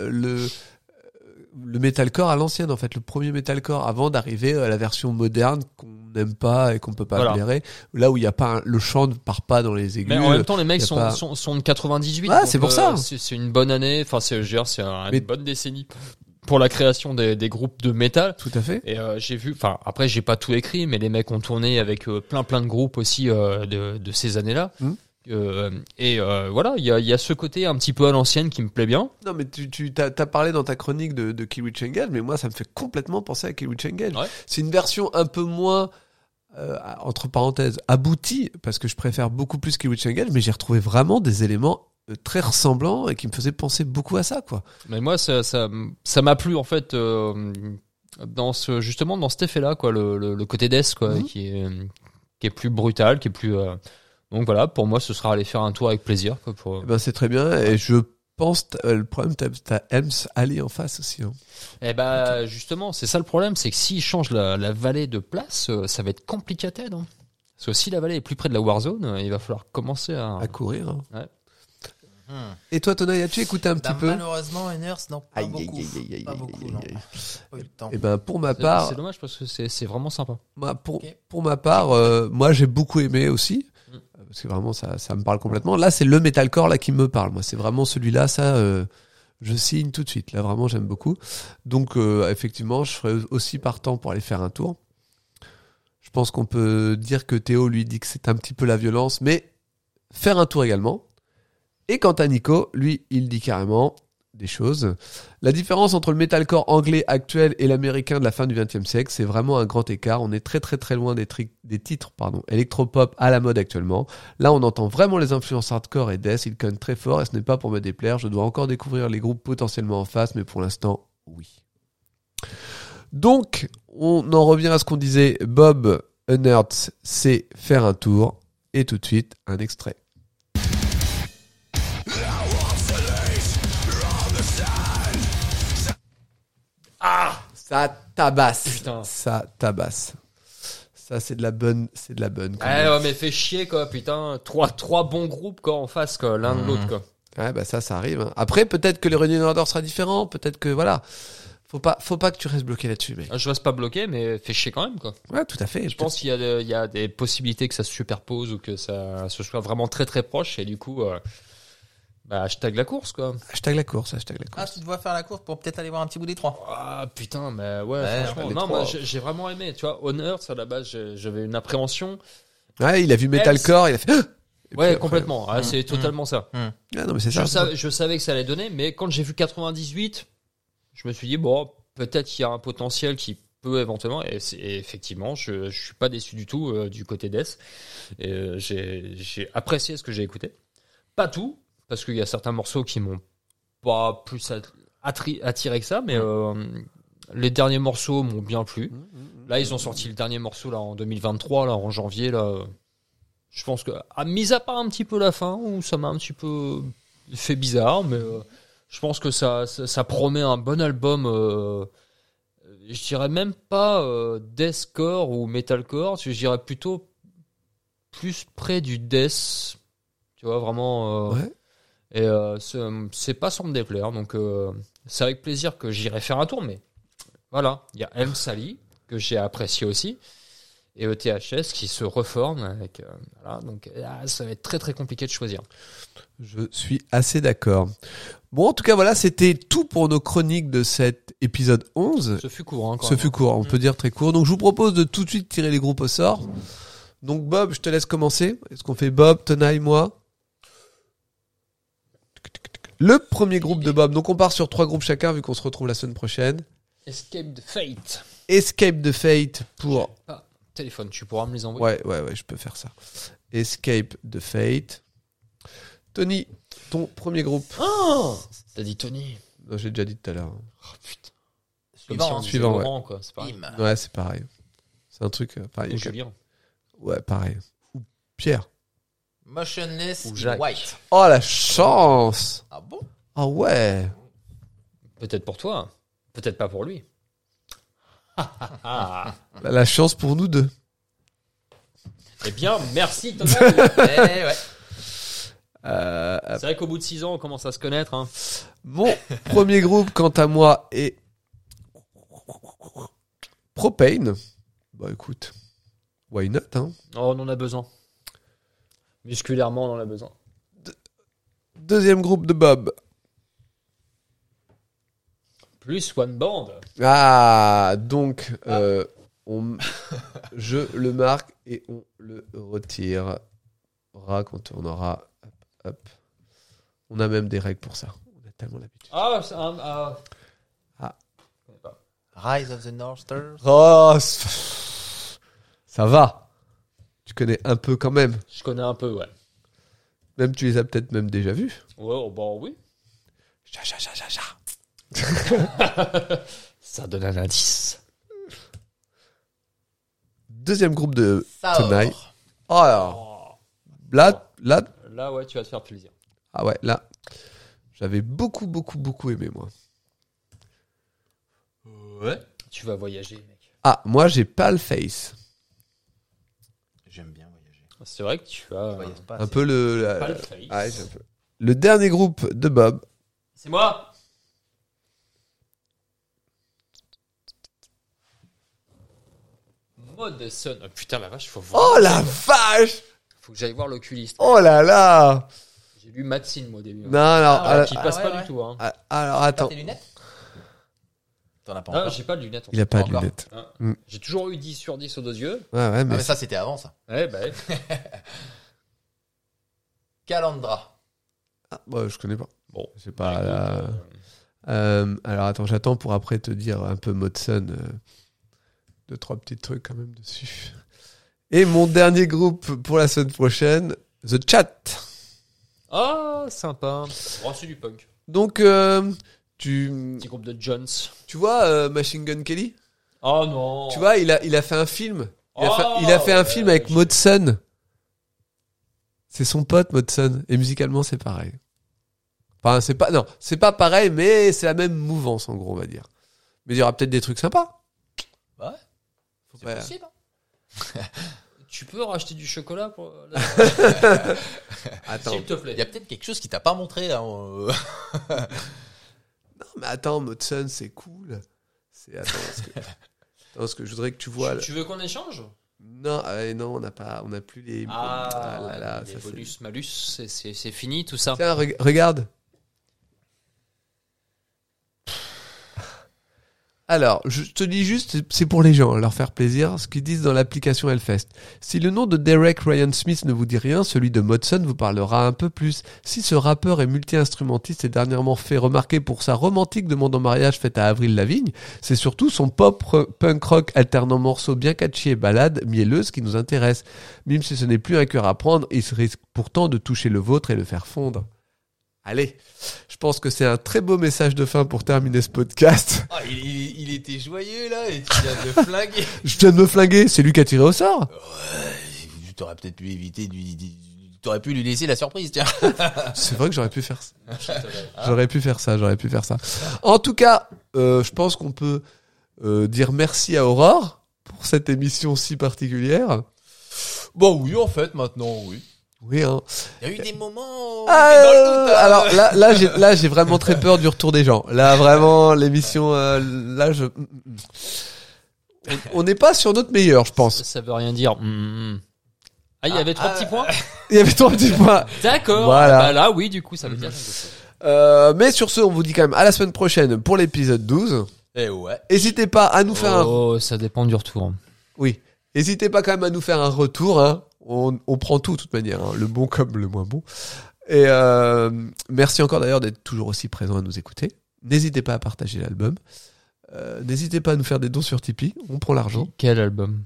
le metalcore à l'ancienne, en fait, le premier metalcore avant d'arriver à la version moderne qu'on n'aime pas et qu'on peut pas Voilà. blairer, là où il y a pas le chant ne part pas dans les aigus. Mais en même temps, les mecs y a sont, pas- sont de 98. Ouais, donc, c'est pour ça. C'est une bonne année. Enfin, c'est une Mais- bonne décennie pour la création des groupes de métal. Tout à fait. Et j'ai vu, enfin après j'ai pas tout écrit, mais les mecs ont tourné avec plein de groupes aussi de ces années-là. Mhm. Voilà, il y a ce côté un petit peu à l'ancienne qui me plaît bien. Non, mais t'as parlé dans ta chronique de Kill Witch Engage, mais moi, ça me fait complètement penser à Kill Witch Engage. Ouais. C'est une version un peu moins, entre parenthèses, aboutie, parce que je préfère beaucoup plus Kill Witch Engage, mais j'ai retrouvé vraiment des éléments très ressemblants et qui me faisaient penser beaucoup à ça, quoi. Mais moi ça m'a plu en fait justement dans cet effet-là quoi, le côté death quoi, Mhm. qui est plus brutal, qui est plus donc voilà, pour moi ce sera aller faire un tour avec plaisir quoi, pour Eh ben, c'est très bien, et je pense, le problème, t'as Helms Alley en face aussi, hein. Eh ben justement, c'est ça le problème, c'est que s'ils changent la vallée de place, ça va être complicated. Hein. Parce que si la vallée est plus près de la Warzone, il va falloir commencer À courir, hein. Ouais. Et toi, Tonaï, as-tu écouté un petit peu? Malheureusement, Enners, non, pas Aïe, beaucoup. aïe, aïe, aïe, Pas aïe, beaucoup, aïe, non. aïe. Pas eu le temps. Eh ben, pour ma C'est part, dommage parce que c'est vraiment sympa. Ok. pour ma part, moi j'ai beaucoup aimé aussi, Mm. parce que vraiment ça me parle complètement. Là, c'est le metalcore là qui me parle. Moi, c'est vraiment celui-là, ça, je signe tout de suite. Là, vraiment, j'aime beaucoup. Donc, effectivement, je serais aussi partant pour aller faire un tour. Je pense qu'on peut dire que Théo lui dit que c'est un petit peu la violence, mais faire un tour également. Et quant à Nico, lui, il dit carrément des choses. La différence entre le metalcore anglais actuel et l'américain de la fin du XXe siècle, c'est vraiment un grand écart. On est très très très loin des titres électropop à la mode actuellement. Là, on entend vraiment les influences hardcore et death. Ils connent très fort et ce n'est pas pour me déplaire. Je dois encore découvrir les groupes potentiellement en face, mais pour l'instant, oui. Donc, on en revient à ce qu'on disait. Bob Unearth, c'est faire un tour. Et tout de suite, un extrait. Ça tabasse. Putain. Ça tabasse. Ça, c'est de la bonne. Ouais, mais fait chier quoi, putain. Trois bons groupes quoi en face quoi, l'un de l'autre quoi. Ouais, bah ça arrive, hein. Après, peut-être que les Running Order sera différent. Peut-être que, voilà. Faut pas que tu restes bloqué là-dessus, mec. Je reste pas bloqué, mais fait chier quand même quoi. Ouais, tout à fait. Je pense qu'il y a des possibilités que ça se superpose ou que ça se soit vraiment très très proche et du coup Bah, hashtag la course, quoi. Hashtag la course. Ah, tu dois faire la course pour peut-être aller voir un petit bout des trois. Ah, putain, mais ouais, Ouais, franchement. les Non, trois. moi, j'ai vraiment aimé. Tu vois, Honor, à la base, j'avais une appréhension. Ouais, il a vu Metalcore, il a fait. Et puis Ouais, après- complètement. Ah, c'est totalement ça. Ah non, mais c'est ça. Je savais que ça allait donner, mais quand j'ai vu 98, je me suis dit, bon, peut-être il y a un potentiel qui peut éventuellement, et effectivement, je suis pas déçu du tout du côté Death. Et j'ai apprécié ce que j'ai écouté. Pas tout, parce qu'il y a certains morceaux qui m'ont pas plus attiré que ça, mais les derniers morceaux m'ont bien plu. Là, ils ont sorti le dernier morceau là en 2023, là en janvier, là. Je pense que, mis à part un petit peu la fin, où ça m'a un petit peu fait bizarre, mais je pense que ça promet un bon album. Je dirais même pas deathcore ou metalcore, je dirais plutôt plus près du death. Tu vois, vraiment. Ouais. Et c'est pas sans me déplaire, donc c'est avec plaisir que j'irai faire un tour, mais voilà, il y a M. Sally, que j'ai apprécié aussi, et ETHS qui se reforme avec. Voilà, donc ça va être très très compliqué de choisir. Je suis assez d'accord. Bon, en tout cas, voilà, c'était tout pour nos chroniques de cet épisode 11. Ce fut court, hein, quand Ce même. fut court, on peut dire très court. Donc, je vous propose de tout de suite tirer les groupes au sort. Donc, Bob, je te laisse commencer. Est-ce qu'on fait Bob, Tenaille, moi? Le premier groupe de Bob. Donc, on part sur 3 groupes chacun, vu qu'on se retrouve la semaine prochaine. Escape the Fate. Escape the Fate pour... Ah, téléphone, tu pourras me les envoyer. Ouais, je peux faire ça. Escape the Fate. Tony, ton premier groupe. Oh, t'as dit Tony. Non, j'ai déjà dit tout à l'heure. Oh putain. Suivant, Comme si on hein. disait Suivant, Laurent, quoi. C'est pareil. Bim. Ouais, c'est pareil. C'est un truc... pareil. Ou Julien. Ouais, pareil. Ou Pierre. Motionless Ou in Jacques. White. Oh, la chance! Ah bon? Ah ouais! Peut-être pour toi, peut-être pas pour lui. La chance pour nous deux. Eh bien, merci Thomas. Eh ouais. C'est vrai qu'au bout de 6 ans, on commence à se connaître. Hein. Mon premier groupe, quant à moi, est Propane. Bah écoute, why not, hein? Oh, on en a besoin. Musculairement, on en a besoin. Deuxième groupe de Bob. Plus One Band. Ah, donc, je le marque et on le retirera quand on aura... Hop. On a même des règles pour ça. On a tellement l'habitude. Ah, c'est un... Ah. Ah. Je connais pas. Rise of the Northsters. Oh, ça va. Tu connais un peu quand même. Je connais un peu, ouais. Même tu les as peut-être même déjà vus. Ouais, oh, bon, oui. Ja. Ça donne un indice. Deuxième groupe de Saor. Tonight. Oh là. Oh. Là, Là, ouais, tu vas te faire plaisir. ah ouais, là, j'avais beaucoup aimé, moi. Ouais. Tu vas voyager, mec. Ah, moi, j'ai Paleface. J'aime bien voyager. C'est vrai que tu as... Je voyage pas Un assez. peu le... Paleface. Ouais, j'ai un peu. Le dernier groupe de Bob. C'est moi. Mode Sun. Oh, putain, la vache, faut voir. Oh la vache! Faut que j'aille voir l'oculiste. Oh là là! J'ai lu Maxine, moi, au début. Non, non, ouais, Qui alors, passe ouais, pas ouais. du tout. Hein. alors, T'as attends. tes lunettes? T'en as pas Ah, encore. j'ai pas de lunettes. Il a pas de Encore. lunettes. Hein. Mm. J'ai toujours eu 10 sur 10 aux 2 yeux. Ouais, ouais, Ah, mais... mais ça, c'était avant, ça. Ouais, bah. Ouais. Calandra. Ah, bah, je connais pas. Bon. Je sais pas. Écoute, Alors, attends, j'attends pour après te dire un peu Modson. 2-3 petits trucs quand même dessus. Et mon dernier groupe pour la semaine prochaine, The Chat. Ah, sympa. Oh, c'est du punk. Donc, tu Petit groupe de Jones. vois Machine Gun Kelly? Oh non. Tu vois, il a fait un film. Il Oh, a fait un ouais, film avec je- Modson. C'est son pote, Modson. Et musicalement, c'est pareil. Enfin, c'est pas pareil, mais c'est la même mouvance, en gros, on va dire. Mais il y aura peut-être des trucs sympas. Ouais. Faut C'est pas- possible. Hein. Tu peux racheter du chocolat pour. Attends. S'il te Il y plaît. a peut-être quelque chose qui t'a pas montré. Hein. Non, mais attends, Modson, c'est cool. Attends, parce que je voudrais que tu vois. Tu veux qu'on échange? Non, on n'a plus les. Les bonus, malus, c'est fini tout ça. Tiens, regarde. Alors, je te dis juste, c'est pour les gens, leur faire plaisir, ce qu'ils disent dans l'application Hellfest. Si le nom de Derek Ryan Smith ne vous dit rien, celui de Modson vous parlera un peu plus. Si ce rappeur et multi-instrumentiste est dernièrement fait remarquer pour sa romantique demande en mariage faite à Avril Lavigne, c'est surtout son pop punk rock alternant morceaux bien catchy et ballades mielleuses qui nous intéresse. Même si ce n'est plus un cœur à prendre, il se risque pourtant de toucher le vôtre et le faire fondre. Allez, je pense que c'est un très beau message de fin pour terminer ce podcast. Ah, il était joyeux là, et tu viens de le flinguer. Je viens de me flinguer, c'est lui qui a tiré au sort. Ouais, t'aurais peut-être pu éviter t'aurais pu lui laisser la surprise, tiens. C'est vrai que j'aurais pu faire ça. J'aurais pu faire ça. En tout cas, je pense qu'on peut dire merci à Aurore pour cette émission si particulière. Bon, oui, en fait, maintenant, oui. Oui, hein. Il y a eu des moments où on était dans le doute, hein. Alors là, j'ai vraiment très peur du retour des gens. Là, vraiment, l'émission, on n'est pas sur notre meilleur, je pense. Ça veut rien dire. Ah, il y avait 3 petits points. Il y avait 3 petits points. D'accord. Voilà. Bah là, oui, du coup, ça veut dire quelque chose. Mais sur ce, on vous dit quand même à la semaine prochaine pour l'épisode 12. Eh ouais. N'hésitez pas à nous faire ça dépend du retour. Oui. N'hésitez pas quand même à nous faire un retour, hein. On prend tout de toute manière, hein, le bon comme le moins bon. Et merci encore d'ailleurs d'être toujours aussi présent à nous écouter. N'hésitez pas à partager l'album. N'hésitez pas à nous faire des dons sur Tipeee, on prend l'argent. Quel album?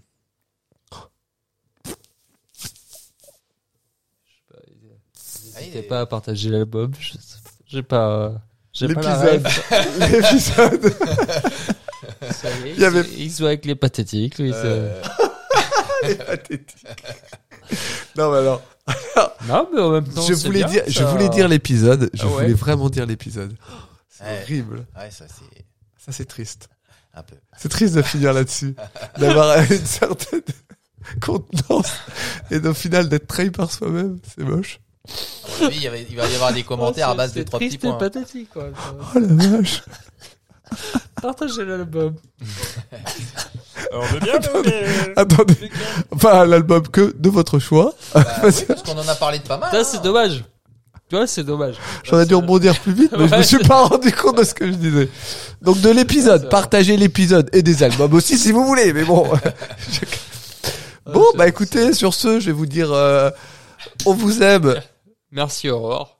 N'hésitez pas à partager l'album. J'ai pas la rêve. L'épisode. Il y avait... Il joue avec les pathétiques, lui. Les pathétiques. Non, mais alors. Non, mais en même temps, je voulais dire l'épisode. Je voulais vraiment dire l'épisode. C'est Ouais. horrible. Ouais, ça C'est triste. un peu. C'est triste de finir là-dessus. D'avoir une certaine contenance. Et au final, d'être trahi par soi-même. C'est moche. À mon avis, il va y avoir des commentaires à base de 3 petits points. C'est pathétique, quoi. Oh la vache. Partagez l'album. On veut bien, Attendez. Enfin, l'album que de votre choix. oui, parce qu'on en a parlé de pas mal. Ça, c'est dommage. Tu vois, c'est dommage. J'aurais dû rebondir plus vite, mais je me suis pas rendu compte de ce que je disais. Donc de l'épisode, partagez l'épisode et des albums aussi si vous voulez, mais bon. Bon, bah écoutez, sur ce, je vais vous dire, on vous aime. Merci Aurore.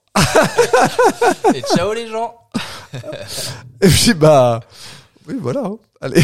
Et ciao les gens. Et puis bah, oui voilà. Hein. Allez.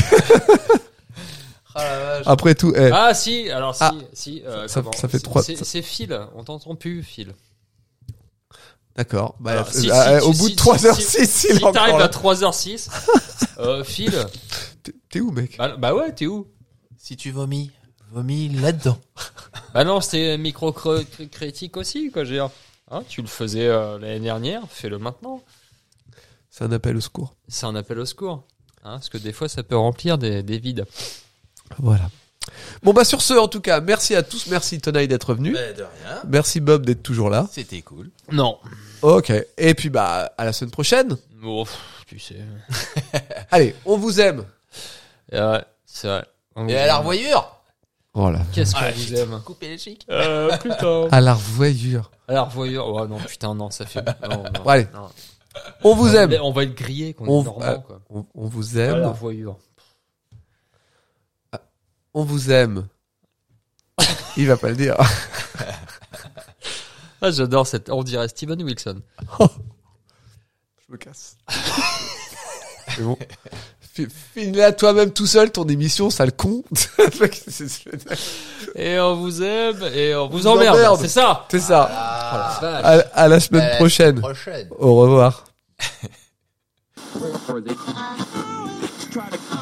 Oh la vache. Après tout, Ah si, alors si. ça fait 3. C'est Phil. On t'entend plus, Phil. D'accord. Bah, Alors, au bout de 3h06, si il est encore t'arrives là. à 3h06, Phil. T'es où, mec? Bah ouais, t'es où? Si tu vomis là-dedans. Bah non, c'était micro-critique aussi, quoi, j'ai dire. Hein, tu le faisais l'année dernière, fais-le maintenant. C'est un appel au secours. C'est un appel au secours. Hein, parce que des fois, ça peut remplir des vides. Voilà. Bon bah sur ce, en tout cas, merci à tous, merci Tonaï d'être venu. De rien. Merci Bob d'être toujours là. C'était cool. Non. Ok. Et puis bah à la semaine prochaine. Oh, tu sais. Allez, on vous aime. Ouais, c'est vrai. Et à la revoyure. Voilà. Qu'est-ce qu'on Ah, vous putain. aime? Couper les chics. Putain. À la revoyure. Alors, voyeur. Oh non, putain, non, ça fait. Non, non, Bon, allez. non. On vous aime. On va être grillé, qu'on On- est normand, quoi. On vous aime. Alors, voyeur. On vous aime. Il va pas le dire. Ah, j'adore cette. On dirait Steven Wilson. Je me casse. C'est bon. Finis-la toi-même tout seul, ton émission, sale con. Et on vous aime et on vous vous emmerde. emmerde. C'est ça. C'est ça. Ah, Oh la vache. À la semaine prochaine. prochaine. Au revoir. Try to